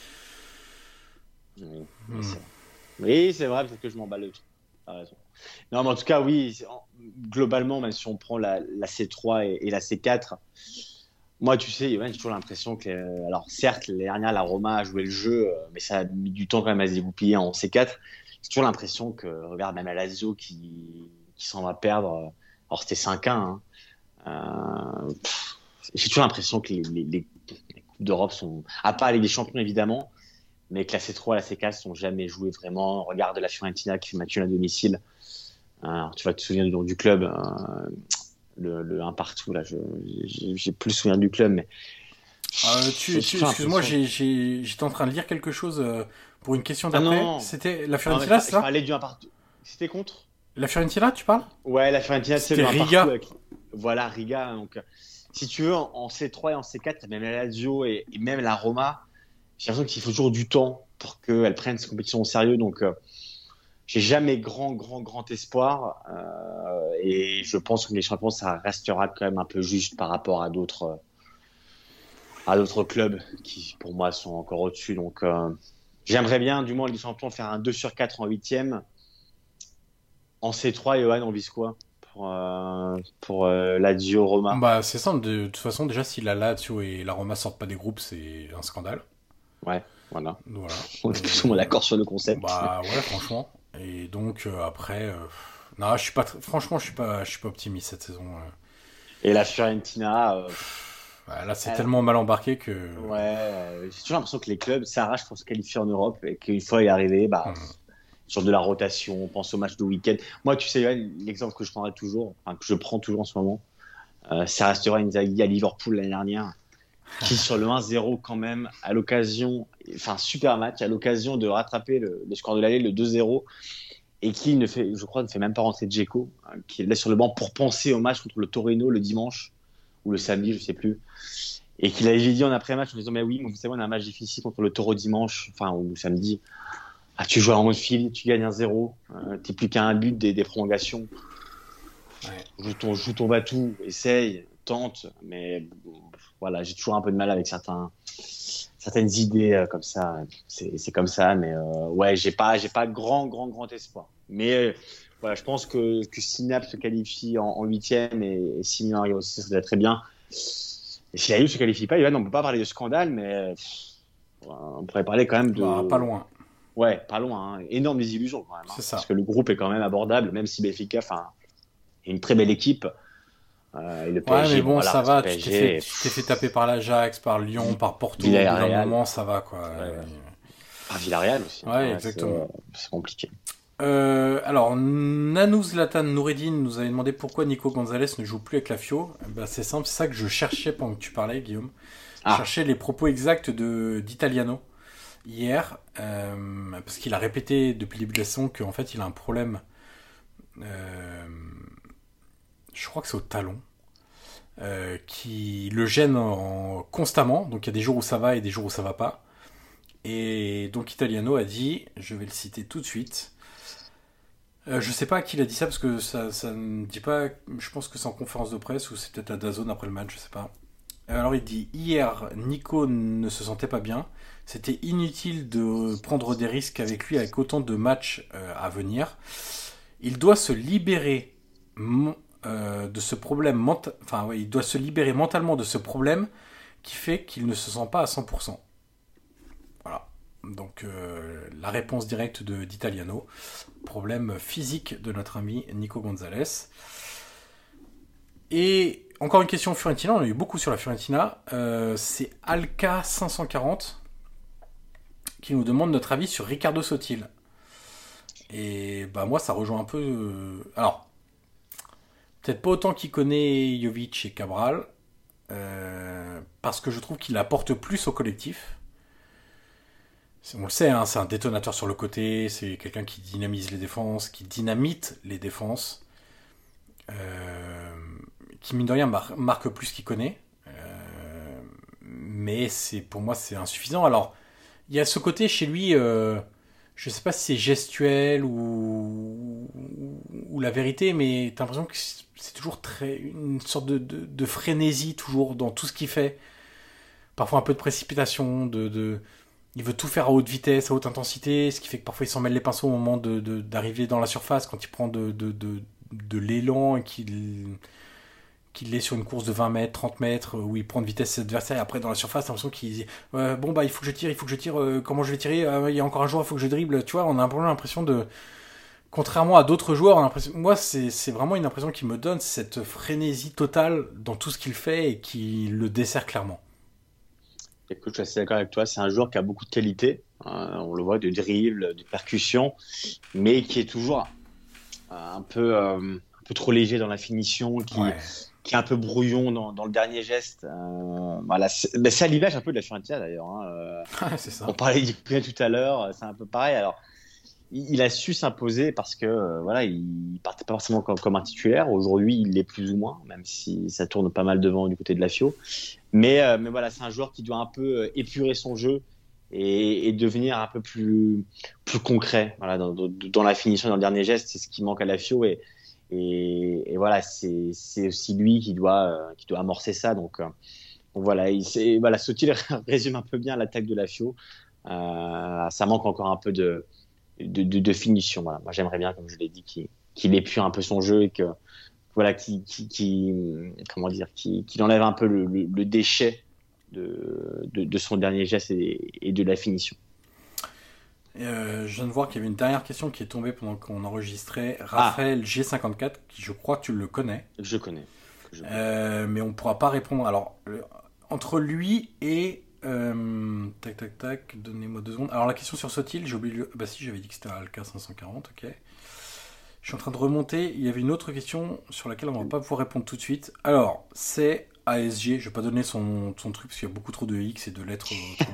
Speaker 5: Oui, mmh. c'est oui, c'est vrai, peut-être que je m'emballe le truc. T'as raison. Non, mais en tout cas, oui, globalement, même si on prend la, la C trois et, et la C quatre, moi, tu sais, j'ai toujours l'impression que, euh, alors certes, l'année dernière, la Roma a joué le jeu, euh, mais ça a mis du temps quand même à se dégoupiller en C quatre. J'ai toujours l'impression que, regarde, même à Lazio qui, qui s'en va perdre, alors c'était cinq un, hein, euh, pff, j'ai toujours l'impression que les, les, les, les Coupes d'Europe sont, à part les Champions évidemment, mais que la C trois et la C quatre sont jamais jouées vraiment. Regarde la Fiorentina qui fait match à domicile. Alors, tu vas te souvenir du nom du club, euh, le, le un partout là. Je, j'ai, j'ai plus le souvenir du club, mais.
Speaker 1: Euh, tu, tu, excuse-moi, j'ai, j'ai, j'étais en train de lire quelque chose euh, pour une question d'après. Ah C'était la Fiorentina, c'est ça ?
Speaker 5: Je parlais du un partout. C'était contre ?
Speaker 1: La Fiorentina, tu parles ?
Speaker 5: Ouais, la Fiorentina, c'est le un
Speaker 1: Riga.
Speaker 5: Avec... Voilà, Riga. Donc, si tu veux, en C trois et en C quatre, même la Lazio et, et même la Roma. J'ai l'impression qu'il faut toujours du temps pour qu'elles prennent ces compétitions au sérieux. Donc, euh, j'ai jamais grand, grand, grand espoir. Euh, et je pense que les champions, ça restera quand même un peu juste par rapport à d'autres, à d'autres clubs qui, pour moi, sont encore au-dessus. Donc, euh, j'aimerais bien, du moins, les champions, faire un deux sur quatre en huitième. En C trois, Johan, on vise quoi pour, euh, pour euh, Lazio, Roma ?
Speaker 1: Bah, c'est simple. De, de toute façon, déjà, si la Lazio et la Roma sortent pas des groupes, c'est un scandale.
Speaker 5: Ouais, voilà.
Speaker 1: voilà.
Speaker 5: On est plus ou moins d'accord sur le concept.
Speaker 1: Bah ouais, franchement. Et donc euh, après, euh... non, je suis pas, tr... franchement, je suis pas, je suis pas optimiste cette saison. Euh...
Speaker 5: Et la Fiorentina. Euh...
Speaker 1: Ouais, là, c'est elle... tellement mal embarqué que.
Speaker 5: Ouais, j'ai toujours l'impression que les clubs s'arrachent pour se qualifier en Europe et qu'une fois y arriver, bah, hum. sur de la rotation, on pense au match de week-end. Moi, tu sais, l'exemple que je prendrai toujours, enfin que je prends toujours en ce moment, euh, ça restera Inzaghi à Liverpool l'année dernière. Qui sur le un zéro quand même, à l'occasion, enfin super match, à l'occasion de rattraper le, le score de l'aller, le deux zéro, et qui ne fait, je crois, ne fait même pas rentrer Dzeko, hein, qui est là sur le banc pour penser au match contre le Torino le dimanche, ou le samedi, je sais plus, et qu'il avait dit en après-match en disant, mais oui, vous savez, on a un match difficile contre le Toro dimanche, enfin, ou samedi, ah, tu joues en mode fil, tu gagnes un zéro, euh, t'es plus qu'à un but des, des prolongations, ouais. joue, ton, joue ton batou, essaye, tente, mais voilà, j'ai toujours un peu de mal avec certains, certaines idées euh, comme ça. C'est, c'est comme ça, mais euh, ouais, j'ai pas, j'ai pas grand, grand, grand espoir. Mais euh, voilà, je pense que que si Naples se qualifie en huitième et, et si Milan arrive aussi, ça serait très bien. Et si la Juve se qualifie pas, Yoann, on peut pas parler de scandale, mais pff, on pourrait parler quand même de.
Speaker 1: Bah, pas loin.
Speaker 5: Ouais, pas loin. Hein. Énorme désillusion quand même. Hein,
Speaker 1: c'est ça.
Speaker 5: Parce que le groupe est quand même abordable, même si Benfica, enfin, est une très belle équipe. Euh, et le P S G,
Speaker 1: ouais, mais bon,
Speaker 5: voilà,
Speaker 1: ça va.
Speaker 5: P S G,
Speaker 1: tu, t'es fait, tu t'es fait taper par l'Ajax, par Lyon, par Porto. Au bout d'un moment, ça va, quoi.
Speaker 5: Ouais, ouais. Par Villarreal aussi.
Speaker 1: Ouais, ouais exactement.
Speaker 5: C'est, c'est compliqué.
Speaker 1: Euh, alors, Nanou Zlatan Noureddin nous avait demandé pourquoi Nico Gonzalez ne joue plus avec la Fio. Ben, c'est simple, c'est ça que je cherchais pendant que tu parlais, Guillaume. Ah. Je cherchais les propos exacts de, d'Italiano hier, euh, parce qu'il a répété depuis le début de la saison qu'en fait, il a un problème. Euh, je crois que c'est au talon. Euh, qui le gêne en, constamment. Donc, il y a des jours où ça va et des jours où ça va pas. Et donc, Italiano a dit, je vais le citer tout de suite. Euh, je sais pas à qui il a dit ça parce que ça, ça ne dit pas. Je pense que c'est en conférence de presse ou c'est peut-être à DAZN après le match, je sais pas. Alors il dit hier, Nico ne se sentait pas bien. C'était inutile de prendre des risques avec lui avec autant de matchs euh, à venir. Il doit se libérer euh, de ce problème. Menta- enfin, ouais, il doit se libérer mentalement de ce problème qui fait qu'il ne se sent pas à cent pour cent. Voilà. Donc euh, la réponse directe de, d'Italiano, problème physique de notre ami Nico Gonzalez. Et encore une question Fiorentina, on a eu beaucoup sur la Fiorentina, euh, c'est Alka cinq cent quarante qui nous demande notre avis sur Riccardo Sottil. Et bah moi ça rejoint un peu... Euh, alors, peut-être pas autant qu'il connaît Jovic et Cabral, euh, parce que je trouve qu'il apporte plus au collectif. On le sait, hein, c'est un détonateur sur le côté, c'est quelqu'un qui dynamise les défenses, qui dynamite les défenses. euh, qui mine de rien mar- marque plus qu'il connaît. Euh, mais c'est, pour moi, c'est insuffisant. Alors, il y a ce côté chez lui, euh, je sais pas si c'est gestuel ou, ou, ou la vérité, mais t'as l'impression que c'est toujours très, une sorte de, de, de frénésie toujours dans tout ce qu'il fait. Parfois un peu de précipitation, de, de, il veut tout faire à haute vitesse, à haute intensité, ce qui fait que parfois il s'en mêle les pinceaux au moment de, de, d'arriver dans la surface, quand il prend de, de, de, de l'élan et qu'il, qu'il est sur une course de vingt mètres, trente mètres, où il prend de vitesse ses adversaires, et après dans la surface, t'as l'impression qu'il dit euh, bon bah il faut que je tire, il faut que je tire, euh, comment je vais tirer, euh, il y a encore un joueur, il faut que je dribble, tu vois, on a un peu l'impression de... Contrairement à d'autres joueurs, on a l'impression... moi c'est, c'est vraiment une impression qu'il me donne, cette frénésie totale dans tout ce qu'il fait et qui le dessert clairement.
Speaker 5: Écoute, je suis assez d'accord avec toi. C'est un joueur qui a beaucoup de qualité. Euh, on le voit, de dribble, de percussion, mais qui est toujours un peu, euh, un peu trop léger dans la finition, qui, ouais. qui est un peu brouillon dans, dans le dernier geste. Euh, voilà, c'est, ben c'est à l'image un peu de la Fiorentina d'ailleurs. Hein. Euh,
Speaker 1: ouais, c'est ça.
Speaker 5: On parlait du P L tout à l'heure, c'est un peu pareil. Alors, il, il a su s'imposer parce que euh, voilà, il partait pas forcément comme, comme un titulaire. Aujourd'hui, il l'est plus ou moins, même si ça tourne pas mal devant du côté de la Fio. Mais, euh, mais voilà, c'est un joueur qui doit un peu épurer son jeu et, et devenir un peu plus, plus concret voilà, dans, dans la finition, dans le dernier geste. C'est ce qui manque à la Fio. Et, et, et voilà, c'est, c'est aussi lui qui doit, qui doit amorcer ça. Donc, euh, donc voilà, il, c'est, voilà, Sotil résume un peu bien l'attaque de la Fio. Euh, ça manque encore un peu de, de, de, de finition. Voilà. Moi, j'aimerais bien, comme je l'ai dit, qu'il, qu'il épure un peu son jeu et que... Voilà, qui, qui, qui, comment dire, qui, qui enlève un peu le, le, le déchet de, de, de son dernier geste et, et de la finition.
Speaker 1: Euh, je viens de voir qu'il y avait une dernière question qui est tombée pendant qu'on enregistrait. Raphaël ah. G cinquante-quatre, qui je crois que tu le connais.
Speaker 5: Je connais. Je connais.
Speaker 1: Euh, mais on ne pourra pas répondre. Alors, le, entre lui et... Euh, tac, tac, tac, donnez-moi deux secondes. Alors, la question sur Sotil, j'ai oublié... Le, bah si, j'avais dit que c'était un Alka cinq cent quarante, ok. Je suis en train de remonter. Il y avait une autre question sur laquelle on ne va pas pouvoir répondre tout de suite. Alors, c'est A S G. Je ne vais pas donner son, son truc parce qu'il y a beaucoup trop de X et de lettres.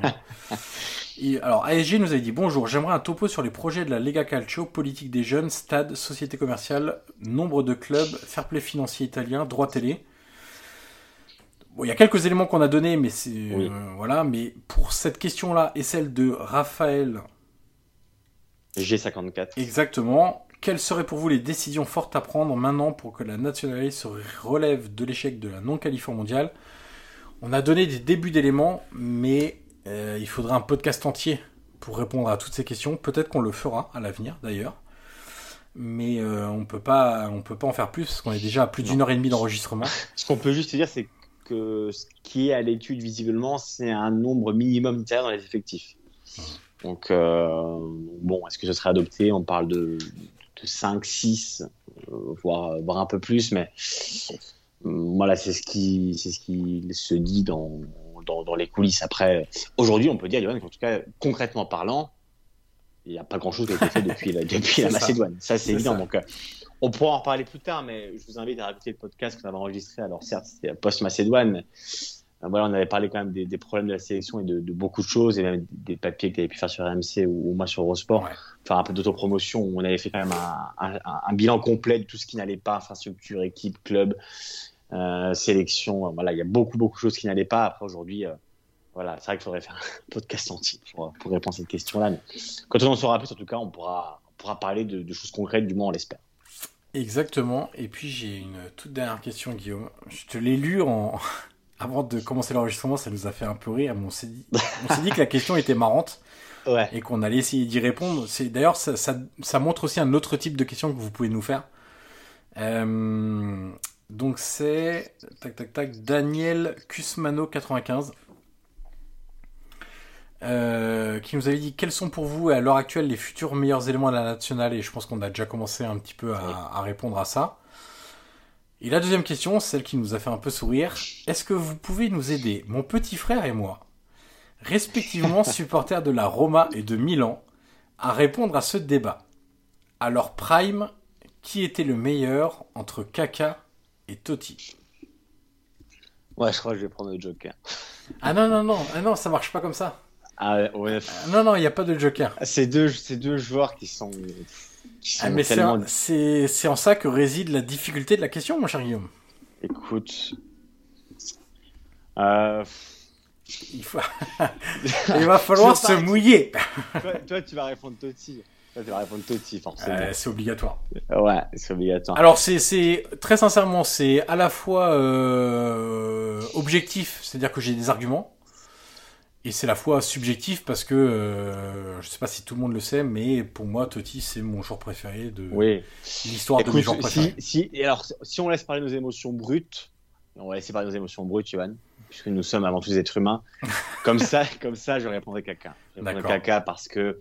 Speaker 1: et, alors, A S G nous avait dit « Bonjour, j'aimerais un topo sur les projets de la Lega Calcio, politique des jeunes, stade, société commerciale, nombre de clubs, fair play financier italien, droit télé. » Bon, il y a quelques éléments qu'on a donnés, mais c'est... Oui. Euh, voilà, mais pour cette question-là et celle de Raphaël...
Speaker 5: G cinquante-quatre.
Speaker 1: Exactement. Quelles seraient pour vous les décisions fortes à prendre maintenant pour que la nationalité se relève de l'échec de la non-qualif mondiale ? On a donné des débuts d'éléments, mais euh, il faudra un podcast entier pour répondre à toutes ces questions. Peut-être qu'on le fera à l'avenir, d'ailleurs. Mais euh, on peut pas, on peut pas en faire plus, parce qu'on est déjà à plus d'une heure et demie d'enregistrement.
Speaker 5: Ce qu'on peut juste dire, c'est que ce qui est à l'étude, visiblement, c'est un nombre minimum d'intérêts dans les effectifs. Mmh. Donc, euh, bon, est-ce que ce serait adopté ? On parle de... de cinq, six, euh, voire, voire un peu plus, mais euh, voilà, c'est ce qui, c'est ce qui se dit dans, dans, dans les coulisses. Après, aujourd'hui, on peut dire, Johan, qu'en tout cas, concrètement parlant, il n'y a pas grand-chose qui a été fait depuis la, depuis la Macédoine. Ça, c'est, c'est évident. Ça. Donc, euh, on pourra en reparler plus tard, mais je vous invite à écouter le podcast qu'on avait enregistré. Alors, certes, c'était post-Macédoine, mais euh, voilà, on avait parlé quand même des, des problèmes de la sélection et de, de beaucoup de choses, et même des papiers que tu avais pu faire sur R M C ou, ou moi sur Eurosport. Ouais. Faire un peu d'autopromotion, où on avait fait quand même un, un, un bilan complet de tout ce qui n'allait pas, infrastructure, équipe, club, euh, sélection. Voilà, il y a beaucoup, beaucoup de choses qui n'allaient pas. Après, aujourd'hui, euh, voilà, c'est vrai qu'il faudrait faire un podcast entier pour, pour répondre à cette question-là. Mais quand on en saura plus, en tout cas, on pourra, on pourra parler de, de choses concrètes, du moins, on l'espère.
Speaker 1: Exactement. Et puis, j'ai une toute dernière question, Guillaume. Je te l'ai lu en... avant de commencer l'enregistrement, ça nous a fait un peu rire. On s'est dit, on s'est dit que la question était marrante. Ouais. Et qu'on allait essayer d'y répondre. C'est, d'ailleurs, ça, ça, ça montre aussi un autre type de questions que vous pouvez nous faire. Euh, donc c'est tac tac tac Daniel Cusmano quatre-vingt-quinze euh, qui nous avait dit quels sont pour vous à l'heure actuelle les futurs meilleurs éléments de la nationale, et je pense qu'on a déjà commencé un petit peu à, ouais. à répondre à ça. Et la deuxième question, celle qui nous a fait un peu sourire, est-ce que vous pouvez nous aider, mon petit frère et moi, respectivement supporters de la Roma et de Milan, à répondre à ce débat. À leur prime, qui était le meilleur entre Kaka et Totti ?
Speaker 5: Ouais, je crois que je vais prendre le Joker.
Speaker 1: Ah non, non, non, ah non, ça marche pas comme ça.
Speaker 5: Ah ouais.
Speaker 1: Ah, non, non, il n'y a pas de Joker.
Speaker 5: C'est deux, c'est deux joueurs qui sont... qui sont
Speaker 1: Ah, mais
Speaker 5: tellement...
Speaker 1: c'est, un- c'est, c'est en ça que réside la difficulté de la question, mon cher Guillaume.
Speaker 5: Écoute, euh,
Speaker 1: Il, faut... Il va falloir
Speaker 5: Je veux
Speaker 1: se
Speaker 5: pas-
Speaker 1: mouiller.
Speaker 5: toi, toi, tu vas répondre Totti. Toi, tu vas répondre Totti, forcément.
Speaker 1: Euh, c'est obligatoire.
Speaker 5: Ouais, c'est obligatoire.
Speaker 1: Alors, c'est, c'est très sincèrement, c'est à la fois euh, objectif, c'est-à-dire que j'ai des arguments, et c'est à la fois subjectif parce que euh, je sais pas si tout le monde le sait, mais pour moi, Totti, c'est mon joueur préféré de
Speaker 5: Oui.
Speaker 1: l'histoire de mes joueurs
Speaker 5: Écoute,
Speaker 1: préférés.
Speaker 5: si, si, et alors, si on laisse parler nos émotions brutes, on va laisser parler nos émotions brutes, Johan, puisque nous sommes avant tout des êtres humains. Comme ça, comme ça, je répondrai Kaka. Je répondrai
Speaker 1: D'accord.
Speaker 5: Kaka parce que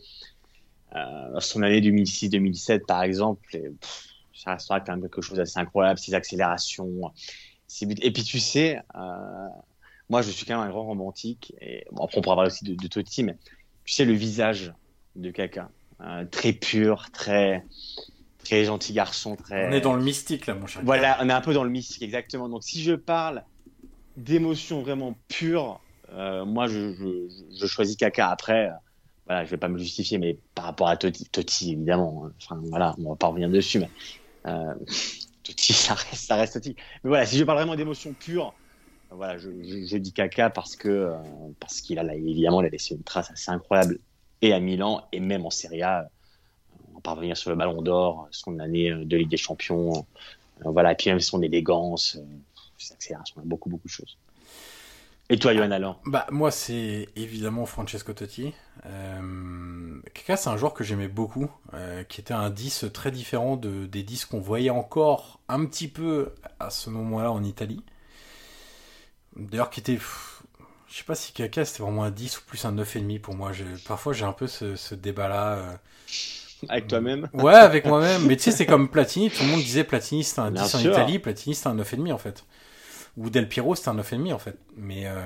Speaker 5: euh, son année deux mille six deux mille sept, par exemple, et, pff, ça restera quand même quelque chose d'assez incroyable. Ses accélérations, ses buts. Et puis, tu sais, euh, moi, je suis quand même un grand romantique. Et bon, après, on pourra parler aussi de, de Totti, mais tu sais, le visage de Kaka, euh, très pur, très, très gentil garçon, très.
Speaker 1: On est dans le mystique là, mon cher.
Speaker 5: Voilà, on est un peu dans le mystique, exactement. Donc, si je parle d'émotions vraiment pures, euh, moi, je, je, je choisis Kaka. Après, euh, voilà, je vais pas me justifier, mais par rapport à Totti, Totti évidemment. hein. Enfin, voilà, on va pas revenir dessus, mais euh, Totti, ça reste, ça reste Totti. Mais voilà, si je parle vraiment d'émotions pures, euh, voilà, je, je, je dis Kaka parce que euh, parce qu'il a là, évidemment, il a laissé une trace assez incroyable et à Milan et même en Serie A. Euh, on va pas revenir sur le Ballon d'Or, son année de Ligue des Champions, euh, voilà, et puis même son élégance. Euh, ses accélérations, beaucoup, beaucoup de choses. Et toi, Johan, alors?
Speaker 1: Bah, moi, c'est évidemment Francesco Totti. Euh, Kaka, c'est un joueur que j'aimais beaucoup, euh, qui était un dix très différent de, des dix qu'on voyait encore un petit peu à ce moment-là en Italie. D'ailleurs, qui était... pff, je sais pas si Kaka, c'était vraiment un dix ou plus un neuf virgule cinq pour moi. J'ai, parfois, j'ai un peu ce, ce débat-là. euh,
Speaker 5: Avec toi-même?
Speaker 1: Ouais, avec moi-même. Mais tu sais, c'est comme Platini. Tout le monde disait Platini, c'était un
Speaker 5: Bien
Speaker 1: dix en
Speaker 5: sûr.
Speaker 1: Italie. Platini, c'était un neuf virgule cinq en fait. Ou Del Piero, c'était un neuf virgule cinq en fait. Mais, euh,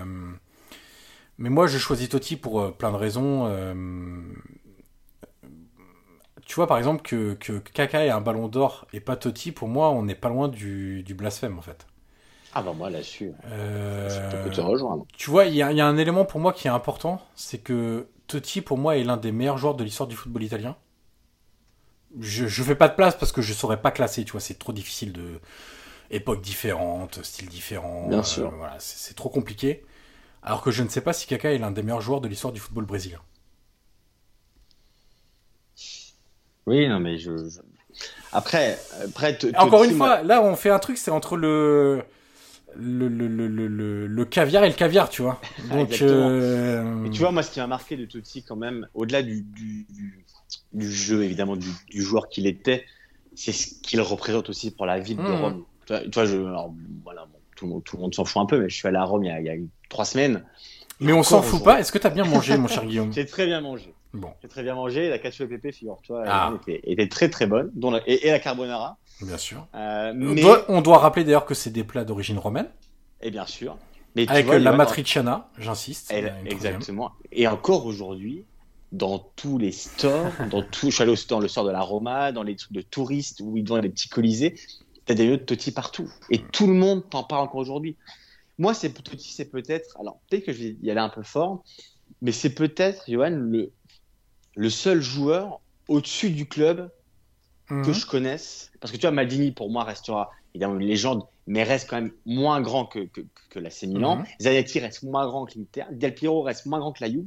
Speaker 1: mais moi, je choisis Totti pour euh, plein de raisons. Euh, tu vois, par exemple, que, que Kaka ait un ballon d'or et pas Totti, pour moi, on n'est pas loin du, du blasphème en fait.
Speaker 5: Ah bah moi, là-dessus,
Speaker 1: Euh,
Speaker 5: je peux te rejoindre.
Speaker 1: tu vois, il y, a- il y a un élément pour moi qui est important, c'est que Totti, pour moi, est l'un des meilleurs joueurs de l'histoire du football italien. Je, je fais pas de place parce que je saurais pas classer, tu vois, c'est trop difficile de... Époques différentes, styles différents.
Speaker 5: Bien sûr.
Speaker 1: Voilà, c'est, c'est trop compliqué. Alors que je ne sais pas si Kaka est l'un des meilleurs joueurs de l'histoire du football brésilien.
Speaker 5: Oui, non, mais je... je- Après, après te-
Speaker 1: Encore
Speaker 5: Totti,
Speaker 1: une
Speaker 5: moi-
Speaker 1: fois, là, on fait un truc, c'est entre le... Le, le, le, le, le, le caviar et le caviar, tu vois. Donc,
Speaker 5: Exactement.
Speaker 1: euh,
Speaker 5: Mais tu vois, moi, ce qui m'a marqué de Totti, quand même, au-delà du, du, du, du jeu, évidemment, du, du joueur qu'il était, c'est ce qu'il représente aussi pour la ville de
Speaker 1: Mhm.
Speaker 5: Rome. Tu vois, tu vois, je, alors, voilà, bon, tout, le monde, tout le monde s'en fout un peu, mais je suis allé à Rome il y a, il y a trois semaines.
Speaker 1: mais on
Speaker 5: Encore
Speaker 1: s'en fout
Speaker 5: aujourd'hui.
Speaker 1: pas. Est-ce que t'as bien mangé, mon cher Guillaume?
Speaker 5: J'ai très bien mangé.
Speaker 1: Bon,
Speaker 5: J'ai très bien mangé. La cacio e pepe, figure-toi,
Speaker 1: Ah.
Speaker 5: elle était, était très très bonne. Dont la- et, et la carbonara.
Speaker 1: bien sûr.
Speaker 5: Euh,
Speaker 1: On,
Speaker 5: mais,
Speaker 1: doit, on doit rappeler d'ailleurs que c'est des plats d'origine romaine,
Speaker 5: et bien sûr. Mais tu
Speaker 1: avec
Speaker 5: vois,
Speaker 1: euh, la
Speaker 5: Johan,
Speaker 1: matriciana, j'insiste.
Speaker 5: Elle-
Speaker 1: il y a une troisième.
Speaker 5: exactement. Et encore aujourd'hui, dans tous les stores, dans tout, je suis allé au store, le store de la Roma, dans les trucs de touristes où ils vendent des petits colisées, t'as des lieux de Totti partout. Et tout le monde t'en parle encore aujourd'hui. Moi, c'est Totti, c'est peut-être, alors peut-être que je vais y aller un peu fort, mais c'est peut-être, Johan, le, le seul joueur au-dessus du club que
Speaker 1: Mhm.
Speaker 5: je connaisse. Parce que tu vois, Maldini, pour moi, restera évidemment une légende, mais reste quand même moins grand que, que, que l'A C Milan.
Speaker 1: Mhm.
Speaker 5: Zanetti reste moins grand que l'Inter. Del Piero reste moins grand que la Juve.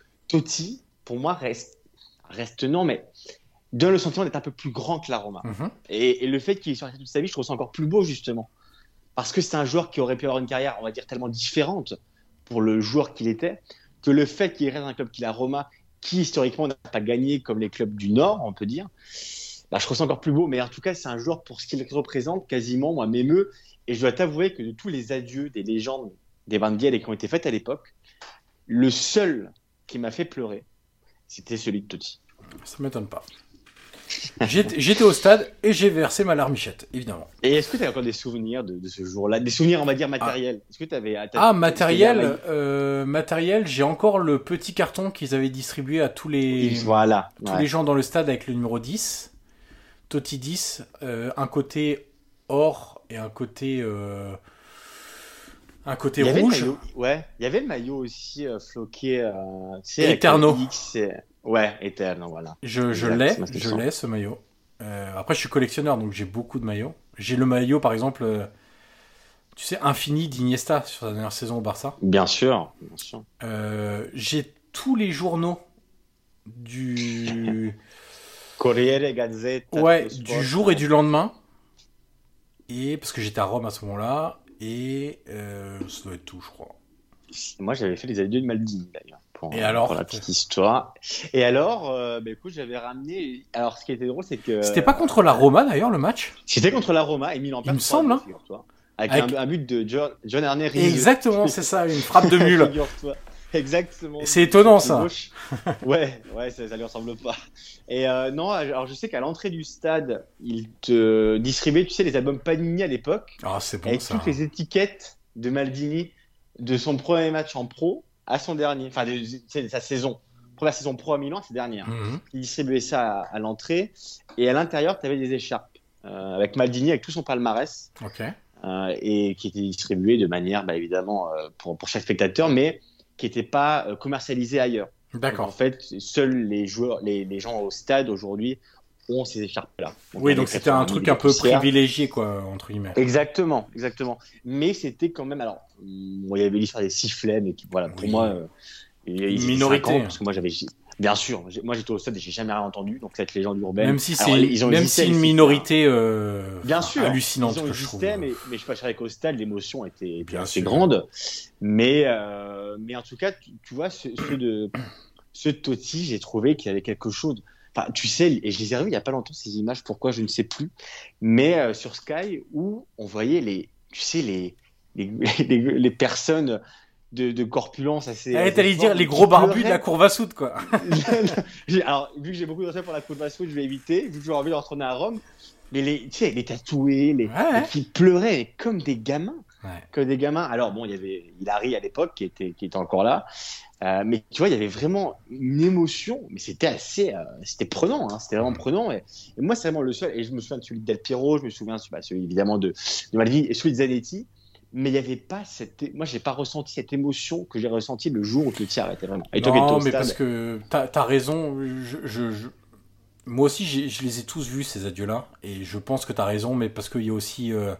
Speaker 5: Totti, pour moi, reste, reste non, mais donne le sentiment d'être un peu plus grand que la Roma.
Speaker 1: Mhm.
Speaker 5: Et, et le fait qu'il soit resté toute sa vie, je trouve ça encore plus beau, justement. Parce que c'est un joueur qui aurait pu avoir une carrière, on va dire, tellement différente pour le joueur qu'il était, que le fait qu'il reste dans un club qui est la Roma, qui historiquement n'a pas gagné comme les clubs du Nord, on peut dire, bah, je trouve ça encore plus beau. Mais en tout cas, c'est un joueur, pour ce qu'il représente, quasiment, moi, m'émeut. Et je dois t'avouer que de tous les adieux des légendes des Bandiel qui ont été faites à l'époque, le seul qui m'a fait pleurer, c'était celui de Totti.
Speaker 1: Ça m'étonne pas. J'étais, j'étais au stade et j'ai versé ma larmichette, évidemment.
Speaker 5: Et est-ce que tu as encore des souvenirs de, de ce jour-là? Des souvenirs, on va dire, matériels? Est-ce que tu avais...
Speaker 1: Ah, matériel, euh, matériel, j'ai encore le petit carton qu'ils avaient distribué à tous les,
Speaker 5: Voilà.
Speaker 1: tous
Speaker 5: ouais.
Speaker 1: les gens dans le stade avec le numéro dix. Totti dix, euh, un côté or et un côté, euh, un côté
Speaker 5: Il y avait le
Speaker 1: rouge.
Speaker 5: maillot, ouais, il y avait le maillot aussi euh, floqué, euh, tu sais, avec
Speaker 1: Eterno.
Speaker 5: le X et- Ouais, Eterno, voilà.
Speaker 1: Je, je
Speaker 5: Exact,
Speaker 1: l'ai,
Speaker 5: c'est ma
Speaker 1: je
Speaker 5: question.
Speaker 1: l'ai ce maillot. Euh, après, je suis collectionneur, donc j'ai beaucoup de maillots. J'ai le maillot, par exemple, euh, tu sais, infini d'Iniesta sur sa dernière saison au Barça.
Speaker 5: Bien sûr, bien sûr.
Speaker 1: Euh, j'ai tous les journaux du...
Speaker 5: Corriere, Gazzetta.
Speaker 1: Ouais,
Speaker 5: Sport,
Speaker 1: du jour et du lendemain. Et parce que j'étais à Rome à ce moment-là. Et euh, ça doit être tout, je crois.
Speaker 5: Moi, j'avais fait les adieux de Maldini, d'ailleurs. Pour,
Speaker 1: Et alors
Speaker 5: pour la petite histoire. Et alors, euh, bah, écoute, j'avais ramené. Alors, ce qui était drôle, c'est que.
Speaker 1: C'était pas contre la Roma, d'ailleurs, le match?
Speaker 5: C'était contre la Roma et Milan.
Speaker 1: Il me semble, hein.
Speaker 5: Avec,
Speaker 1: Avec...
Speaker 5: Un, un but de John, John Ernest.
Speaker 1: Exactement, c'est ça, une frappe de mule.
Speaker 5: Figure-toi. Exactement.
Speaker 1: C'est étonnant, ça.
Speaker 5: Ouais, ouais, ça, ça lui ressemble pas. Et euh, non, alors je sais qu'à l'entrée du stade, il te distribuait, tu sais, les albums Panini à l'époque.
Speaker 1: Ah, c'est bon,
Speaker 5: avec
Speaker 1: ça.
Speaker 5: toutes les étiquettes de Maldini de son premier match en pro à son dernier, enfin, de, de sa saison. Première saison pro à Milan, c'est dernière.
Speaker 1: Mm-hmm.
Speaker 5: Il distribuait ça à, à l'entrée. Et à l'intérieur, tu avais des écharpes euh, avec Maldini, avec tout son palmarès.
Speaker 1: Ok.
Speaker 5: Euh, et qui étaient distribuées de manière, bah, évidemment, euh, pour, pour chaque spectateur, mais qui n'étaient pas euh, commercialisées ailleurs.
Speaker 1: D'accord.
Speaker 5: Donc, en fait, seuls les joueurs, les, les gens au stade aujourd'hui ont ces écharpes-là. Donc,
Speaker 1: oui, donc c'était un truc un peu
Speaker 5: poussières.
Speaker 1: privilégié, quoi, entre guillemets.
Speaker 5: Exactement, exactement. Mais c'était quand même, alors, bon, il y avait l'histoire des sifflets, mais qui, voilà, pour
Speaker 1: oui.
Speaker 5: moi, euh, il y a
Speaker 1: minorité,
Speaker 5: ans, parce que moi j'avais, bien sûr, moi j'étais au stade et j'ai jamais rien entendu, donc cette légende urbaine.
Speaker 1: Même si c'est,
Speaker 5: alors, ils ont
Speaker 1: même
Speaker 5: existé,
Speaker 1: si une minorité, euh,
Speaker 5: bien sûr,
Speaker 1: hallucinante
Speaker 5: ils ont
Speaker 1: que je
Speaker 5: existé,
Speaker 1: trouve.
Speaker 5: mais, mais je sais qu'au stade, l'émotion était, était
Speaker 1: Bien
Speaker 5: assez
Speaker 1: sûr.
Speaker 5: grande. Mais, euh, mais en tout cas, tu, tu vois, ceux, ceux de, ceux de Totti, j'ai trouvé qu'il y avait quelque chose. Enfin, tu sais, et je les ai revus il y a pas longtemps ces images. Pourquoi je ne sais plus. Mais euh, sur Sky, où on voyait les, tu sais, les, les, les, les personnes de, de corpulence assez.
Speaker 1: Ah, t'allais dire les gros barbus de la courbe à soude, quoi.
Speaker 5: Alors, vu que j'ai beaucoup de respect pour la courbe à soude, je vais éviter. Vu que j'ai envie de retourner à Rome. Mais les, tu sais, les tatoués, les,
Speaker 1: ouais.
Speaker 5: les qui pleuraient comme des gamins.
Speaker 1: Ouais.
Speaker 5: Comme des gamins. Alors, bon, il y avait Hilary à l'époque qui était, qui était encore là. Euh, mais tu vois, il y avait vraiment une émotion, mais c'était assez, euh, c'était prenant, hein, c'était vraiment prenant. Et, et moi, c'est vraiment le seul. Et je me souviens de celui de Del Piero, je me souviens bah, celui évidemment de, de Maldini et celui de Zanetti. Mais il n'y avait pas cette, moi, j'ai pas ressenti cette émotion que j'ai ressentie le jour où Totti arrêtait vraiment. Et toi,
Speaker 1: non,
Speaker 5: au
Speaker 1: mais
Speaker 5: stade,
Speaker 1: parce que t'as, t'as raison. Je, je, je... Moi aussi, j'ai, je les ai tous vus ces adieux-là, et je pense que t'as raison, mais parce qu'il y a aussi. Euh...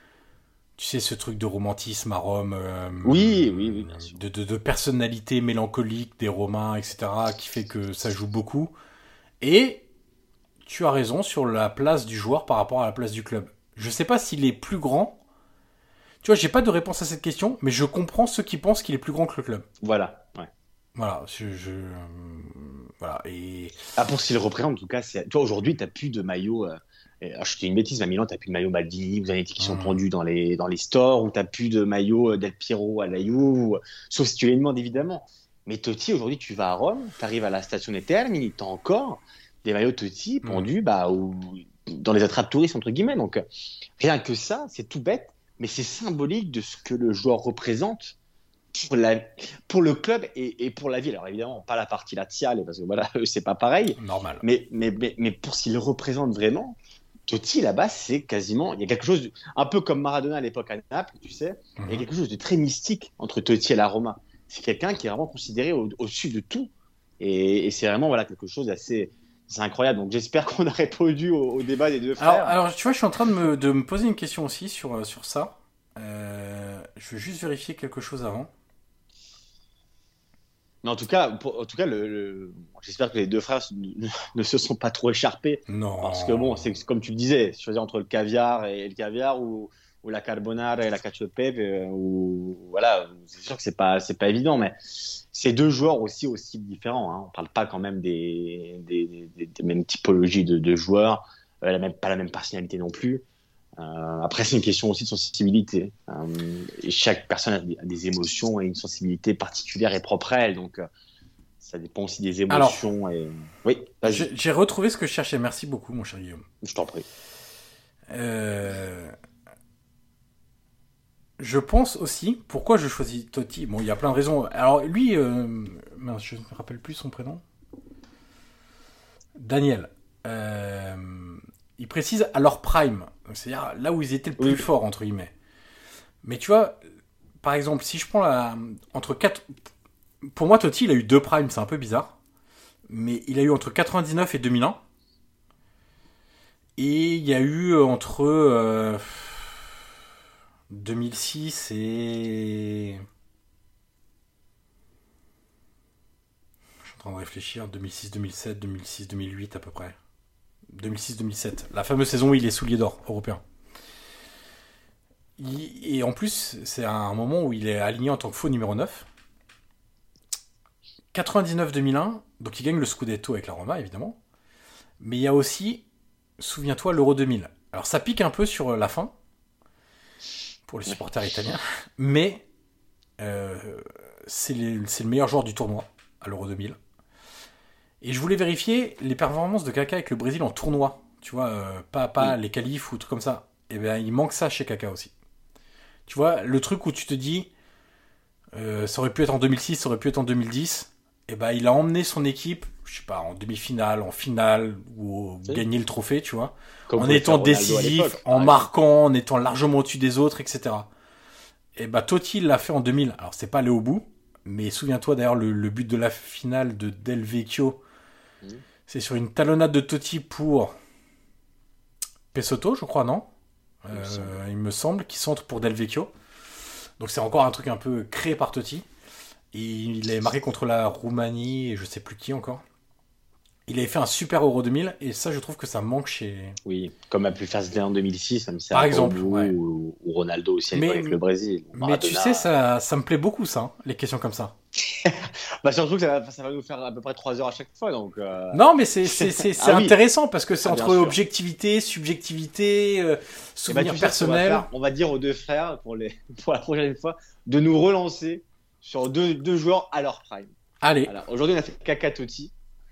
Speaker 1: Tu sais, ce truc de romantisme à Rome, euh,
Speaker 5: oui, oui, oui, bien sûr.
Speaker 1: De, de, de personnalité mélancolique des Romains, et cetera, qui fait que ça joue beaucoup. Et tu as raison sur la place du joueur par rapport à la place du club. Je sais pas s'il est plus grand. Tu vois, j'ai pas de réponse à cette question, mais je comprends ceux qui pensent qu'il est plus grand que le club.
Speaker 5: Voilà, ouais.
Speaker 1: Voilà, je, je euh, voilà et.
Speaker 5: Ah, pour ce qu'il représente, en tout cas, c'est. Toi, aujourd'hui, t'as plus de maillot. Euh... Alors, je te dis une bêtise, à Milan, tu n'as plus de maillot Maldini ou Zanetti qui sont
Speaker 1: mmh.
Speaker 5: pendus dans les, dans les stores, ou tu n'as plus de maillot Del Piero à la Juve, sauf si tu les demandes évidemment. Mais Totti, aujourd'hui, tu vas à Rome, tu arrives à la station des Termini, tu as encore des maillots Totti pendus mmh. bah, ou, dans les attrapes touristes, entre guillemets. Donc, rien que ça, c'est tout bête, mais c'est symbolique de ce que le joueur représente pour, la, pour le club et, et pour la ville. Alors, évidemment, pas la partie laziale, parce que voilà, eux, c'est pas pareil.
Speaker 1: Normal.
Speaker 5: Mais, mais, mais, mais pour ce qu'il représente vraiment. Totti, là-bas, c'est quasiment. Il y a quelque chose. De, un peu comme Maradona à l'époque à Naples, tu sais. Mm-hmm. Il y a quelque chose de très mystique entre Totti et la Roma. C'est quelqu'un qui est vraiment considéré au, au-dessus de tout. Et, et c'est vraiment voilà, quelque chose d'assez. C'est incroyable. Donc j'espère qu'on a répondu au, au débat des deux frères.
Speaker 1: Alors, alors, tu vois, je suis en train de me, de me poser une question aussi sur, sur ça. Euh, je veux juste vérifier quelque chose avant.
Speaker 5: Mais en tout cas, pour, en tout cas le, le, j'espère que les deux frères ne, ne se sont pas trop écharpés.
Speaker 1: Non.
Speaker 5: Parce que bon, c'est comme tu le disais, choisir entre le caviar et, et le caviar ou, ou la carbonara et la cacio e pepe, euh, ou voilà, c'est sûr que c'est pas c'est pas évident, mais c'est deux joueurs aussi aussi différents. Hein. On parle pas quand même des des, des, des mêmes typologies de, de joueurs, euh, la même pas la même personnalité non plus. Euh, après, c'est une question aussi de sensibilité. Euh, et chaque personne a des, a des émotions et une sensibilité particulière et propre à elle. Donc, euh, ça dépend aussi des émotions. Alors, et... Oui, vas-y.
Speaker 1: J'ai, j'ai retrouvé ce que je cherchais. Merci beaucoup, mon cher Guillaume.
Speaker 5: Je t'en prie.
Speaker 1: Euh... Je pense aussi, pourquoi je choisis Totti. Bon, il y a plein de raisons. Alors, lui, euh... mince, je ne me rappelle plus son prénom. Daniel. Euh... Il précise à leur prime, c'est-à-dire là où ils étaient le plus oui. forts, entre guillemets. Mais tu vois, par exemple, si je prends la... entre quatre... Pour moi, Totti, il a eu deux primes, c'est un peu bizarre. Mais il a eu entre quatre-vingt-dix-neuf et deux mille un. Et il y a eu entre euh, deux mille six et... Je suis en train de réfléchir, deux mille six deux mille sept, deux mille six deux mille huit à peu près. deux mille six deux mille sept, la fameuse saison où il est soulier d'or européen. Il, et en plus, c'est un moment où il est aligné en tant que faux numéro neuf. quatre-vingt-dix-neuf deux mille un, donc il gagne le Scudetto avec la Roma, évidemment. Mais il y a aussi, souviens-toi, l'Euro deux mille. Alors ça pique un peu sur la fin, pour les supporters italiens, mais euh, c'est, les, c'est le meilleur joueur du tournoi, à l'Euro deux mille. Et je voulais vérifier les performances de Kaka avec le Brésil en tournoi. Tu vois, euh, pas, pas oui. les qualifs ou tout comme ça. Et bien, il manque ça chez Kaka aussi. Tu vois, le truc où tu te dis, euh, ça aurait pu être en deux mille six, ça aurait pu être en deux mille dix. Et ben, il a emmené son équipe, je sais pas, en demi-finale, en finale, ou oui. gagner le trophée, tu vois. Comme en étant décisif, en marquant, en étant largement au-dessus des autres, et cetera. Et ben, Totti l'a fait en deux mille. Alors, c'est pas allé au bout. Mais souviens-toi d'ailleurs, le, le but de la finale de Del Vecchio, mmh. c'est sur une talonnade de Totti pour Pesotto, je crois, non ? Il, euh, me semble. il me semble qu'il centre pour Del Vecchio. Donc c'est encore un truc un peu créé par Totti. Et il est marqué contre la Roumanie et je sais plus qui encore. Il avait fait un super Euro deux mille et ça, je trouve que ça manque chez...
Speaker 5: Oui, comme a pu faire Zidane en deux mille six, même
Speaker 1: par exemple,
Speaker 5: ou,
Speaker 1: ouais.
Speaker 5: ou, ou Ronaldo aussi avec le Brésil.
Speaker 1: Mais tu sais, ça, ça me plaît beaucoup ça, hein, les questions comme ça.
Speaker 5: bah surtout que ça va, ça va nous faire à peu près trois heures à chaque fois. Donc, euh...
Speaker 1: Non, mais c'est, c'est, c'est, c'est ah, intéressant oui. parce que c'est ah, entre objectivité, subjectivité, euh, souvenir bah, personnel.
Speaker 5: On va, on va dire aux deux frères, pour, les, pour la prochaine fois, de nous relancer sur deux, deux joueurs à leur prime.
Speaker 1: Allez.
Speaker 5: Alors, aujourd'hui, on a fait Kaka Totti.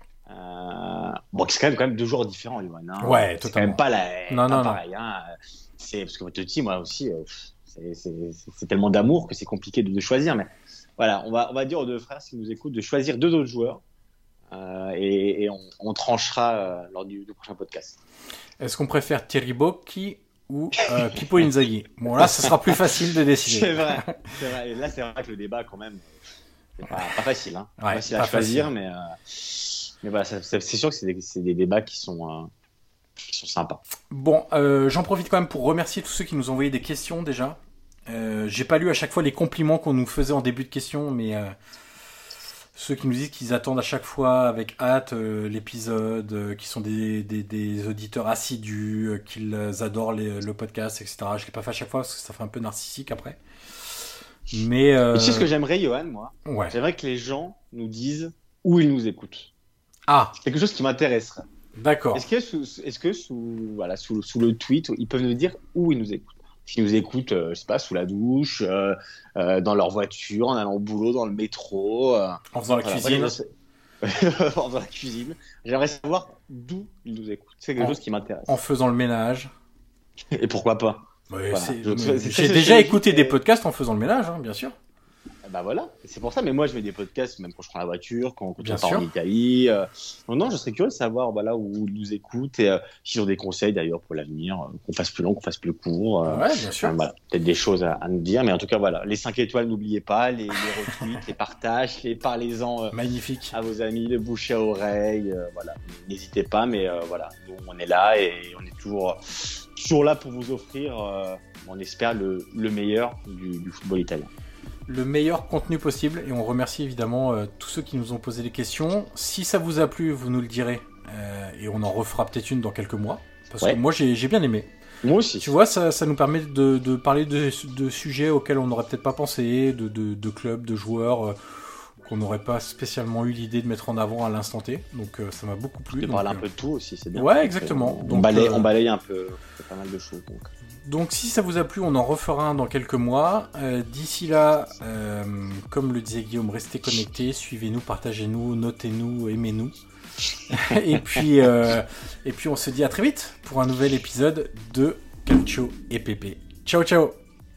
Speaker 5: Euh... Bon, c'est quand même, quand même deux joueurs différents, Yoann. Hein.
Speaker 1: Ouais,
Speaker 5: c'est
Speaker 1: totalement.
Speaker 5: quand même pas, la...
Speaker 1: non,
Speaker 5: pas
Speaker 1: non,
Speaker 5: pareil.
Speaker 1: non.
Speaker 5: Hein. C'est... Parce que Totti, moi aussi, euh, c'est, c'est, c'est, c'est tellement d'amour que c'est compliqué de, de choisir. Mais voilà, on va, on va dire aux deux frères, s'ils nous écoutent, de choisir deux autres joueurs. Euh, et, et on, on tranchera euh, lors du, du prochain podcast.
Speaker 1: Est-ce qu'on préfère Thierry Bocchi ou euh, Pippo Inzaghi ? Bon, là, ce sera plus facile de décider.
Speaker 5: C'est vrai. C'est vrai. Et là, c'est vrai que le débat, quand même, c'est pas, pas facile. Hein.
Speaker 1: Ouais,
Speaker 5: pas facile
Speaker 1: pas
Speaker 5: à choisir,
Speaker 1: facile.
Speaker 5: mais... Euh... Mais voilà, ça, ça, c'est sûr que c'est des, c'est des débats qui sont, euh, qui sont sympas.
Speaker 1: Bon, euh, j'en profite quand même pour remercier tous ceux qui nous ont envoyé des questions déjà. Euh, j'ai pas lu à chaque fois les compliments qu'on nous faisait en début de questions, mais euh, ceux qui nous disent qu'ils attendent à chaque fois avec hâte euh, l'épisode, euh, qui sont des, des, des auditeurs assidus, euh, qu'ils adorent les, le podcast, et cetera. Je l'ai pas fait à chaque fois parce que ça fait un peu narcissique après. Mais, euh...
Speaker 5: mais tu sais ce que j'aimerais, Yoann, moi
Speaker 1: ouais.
Speaker 5: J'aimerais que les gens nous disent où ils nous écoutent.
Speaker 1: Ah,
Speaker 5: c'est quelque chose qui m'intéresserait.
Speaker 1: D'accord.
Speaker 5: Est-ce que, sous, est-ce que sous, voilà, sous, sous le tweet, ils peuvent nous dire où ils nous écoutent ? S'ils nous écoutent, euh, je sais pas, sous la douche, euh, euh, dans leur voiture, en allant au boulot, dans le métro. Euh,
Speaker 1: en faisant la
Speaker 5: voilà,
Speaker 1: cuisine.
Speaker 5: Après, en faisant la cuisine. J'aimerais savoir d'où ils nous écoutent. C'est quelque en, chose qui m'intéresse.
Speaker 1: En faisant le ménage.
Speaker 5: Et pourquoi pas ?
Speaker 1: Ouais, voilà. c'est, Je, c'est, c'est, J'ai c'est, déjà c'est, écouté c'est... des podcasts en faisant le ménage, hein, bien sûr.
Speaker 5: Bah voilà, c'est pour ça. Mais moi, je mets des podcasts même quand je prends la voiture, quand, quand on part en Italie. Euh... Non, non, je serais curieux de savoir voilà, où ils nous écoutent et euh, s'ils ont des conseils d'ailleurs pour l'avenir, euh, qu'on fasse plus long, qu'on fasse plus court. Euh...
Speaker 1: Ouais, bien sûr.
Speaker 5: Enfin, voilà, peut-être des choses à, à nous dire. Mais en tout cas, voilà, les cinq étoiles, n'oubliez pas, les, les retweets, les partages, les parlez-en euh,
Speaker 1: magnifique à
Speaker 5: vos amis, de bouche à oreille. Euh, voilà, n'hésitez pas. Mais euh, voilà, nous, on est là et on est toujours, toujours là pour vous offrir, euh, on espère, le, le meilleur du, du football italien.
Speaker 1: Le meilleur contenu possible et on remercie évidemment euh, tous ceux qui nous ont posé des questions. Si ça vous a plu, vous nous le direz euh, et on en refera peut-être une dans quelques mois parce ouais. que moi j'ai, j'ai bien aimé.
Speaker 5: Moi aussi.
Speaker 1: Tu vois, ça, ça nous permet de, de parler de, de sujets auxquels on n'aurait peut-être pas pensé, de, de, de clubs, de joueurs euh, qu'on n'aurait pas spécialement eu l'idée de mettre en avant à l'instant T. Donc euh, ça m'a beaucoup plu.
Speaker 5: De
Speaker 1: donc,
Speaker 5: parler
Speaker 1: euh...
Speaker 5: un peu de tout aussi, c'est bien.
Speaker 1: Ouais, exactement.
Speaker 5: On,
Speaker 1: donc,
Speaker 5: on, balaye,
Speaker 1: euh...
Speaker 5: on balaye un peu pas mal de choses. Donc.
Speaker 1: Donc si ça vous a plu, on en refera un dans quelques mois. Euh, d'ici là, euh, comme le disait Guillaume, restez connectés, suivez-nous, partagez-nous, notez-nous, aimez-nous. et, puis, euh, et puis on se dit à très vite pour un nouvel épisode de Calcio et Pépé. Ciao, ciao.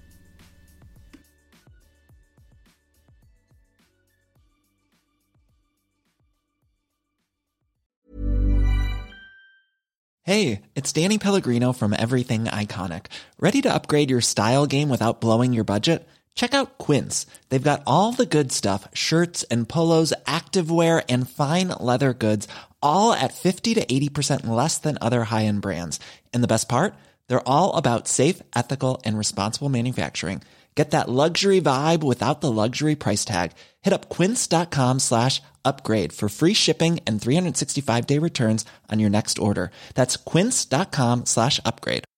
Speaker 7: Hey, it's Danny Pellegrino from Everything Iconic. Ready to upgrade your style game without blowing your budget? Check out Quince. They've got all the good stuff, shirts and polos, activewear, and fine leather goods, all at fifty to eighty percent less than other high-end brands. And the best part? They're all about safe, ethical, and responsible manufacturing. Get that luxury vibe without the luxury price tag. Hit up quince.com slash upgrade for free shipping and three sixty-five day returns on your next order. That's quince.com slash upgrade.